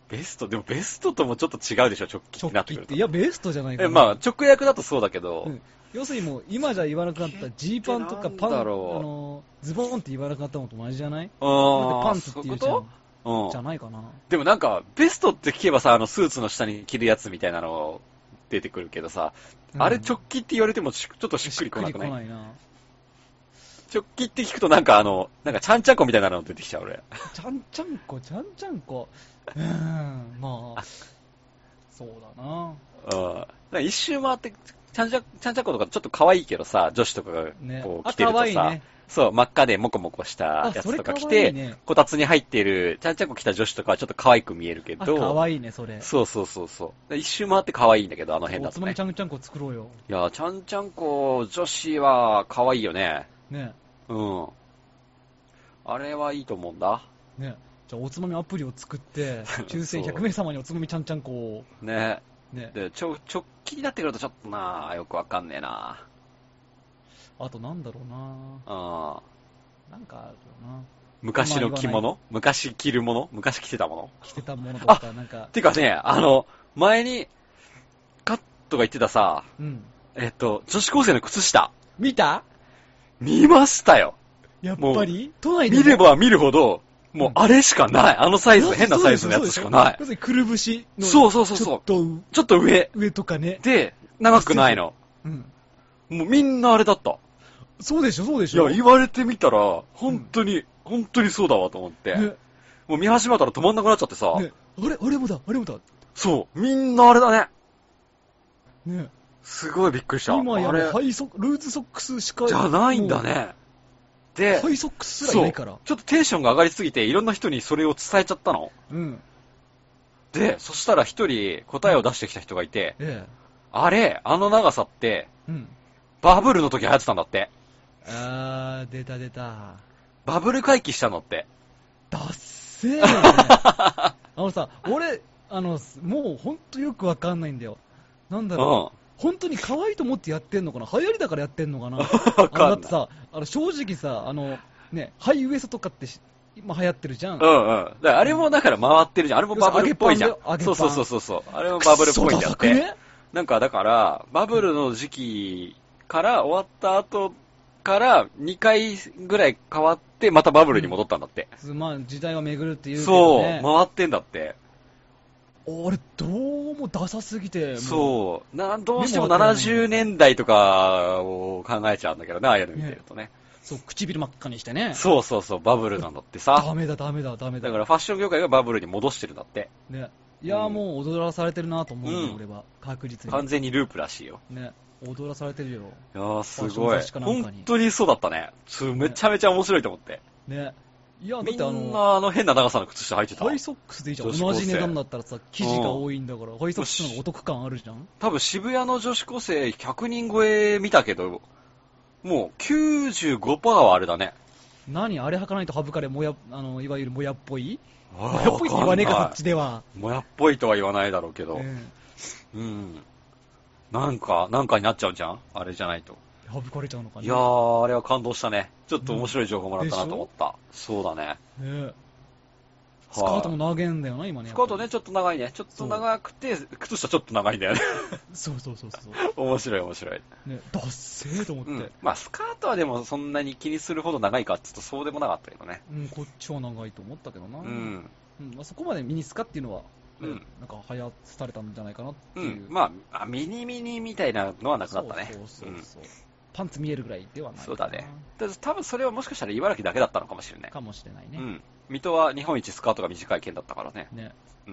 ベスト、でもベストともちょっと違うでしょ、直帰ってなってくると。 いや、ベストじゃないかな。 え、まあ、直訳だとそうだけど。 うん、要するにもう、今じゃ言わなくなったジーパンとかパン、あの、ズボンって言わなくなったのと同じじゃない？ああ。パンツって言うじゃん。うん。じゃないかな。 でもなんか、ベストって聞けばさ、あの、スーツの下に着るやつみたいなの出てくるけどさ、うん、あれ直帰って言われてもちょっとしっくりこなくない？しっくりこないな。直帰って聞くとなんかあの、なんかちゃんちゃんこみたいなの出てきちゃう俺。 ちゃんちゃんこ、ちゃんちゃんこ。うーん、まあ、そうだな。 うん。一周回って、ちゃんちゃん、ちゃんちゃんことかちょっと可愛いけどさ、女子とかがこう着てるとさ、ね、ね、そう、真っ赤でモコモコしたやつとか着て、ね、こたつに入っているちゃんちゃんこ着た女子とかはちょっと可愛く見えるけど、 可愛いね、それ。 そうそうそうそう。一周回って可愛いんだけど、あの辺だと、ね。 おつまみちゃんちゃんこ作ろうよ。 いや、ちゃんちゃんこ女子は可愛いよね。 ね。 うん。あれはいいと思うんだ。 ね。じゃあ、おつまみアプリを作って、抽選ひゃくめい様におつまみちゃんちゃんこを。 ね。ね。で、ちょ、直帰になってくるとちょっとなよくわかんねえな。 あとなんだろうなああ。なんかあるよな。 昔の着物？昔着るもの？昔着てたもの？ 着てたものとか、なんか。 てかね、あの、前に、カットが言ってたさ、うん。えっと、女子高生の靴下。 見た？ 見ましたよ。 やっぱり都内で見れば見るほど、もうあれしかない。あのサイズ、変なサイズのやつしかない。 要するにくるぶしの。 そうそうそうそう。 ちょっと、 ちょっと上。 上とかね。 で、長くないの。 うん。 もうみんなあれだった。 そうでしょ、そうでしょ。 いや、言われてみたら、本当に、うん、本当にそうだわと思って。ね、もう見始めたら止まんなくなっちゃってさ。 ね、あれ、あれもだ、あれもだ。 そう、みんなあれだね。 ね。 すごいびっくりした。 今やるハイソルーズソックスしかじゃないんだね。で、 ハイソックスすらいないから。 ちょっとテンションが上がりすぎて、いろんな人にそれを伝えちゃったの。 うん。 で、そしたら一人答えを出してきた人がいて、 ええ、 あれ、あの長さって、 うん、 バブルの時流行ってたんだって。 あー、出た出た。 バブル回帰したのって。 だっせー、ね、あのさ、俺、あの、もうほんとよくわかんないんだよ。なんだろう。うん、本当に可愛いと思ってやってんのかな、流行りだからやってんのかな。あのだってさ、あの正直さ、あのね、ハイウエストとかって今流行ってるじゃん。 うんうん。だからあれもだから回ってるじゃん。あれもバブルっぽいじゃん。そうそうそうそうそう。あれもバブルっぽいんだって。ね、なんかだからバブルの時期から終わった後からにかいぐらい変わってまたバブルに戻ったんだって。 うん、まあ時代は巡るっていうけどね。 そう、回ってんだって。 俺どうもダサすぎて。 そうな、どうしてもななじゅうねんだいとかを考えちゃうんだけどね、ああいうの見てるとね。ね、 そう、唇真っ赤にしてね。 そうそうそう、バブルなんだってさ。 ダメだダメだダメだ。 だからファッション業界がバブルに戻してるんだって。 ね。いやー、うん、もう踊らされてるなと思うよ、うん、俺は。確実に。 完全にループらしいよ。 ね。踊らされてるよ。 いやー、すごい。本当にそうだったね。めちゃめちゃ面白いと思って。 ね。いや、だってあの、 みんなあの変な長さの靴下履いてた。 ハイソックスでいいじゃん。同じ値段だったらさ、生地が多いんだから、ハイソックスの方がお得感あるじゃん。 多分渋谷の女子高生ひゃくにん超え見たけど、もう きゅうじゅうごパーセント はあれだね。 何あれ履かないと省かれ、もや、あの、いわゆるもやっぽいもやっぽいって言わねえか、こっちでは。 もやっぽいとは言わないだろうけど。えー、うん。なんか、なんかになっちゃうじゃんあれじゃないと。 省かれちゃうのかね。 いやー、あれは感動したね。ちょっと面白い情報もらったなと思った。うん、そうだね。 ねスカートも長いんだよな、今ね。 スカートね、ちょっと長いね。ちょっと長くて、靴下ちょっと長いんだよね。 そうそうそうそう。 面白い面白い。 ね、だっせーと思って、うん。 まあ、スカートはでもそんなに気にするほど長いかって言うとそうでもなかったけどね。 うん、こっちは長いと思ったけどな。 うん。 うん、まあ、そこまでミニスカっていうのは、うん、なんか流行されたんじゃないかなっていう。 うん、まあ、ミニミニみたいなのはなくなったね。 そうそうそうそう、うん。パンツ見えるぐらいではないかな。 そうだね。多分それはもしかしたら茨城だけだったのかもしれない。 かもしれないね。 うん。水戸は日本一スカートが短い県だったからね。 ね。 うん。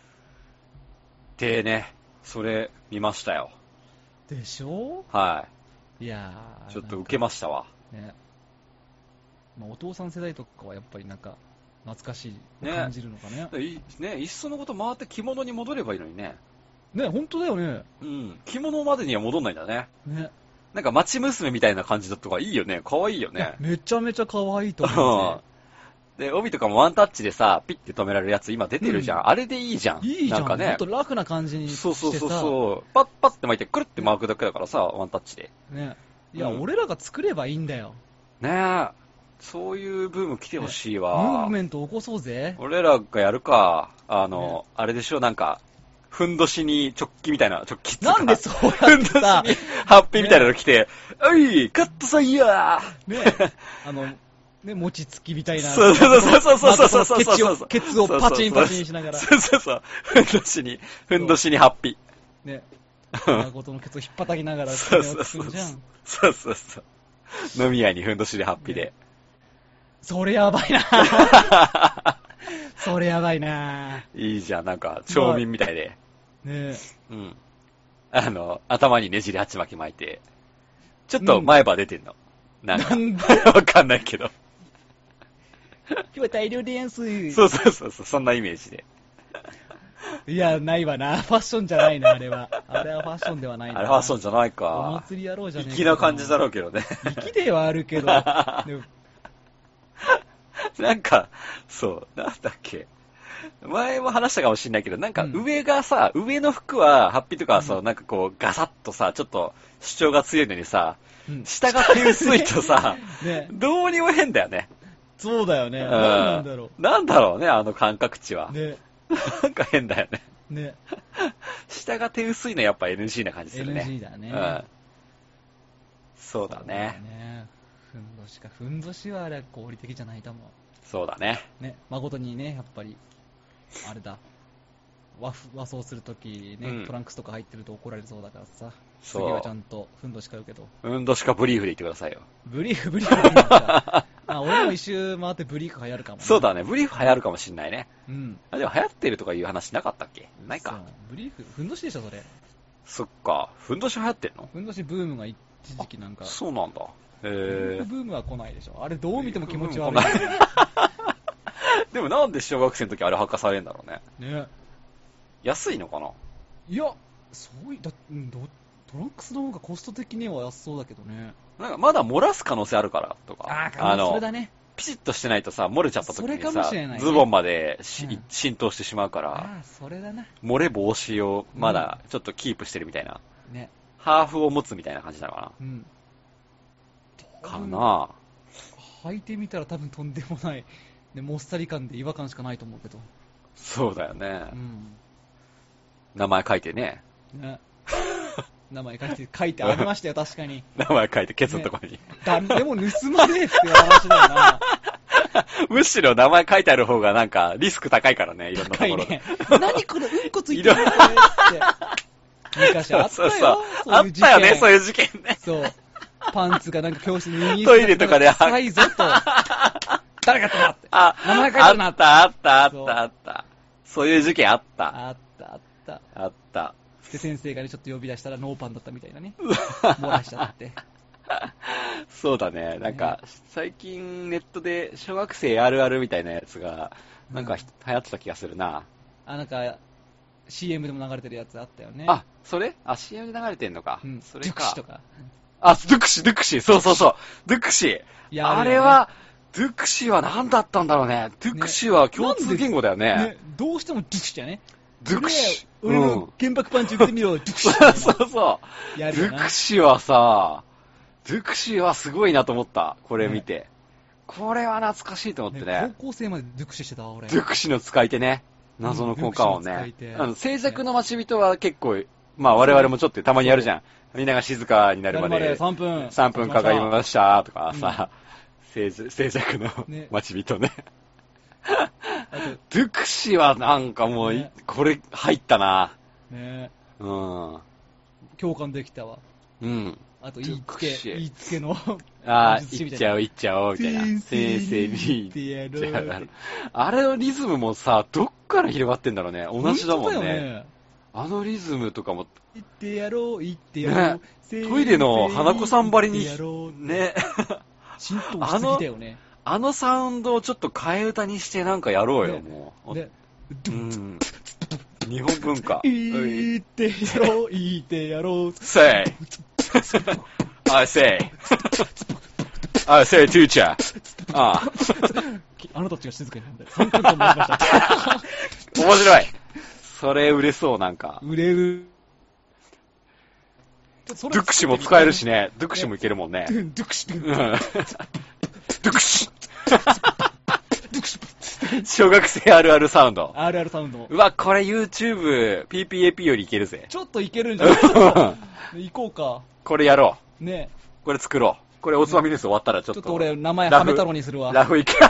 でね、それ見ましたよ。 でしょ？ はい。 いやー。ちょっと受けましたわ。 ね。まあ、お父さん世代とかはやっぱりなんか、懐かしい感じるのかね。 ね、い, ねいっそのこと回って着物に戻ればいいのにね。 ね、本当だよね。 うん。着物までには戻んないんだね。 ね。 なんか町娘みたいな感じだとかいいよね。可愛いよね。 めちゃめちゃ可愛いと思う、ね。 で、帯とかもワンタッチでさ、ピッて止められるやつ今出てるじゃん。うん、あれでいいじゃん。 いいじゃん。 なんかね。 ほんとラフな感じにしてさ。 そうそうそうそう。パッパッて巻いてくるって巻くだけだからさ、ワンタッチで。 ね。いや、うん、俺らが作ればいいんだよ。 ねえ。 そういうブーム来てほしいわ。 ムーブメント起こそうぜ。 俺らがやるか。あの、ね、あれでしょ、なんか、ふんどしにチョッキみたいな、チョッキっていうか。 なんでそうやってさ、ふんどしにハッピーみたいなの着て、おい、カットさんやーねあの、ね、餅つきみたいな。 そうそうそうそうそうそうそうケツを、ケツをパチンパチンしながら。 そうそうそう。ふんどしに、ふんどしにハッピー。ね。誠のケツを引っ叩きながら、そうそうそう。 そうそうそう。飲み屋にふんどしでハッピーで。 ね、それやばいなそれやばいないいじゃん、なんか、町民みたいで。 ねえ。 うん。あの、頭にねじり鉢巻き巻いて、ちょっと前歯出てんの。うん、なんか、なんわかんないけど。 今日は大量でやんす。 そうそうそうそう、そんなイメージで。 いや、ないわな。ファッションじゃないな、あれは。あれはファッションではないな。 あれファッションじゃないか。 お祭り野郎じゃねえか。 粋な感じだろうけどね。 粋ではあるけど。 なんか、そう、なんだっけ。前も話したかもしれないけど、なんか上がさ、うん、上の服は、ハッピーとかはさ、うん、なんかこう、ガサッとさ、ちょっと主張が強いのにさ、うん、下が手薄いとさ、ね、どうにも変だよね。 そうだよね。何なんだろう。なんだろうね、あの感覚値は。ね。なんか変だよね。 ね。 下が手薄いのはやっぱ エヌジー な感じするね。 エヌジー だね。 うん。そうだね。そうだね。ふんどしか。ふんどしはあれ合理的じゃないと思う。 そうだね。 ね。誠にね、やっぱり、あれだ。和, 和装するときね、うん、トランクスとか入ってると怒られそうだからさ。次はちゃんとふんどし買うけど。 ふんどしかブリーフで言ってくださいよ。 ブリーフ、ブリーフでいいのか。あ、俺も一周回ってブリーフ流行るかも、ね。 そうだね、ブリーフ流行るかもしんないね。 うん。 あ、でも流行ってるとかいう話なかったっけ？ないか。 ブリーフ、ふんどしでしょ、それ。 そっか、ふんどし流行ってんの？ ふんどしブームが一時期なんか。 そうなんだ。へぇー。ブームは来ないでしょ。あれどう見ても気持ち悪い。 でもなんで小学生の時あれ履かされるんだろうね。 ね。 安いのかな？ いや、そうい、だ、ど、トランクスの方がコスト的には安そうだけどね。 なんかまだ漏らす可能性あるからとか。 ああ、あの、それだね。 ピシッとしてないとさ、漏れちゃった時にさ、 ね、 ズボンまで、うん、浸透してしまうから、 ああ、それだな。 漏れ防止をまだちょっとキープしてるみたいな。 うん、ね。 ハーフを持つみたいな感じなのかな。 うん。 かなぁ。履いてみたら多分とんでもない、ね、もっさり感で違和感しかないと思うけど。 そうだよね。 うん。 名前書いてね。 ね。名前書いて、書いてありましたよ、確かに。 名前書いて、ケツのところに。 ね、だでも盗まれっていう話だよな。 むしろ名前書いてある方がなんかリスク高いからね、いろんなところで。 ね、何これ、うんこついてるこれって。昔あったよ。そうそうそうあったよね、そういう事件ね。 そう。パンツがなんか教室にトイレとかで臭いぞと。誰かとなって。 あ、 名前書いてるなって。 あった、あった、あった、あった。そういう事件あった。 あった、あった。 あった。 で、先生がね、ちょっと呼び出したらノーパンだったみたいなね。漏らしちゃって。 そうだね。なんか、ね、最近ネットで小学生あるあるみたいなやつが、なんか流行ってた気がするな。 あ、なんか、シーエム でも流れてるやつあったよね。 あ、それあ、シーエム で流れてんのか。 うん。 それか。 ドゥクシとか。 あ、ドゥクシ、ドゥクシ。そうそうそう。ドゥクシ。あれは、ドゥクシは何だったんだろうね。ドゥクシは共通言語だよね。ね、 どうしてもドゥクシだよね。 ドゥクシ。 俺の原爆パンチ打ってみろ、ドゥクシ。 そうそうそう。ドゥクシはさ、ドゥクシはすごいなと思った。これ見て。ね、これは懐かしいと思ってね。 ね、高校生までドゥクシしてたわ、俺。 ドゥクシの使い手ね。謎の効果音ね。あの、静寂の待ち人は結構、まあ我々もちょっとたまにやるじゃん。みんなが静かになるまで。 さんぷん。 さんぷんかかりましたとかさ、うん、静寂の待ち人ね。ドゥクシはなんかもう、ね、これ入ったな。 ねうん。 共感できたわ。 うん。 あと、言いつけ、言いつけの。 ああ、言っちゃおう、言っちゃおう、みたいな。先生に言っちゃう。あれのリズムもさ、どっから広がってんだろうね。同じだもんね。ねあのリズムとかも。 言ってやろう、言ってやろう。 ね、トイレの花子さんばりに。ね。 浸透しすぎだよね。 あのサウンドをちょっと替え歌にしてなんかやろうよ、ね、もう。 ね、 うん。日本文化。 言ってやろう、言ってやろう。 say. I say. I say teacher. ああ。 あなたたちが静かになるんだよ。さんぷんと思いました。 面白い。それ売れそう、なんか。 売れる。 ドゥクシも使えるしね。ドゥクシもいけるもんね。 ドゥクシ。 ドゥクシ小学生あるあるサウンド。 あるあるサウンド。 うわ、これ YouTube、ピーピーエーピー よりいけるぜ。 ちょっといけるんじゃないですか。行こうか。 これやろう。ね。 これ作ろう。これおつまみニュース終わったらちょっと。 ちょっと俺名前ハメ太郎にするわ。 ラフいけ。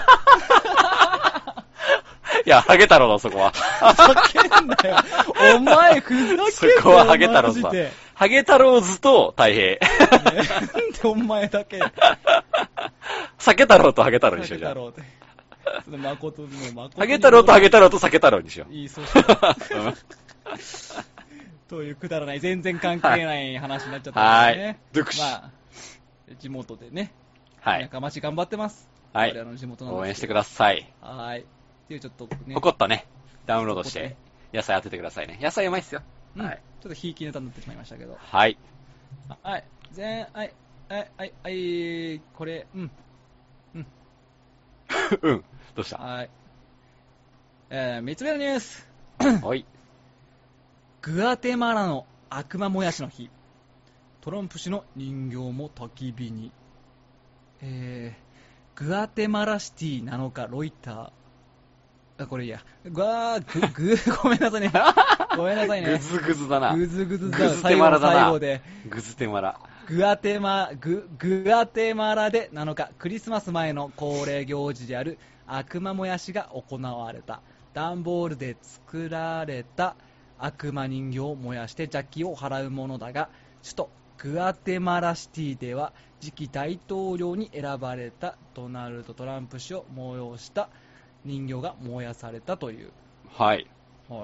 いや、ハゲ太郎だ、そこは。 ふざけんなよ。お前、ふざけんなよ。 そこはハゲ太郎さ。ハゲ太郎図と太平。 なんでお前だけ。 酒太郎とハゲ太郎にしようじゃん。 ハゲ太郎って。その誠の誠ハゲ太郎とハゲ太郎と酒太郎にしよう。 いい、そうしよう。というくだらない、全然関係ない話になっちゃったんですね。はい。 ドゥクシ。 まあ、地元でね。 はい。 仲間町頑張ってます。 はい。 我々の地元なんです。 応援してください。 はい。っていうちょっとね。 ポコッとね、ダウンロードして、野菜当ててくださいね。野菜うまいっすよ。 うん、はい。ちょっとひいきネタになってしまいましたけど。 はい。 はい。全、はい、はい、はい、はい、これ、うん。うん。 うん。どうした？ はい。えー、三つ目のニュース。 はい。 グアテマラの悪魔燃やしの日。トランプ氏の人形も焚き火に。えー、グアテマラシティなのか、ロイター。あ、これいいや。ぐわー、ぐ、ぐ、ごめんなさいね。ごめんなさいね。 ぐずぐずだな。 ぐずぐずだ。 ぐずテマラだな。 最後で。 ぐずテマラ。 グアテマ、グ、グアテマラでなのか、クリスマス前の恒例行事である悪魔燃やしが行われた。段ボールで作られた悪魔人形を燃やして邪気を払うものだが、首都グアテマラシティでは次期大統領に選ばれたドナルド・トランプ氏を催した人形が燃やされたという。 はい。 はい。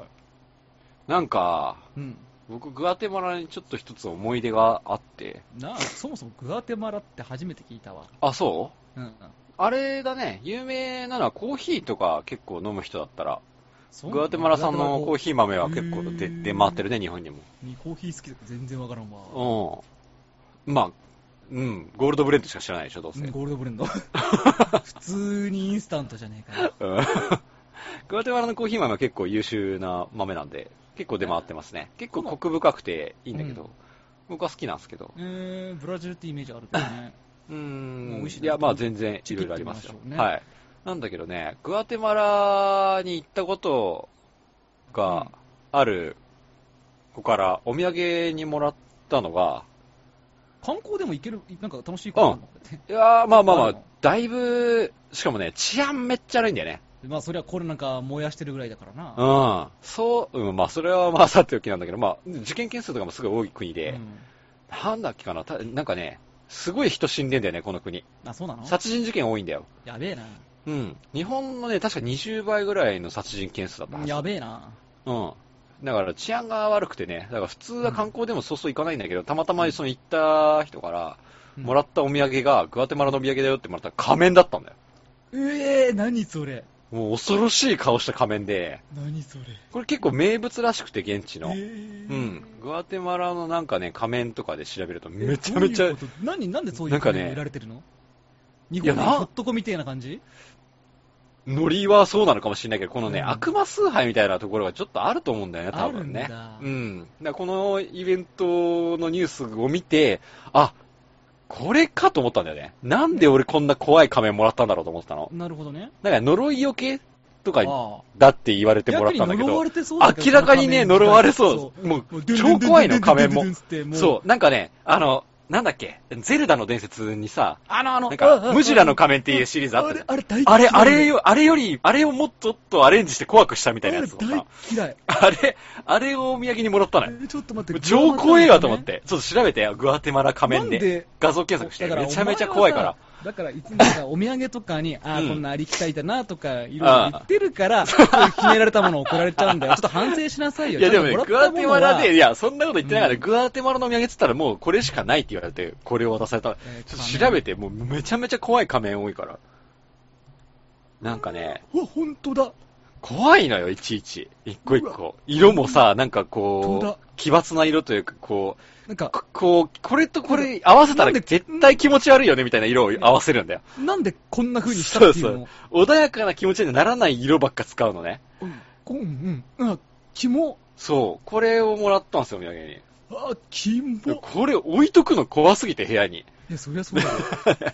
なんか、 うん。 僕、グアテマラにちょっと一つ思い出があって。 なあ、そもそもグアテマラって初めて聞いたわ。 あ、そううん、うん。 あれだね、有名なのはコーヒーとか結構飲む人だったら、グアテマラ産のコーヒー豆は結構出出回ってるね、日本にも。 コーヒー好きとか全然わからんわ。 うん。まあ、うん、ゴールドブレンドしか知らないでしょ、どうせ。 ゴールドブレンド普通にインスタントじゃねえかよ。 グアテマラのコーヒー豆は結構優秀な豆なんで、結構出回ってますね。結構コク深くていいんだけど、うん、僕は好きなんですけど。 えー、ブラジルってイメージあるけどね。 うーん、美味しい。いや、まあ全然いろいろありますよ。ね、はい。なんだけどね、グアテマラに行ったことがある子からお土産にもらったのが、 観光でも行ける、なんか楽しいかな、うん、いやー、まあまあまあ、だいぶ、しかもね、治安めっちゃ悪いんだよね。 まあそれはこれなんか燃やしてるぐらいだからな。 うん。そう、うん、まあそれはまあさておきなんだけど、まあ受験件数とかもすごい多い国で、うん、なんだっけかな、たなんかね、すごい人死んでんだよね、この国。 あ、そうなの？ 殺人事件多いんだよ。 やべえな。 うん。日本のね、確かにじゅうばいぐらいの殺人件数だったはず。 やべえな。 うん。だから治安が悪くてね、だから普通は観光でもそうそう行かないんだけど、うん、たまたまその行った人から、もらったお土産が、グアテマラのお土産だよってもらったら仮面だったんだよ。 ええー、何それ。 もう恐ろしい顔した仮面で。 何それ。 これ結構名物らしくて、現地の。 えー、 うん。グアテマラのなんかね、仮面とかで調べるとめちゃめちゃ。 うう何、なんでそういう仮面売られてるの？ね、日本のひょっとこみたいな感じ？ ノリはそうなのかもしれないけど、このね、うん、悪魔崇拝みたいなところがちょっとあると思うんだよね、多分ね。 あるんだ。うん。だからこのイベントのニュースを見て、あ、これかと思ったんだよね。なんで俺こんな怖い仮面もらったんだろうと思ったの。 なるほどね。 なんか呪いよけとかだって言われてもらったんだけど、 だけど明らかにね、呪われそう。もう超怖いの、仮面も。そう、なんかね、あの、なんだっけ、ゼルダの伝説にさ、 あのあの、 なんか、ムジュラの仮面っていうシリーズあったじゃん。 あれ、あれ、 あれ、あれよ、あれより、あれをもっとっとアレンジして怖くしたみたいなやつとか。 大嫌い。 あれ、あれをお土産にもらったのよ。 ちょっと待って、 超怖いわと思って。ちょっと調べてよ、グアテマラ仮面で。画像検索して。めちゃめちゃ怖いから。 だから、いつもさ、お土産とかに、ああ、こんなありきたりだなとか、いろいろ言ってるから、こういう決められたものを送られちゃうんだよ。ちょっと反省しなさいよ。 いや、でもね、グアテマラで、いや、そんなこと言ってないから、グアテマラのお土産って言ったらもうこれしかないって言われて、これを渡された。ちょっと調べて、もうめちゃめちゃ怖い仮面多いから。なんかね。 うわ、ほんとだ。 怖いのよ、いちいち。一個一個。色もさ、なんかこう、奇抜な色というか、こう、なんか、こう、これとこれ合わせたら絶対気持ち悪いよね、みたいな色を合わせるんだよ。 なんでこんな風にしたっていうの？そうそう。穏やかな気持ちにならない色ばっか使うのね。 うん、うん、うん。あ、キモ。 そう。これをもらったんですよ、お土産に。 あ、キモ。 これ置いとくの怖すぎて、部屋に。 いや、そりゃそうだよ。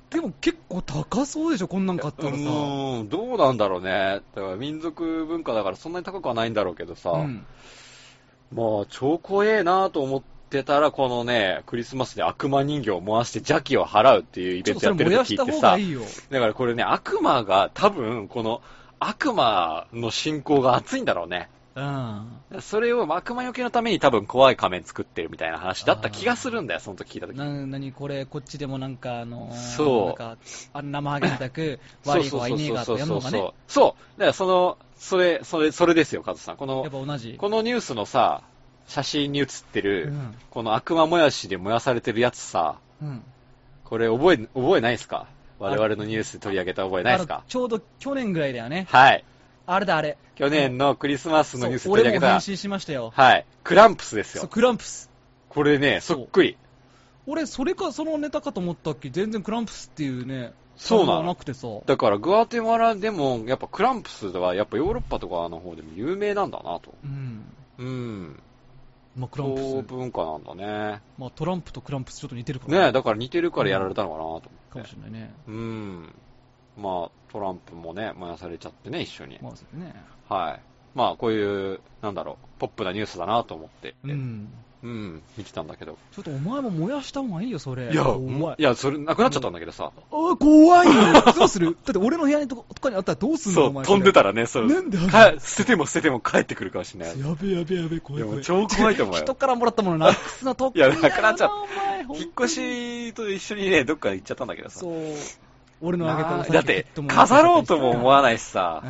でも結構高そうでしょ、こんなん買ったらさ。うーん、どうなんだろうね。だから民族文化だからそんなに高くはないんだろうけどさ、うん、まあ、超怖えなと思ってたら、このね、クリスマスで悪魔人形を燃やして邪気を払うっていうイベントやってるって聞いてさ、いいよだからこれね、悪魔が多分、この悪魔の信仰が熱いんだろうね。うん。それを悪魔よけのために多分怖い仮面作ってるみたいな話だった気がするんだよ、その時聞いた時。 な、なにこれ、こっちでもなんかあのー、そう。なんか、あんな生ハゲみたく、悪い子はいねえがとやるのがね。 そう。だからその、それ、それ、それですよ、カズさん。この、 やっぱ同じ。 このニュースのさ、写真に写ってる、うん、この悪魔燃やしで燃やされてるやつさ、うん、これ覚え、覚えないですか？我々のニュースで取り上げた覚えないですか？ ちょうど去年ぐらいだよね。 はい。 あれだあれ。 去年のクリスマスのニュースで取り上げた。 俺も返信しましたよ。 はい。クランプスですよ。 そう、クランプス。 これね、そっくり。 俺、それか、そのネタかと思ったっけ、全然クランプスっていうね、 そうなの。 なくてさ。 だから、グアテマラでも、やっぱクランプスは、やっぱヨーロッパとかの方でも有名なんだなと。うん。うん。まあ、クランプス。そう文化なんだね。 まあ、トランプとクランプスちょっと似てるかもね。ねだから似てるからやられたのかなと思って。 かもしれないね。 うん。まあ、トランプもね、燃やされちゃってね、一緒に。 まあ、そうね。 はい。まあ、こういう、なんだろう、ポップなニュースだなと思って。うん。うん、見てたんだけど。 ちょっとお前も燃やした方がいいよ、それ。 いや、いや、それ、なくなっちゃったんだけどさ。 あ、怖いよ。どうする？だって俺の部屋とかにあったらどうすんの？ そう、飛んでたらね、そう。なんで捨てても捨てても帰ってくるかもしれない。 やべやべやべ、怖い。 でも超怖いと思うよ。 人からもらったものなくすの得意だよな。いや、なくなっちゃった。引っ越しと一緒にね、どっか行っちゃったんだけどさ。 そう。俺のあげたお酒だって、飾ろうとも思わないしさ。うん、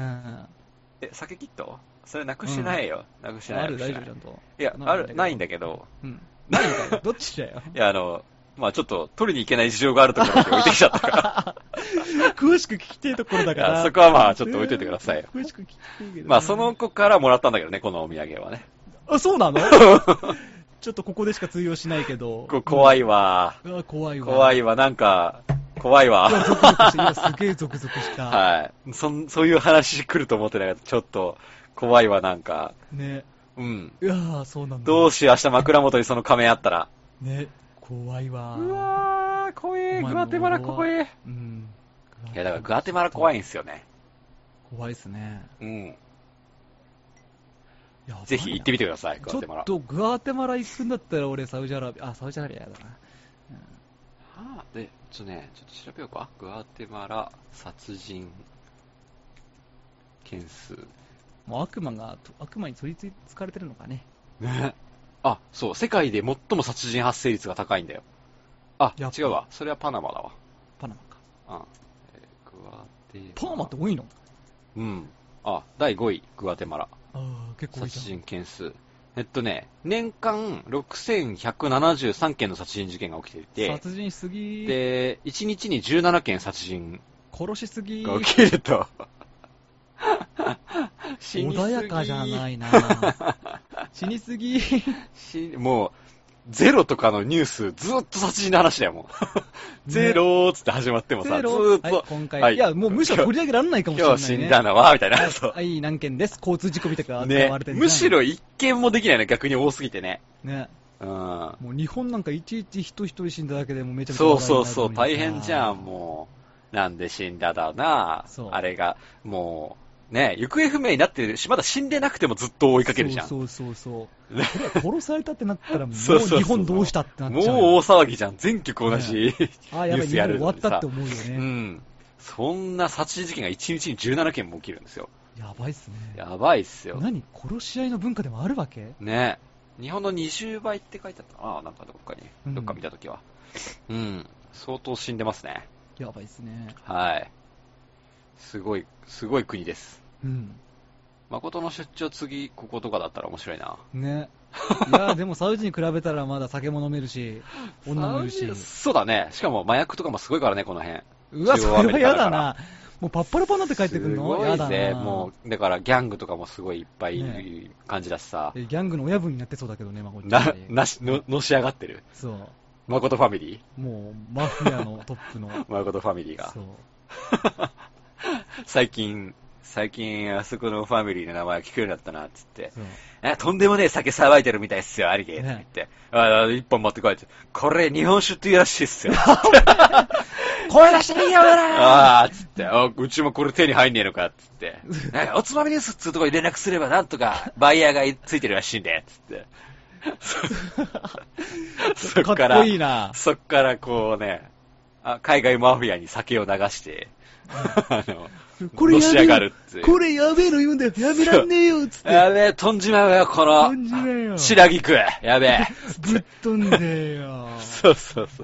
え、酒キット？それなくしてないよ。うん、なくしてない。 ある、大丈夫、ちゃんと。 いや、ある、ないんだけど。 うん。ないんだよ。どっちだよ。 いや、あの、まあちょっと、取りに行けない事情があるところに置いてきちゃったから。 詳しく聞きてえところだから。 そこはまあちょっと置いといてくださいよ。 詳しく聞きてえけど、ね。 まあその子からもらったんだけどね、このお土産はね。 あ、そうなの？ちょっとここでしか通用しないけど。 怖いわ。 うん、怖いわ。 怖いわ、なんか、怖いわ。 いや、ゾクゾクして、今すげえゾクゾクした。 はい。そ、そういう話来ると思ってなかった。ちょっと、怖いわ、なんか。 ね。 うん。 いやー、そうなんだ。 どうしよう、明日枕元にその仮面あったら。 ね。怖いわー。うわー、怖え。グアテマラ怖え。うん。いや、だからグアテマラ怖いんすよね。 怖いっすね。 うん。ぜひ行ってみてください、グアテマラ。 ちょっとグアテマラ行くんだったら俺、サウジアラビア、あ、サウジアラビアやだな。 うん、はあ、で、ちょっとね、ちょっと調べようか。グアテマラ殺人件数。 もう悪魔が、悪魔に取り付かれてるのかね。 ね。あ、そう、世界で最も殺人発生率が高いんだよ。あ、違うわ。それはパナマだわ。 パナマか。 うん。えー、グアテマラ。 パナマって多いの？ うん。あ、だいごい、グアテマラ。 ああ、結構多いじゃん。 殺人件数。えっとね、年間ろくせんひゃくななじゅうさんけんの殺人事件が起きていて、 殺人しすぎ。 で、いちにちにじゅうななけん殺人殺しすぎが起きると。 穏やかじゃないな死にすぎ死もう、ゼロとかのニュース、ずっと殺人の話だよ、もう。ゼローっつって始まってもさ、ずーっと、 はい、今回、はい、いや、もうむしろ取り上げられないかもしれない、ね。 今日死んだのは、みたいな。はい、 そうはい、何件です。交通事故みたいな扱われてる、ね、むしろ一件もできないの、逆に多すぎてね。 ね。 うん。 もう日本なんかいちいち人一人死んだだけでもめちゃめちゃそうそうそう、大変じゃん、もう。なんで死んだだなあれが、もう、ね、行方不明になってるし、まだ死んでなくてもずっと追いかけるじゃん。 そうそうそうそう。殺されたってなったら、もう日本どうしたってなっちゃう。 もう大騒ぎじゃん。全局同じ、ね、ニュースやるのにさ。あ、やばい、終わったって思うよね。 うん。そんな殺人事件がいちにちにじゅうななけんも起きるんですよ。 やばいっすね。 やばいっすよ。 何？殺し合いの文化でもあるわけ？ ね。日本のにじゅうばいって書いてあったな。あ、なんかどっかに、うん、どっか見たときは。うん。相当死んでますね。 やばいっすね。 はい。すごい、すごい国です。 うん。 誠の出張次、こことかだったら面白いな。 ね。いや、でもサウジに比べたらまだ酒も飲めるし、女もいるし。 そうだね。しかも麻薬とかもすごいからね、この辺。 うわ、それは嫌だな。もうパッパラパになって帰ってくるの？ すごいぜ。もう、だからギャングとかもすごいいっぱいいる感じだしさ。 ね、ギャングの親分になってそうだけどね、誠な、なし、の、のし上がってる。 そう。 誠ファミリーもう、マフィアのトップの。 誠ファミリーが。 そう。 最近、 最近あそこのファミリーの名前聞くようになったな、つって。え、とんでもねえ酒さばいてるみたいっすよ、兄貴。って言って。あ、一本持ってこいって。これ日本酒って言うらしいっすよ。 声出してみようよなあーつって。あ、うちもこれ手に入んねえのか、つって。おつまみですっつうとこに連絡すればなんとかバイヤーがついてるらしいんで、つって。そっから、 かっこいいな。 そっからこうね、あ海外マフィアに酒を流して、あの、 これのし上がるって。 これやべえの言うんだよ。やめらんねえよ、つって。 やべえ、飛んじまうよ、この。 飛んじまうよ。 白菊。やべえ。 ぶっ飛んでよ。 そうそうそう。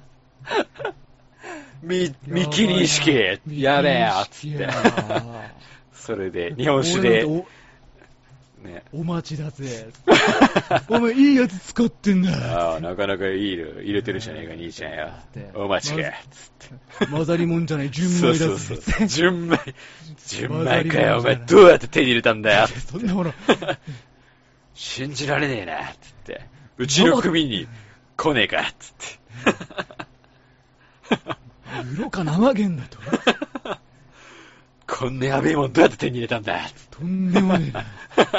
み、見切り意識。やべえよ、つって。それで、日本酒で。 ね、お待ちだぜ。お前いいやつ使ってんだ。 ああ、なかなかいいの入れてるじゃねえか、兄ちゃんよ。お待ちか。つって。 混ざりもんじゃない、純米だぜ。そうそうそう。 純米。純米かよ、お前どうやって手に入れたんだよ。 そんなもの。 信じられねえな、つって。うちの組に来ねえか、つって。 色か生源だと。 こんなやべえもんどうやって手に入れたんだ。 とんでもねえな。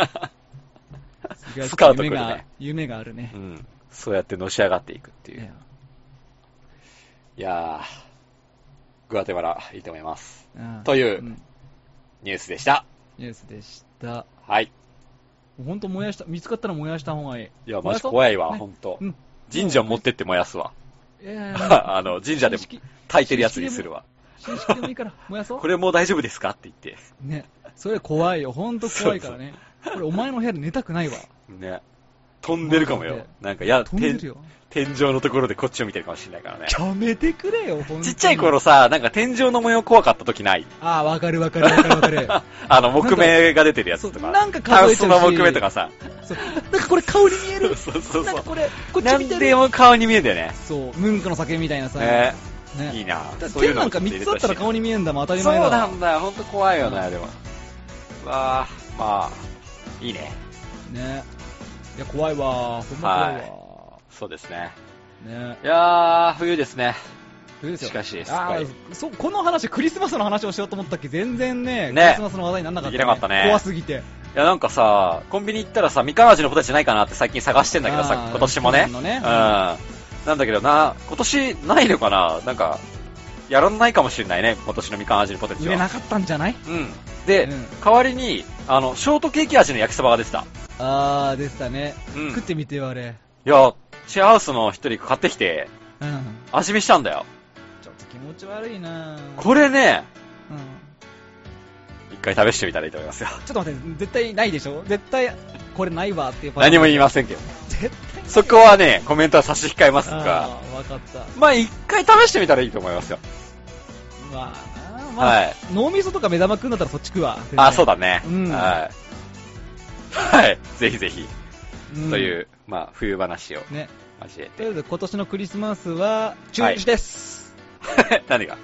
スカートくるね。 夢があるね。 うん。そうやってのし上がっていくっていう。いやー、グアテマラいいと思います。という、ニュースでした。 ニュースでした。 はい。 ほんと燃やした、見つかったら燃やした方がいい。 いや、マジ怖いわ、ほんと。神社持ってって燃やすわ。あの、神社で炊いてるやつにするわ。 新式でもいいから燃やそう。 これもう大丈夫ですかって言って。 ね。それ怖いよ。ほんと怖いからね。これお前の部屋で寝たくないわ。 ね。飛んでるかもよ。なんか、や、 飛んでるよ。 天井のところでこっちを見てるかもしれないからね。 やめてくれよ、ほんと。 ちっちゃい頃さ、なんか天井の模様怖かった時ない？ ああ、わかるわかるわかるわかる。 あの、木目が出てるやつとか。 なんか数えちゃうし。 タンスの木目とかさ。 そう。なんかこれ顔に見える。 そうそうそう。 なんかこれ、こっち見てる。 なんでも顔に見えるんだよね。 そう。ムンクの酒みたいなさ。 ね。ね、いいな。 剣なんかみっつあったら顔に見えんだもん、当たり前だ。 そうなんだよ、ほんと怖いよね、でも。わー、まあ、いいね。 ね。いや、怖いわ。ほんま怖いわ。 そうですね。 ね。 いやー、冬ですね。 冬ですよ。 しかし、 あそこの話、クリスマスの話をしようと思ったっけ全然ね、ねクリスマスの話題にならなかった、ね。 いけなかったね。 怖すぎて。 いや、なんかさ、コンビニ行ったらさ、みかん味のポテチないかなって最近探してんだけどさ、今年もね。 ねうん。なんだけどな、今年ないのかななんか、やらないかもしれないね、今年のみかん味のポテチは。 売れなかったんじゃない？ うん。で、うん、代わりに、あの、ショートケーキ味の焼きそばが出てた。 あー、でしたね。うん、食ってみてよ、あれ。 いや、シェアハウスの一人買ってきて、うん、味見したんだよ。 ちょっと気持ち悪いなこれね、うん。一回試してみたらいいと思いますよ。 ちょっと待って、絶対ないでしょ？絶対、これないわっていう何も言いませんけど。 絶対そこはね、コメントは差し控えますが。 あー、わかった。 まあ、一回試してみたらいいと思いますよ。 まあ、まあ、はい、脳みそとか目玉くんだったらそっち食うわ。 あ、そうだね。 うん。 はい。はい。ぜひぜひ。うん、という、まあ、冬話を。ね。交えて。 とりあえず、今年のクリスマスは、中止です。 はい、何が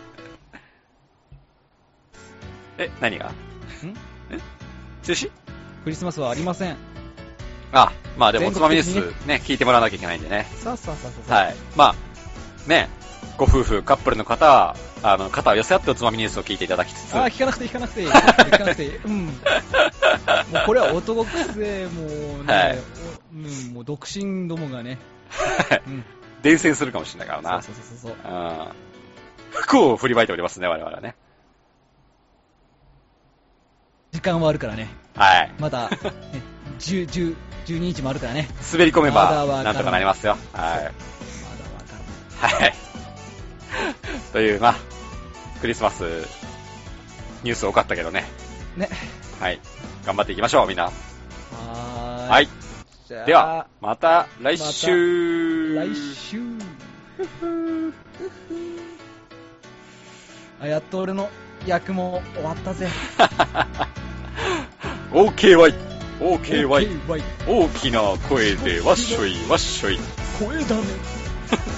え、何がんえ中止クリスマスはありません。 あ、まあでもおつまみニュースね、聞いてもらわなきゃいけないんでね。 そうそうそうそう。 はい。まあ、ね、ご夫婦、カップルの方は、あの、肩を寄せ合っておつまみニュースを聞いていただきつつ。 あ、聞かなくていい、聞かなくていい。聞かなくていい。うん。もうこれは男癖、もうね、はい、うん、もう独身どもがね。 うん、伝染するかもしれないからな。 そうそうそうそう。 うん。服を振りまいておりますね、我々はね。 時間はあるからね。 はい。 まだ、ね、じゅう、じゅう、じゅうににちもあるからね。 滑り込めば、なんとかなりますよ。はい。まだわかんない。はい。という、まあ、クリスマス、ニュース多かったけどね。 ね。 はい。頑張っていきましょう、みんな。 はーい。 はい。では、また来週。 また来週。あ、やっと俺の役も終わったぜ。 オーケーワイ。オーケーワイ。大きな声でわっしょいわっしょい。 声だね。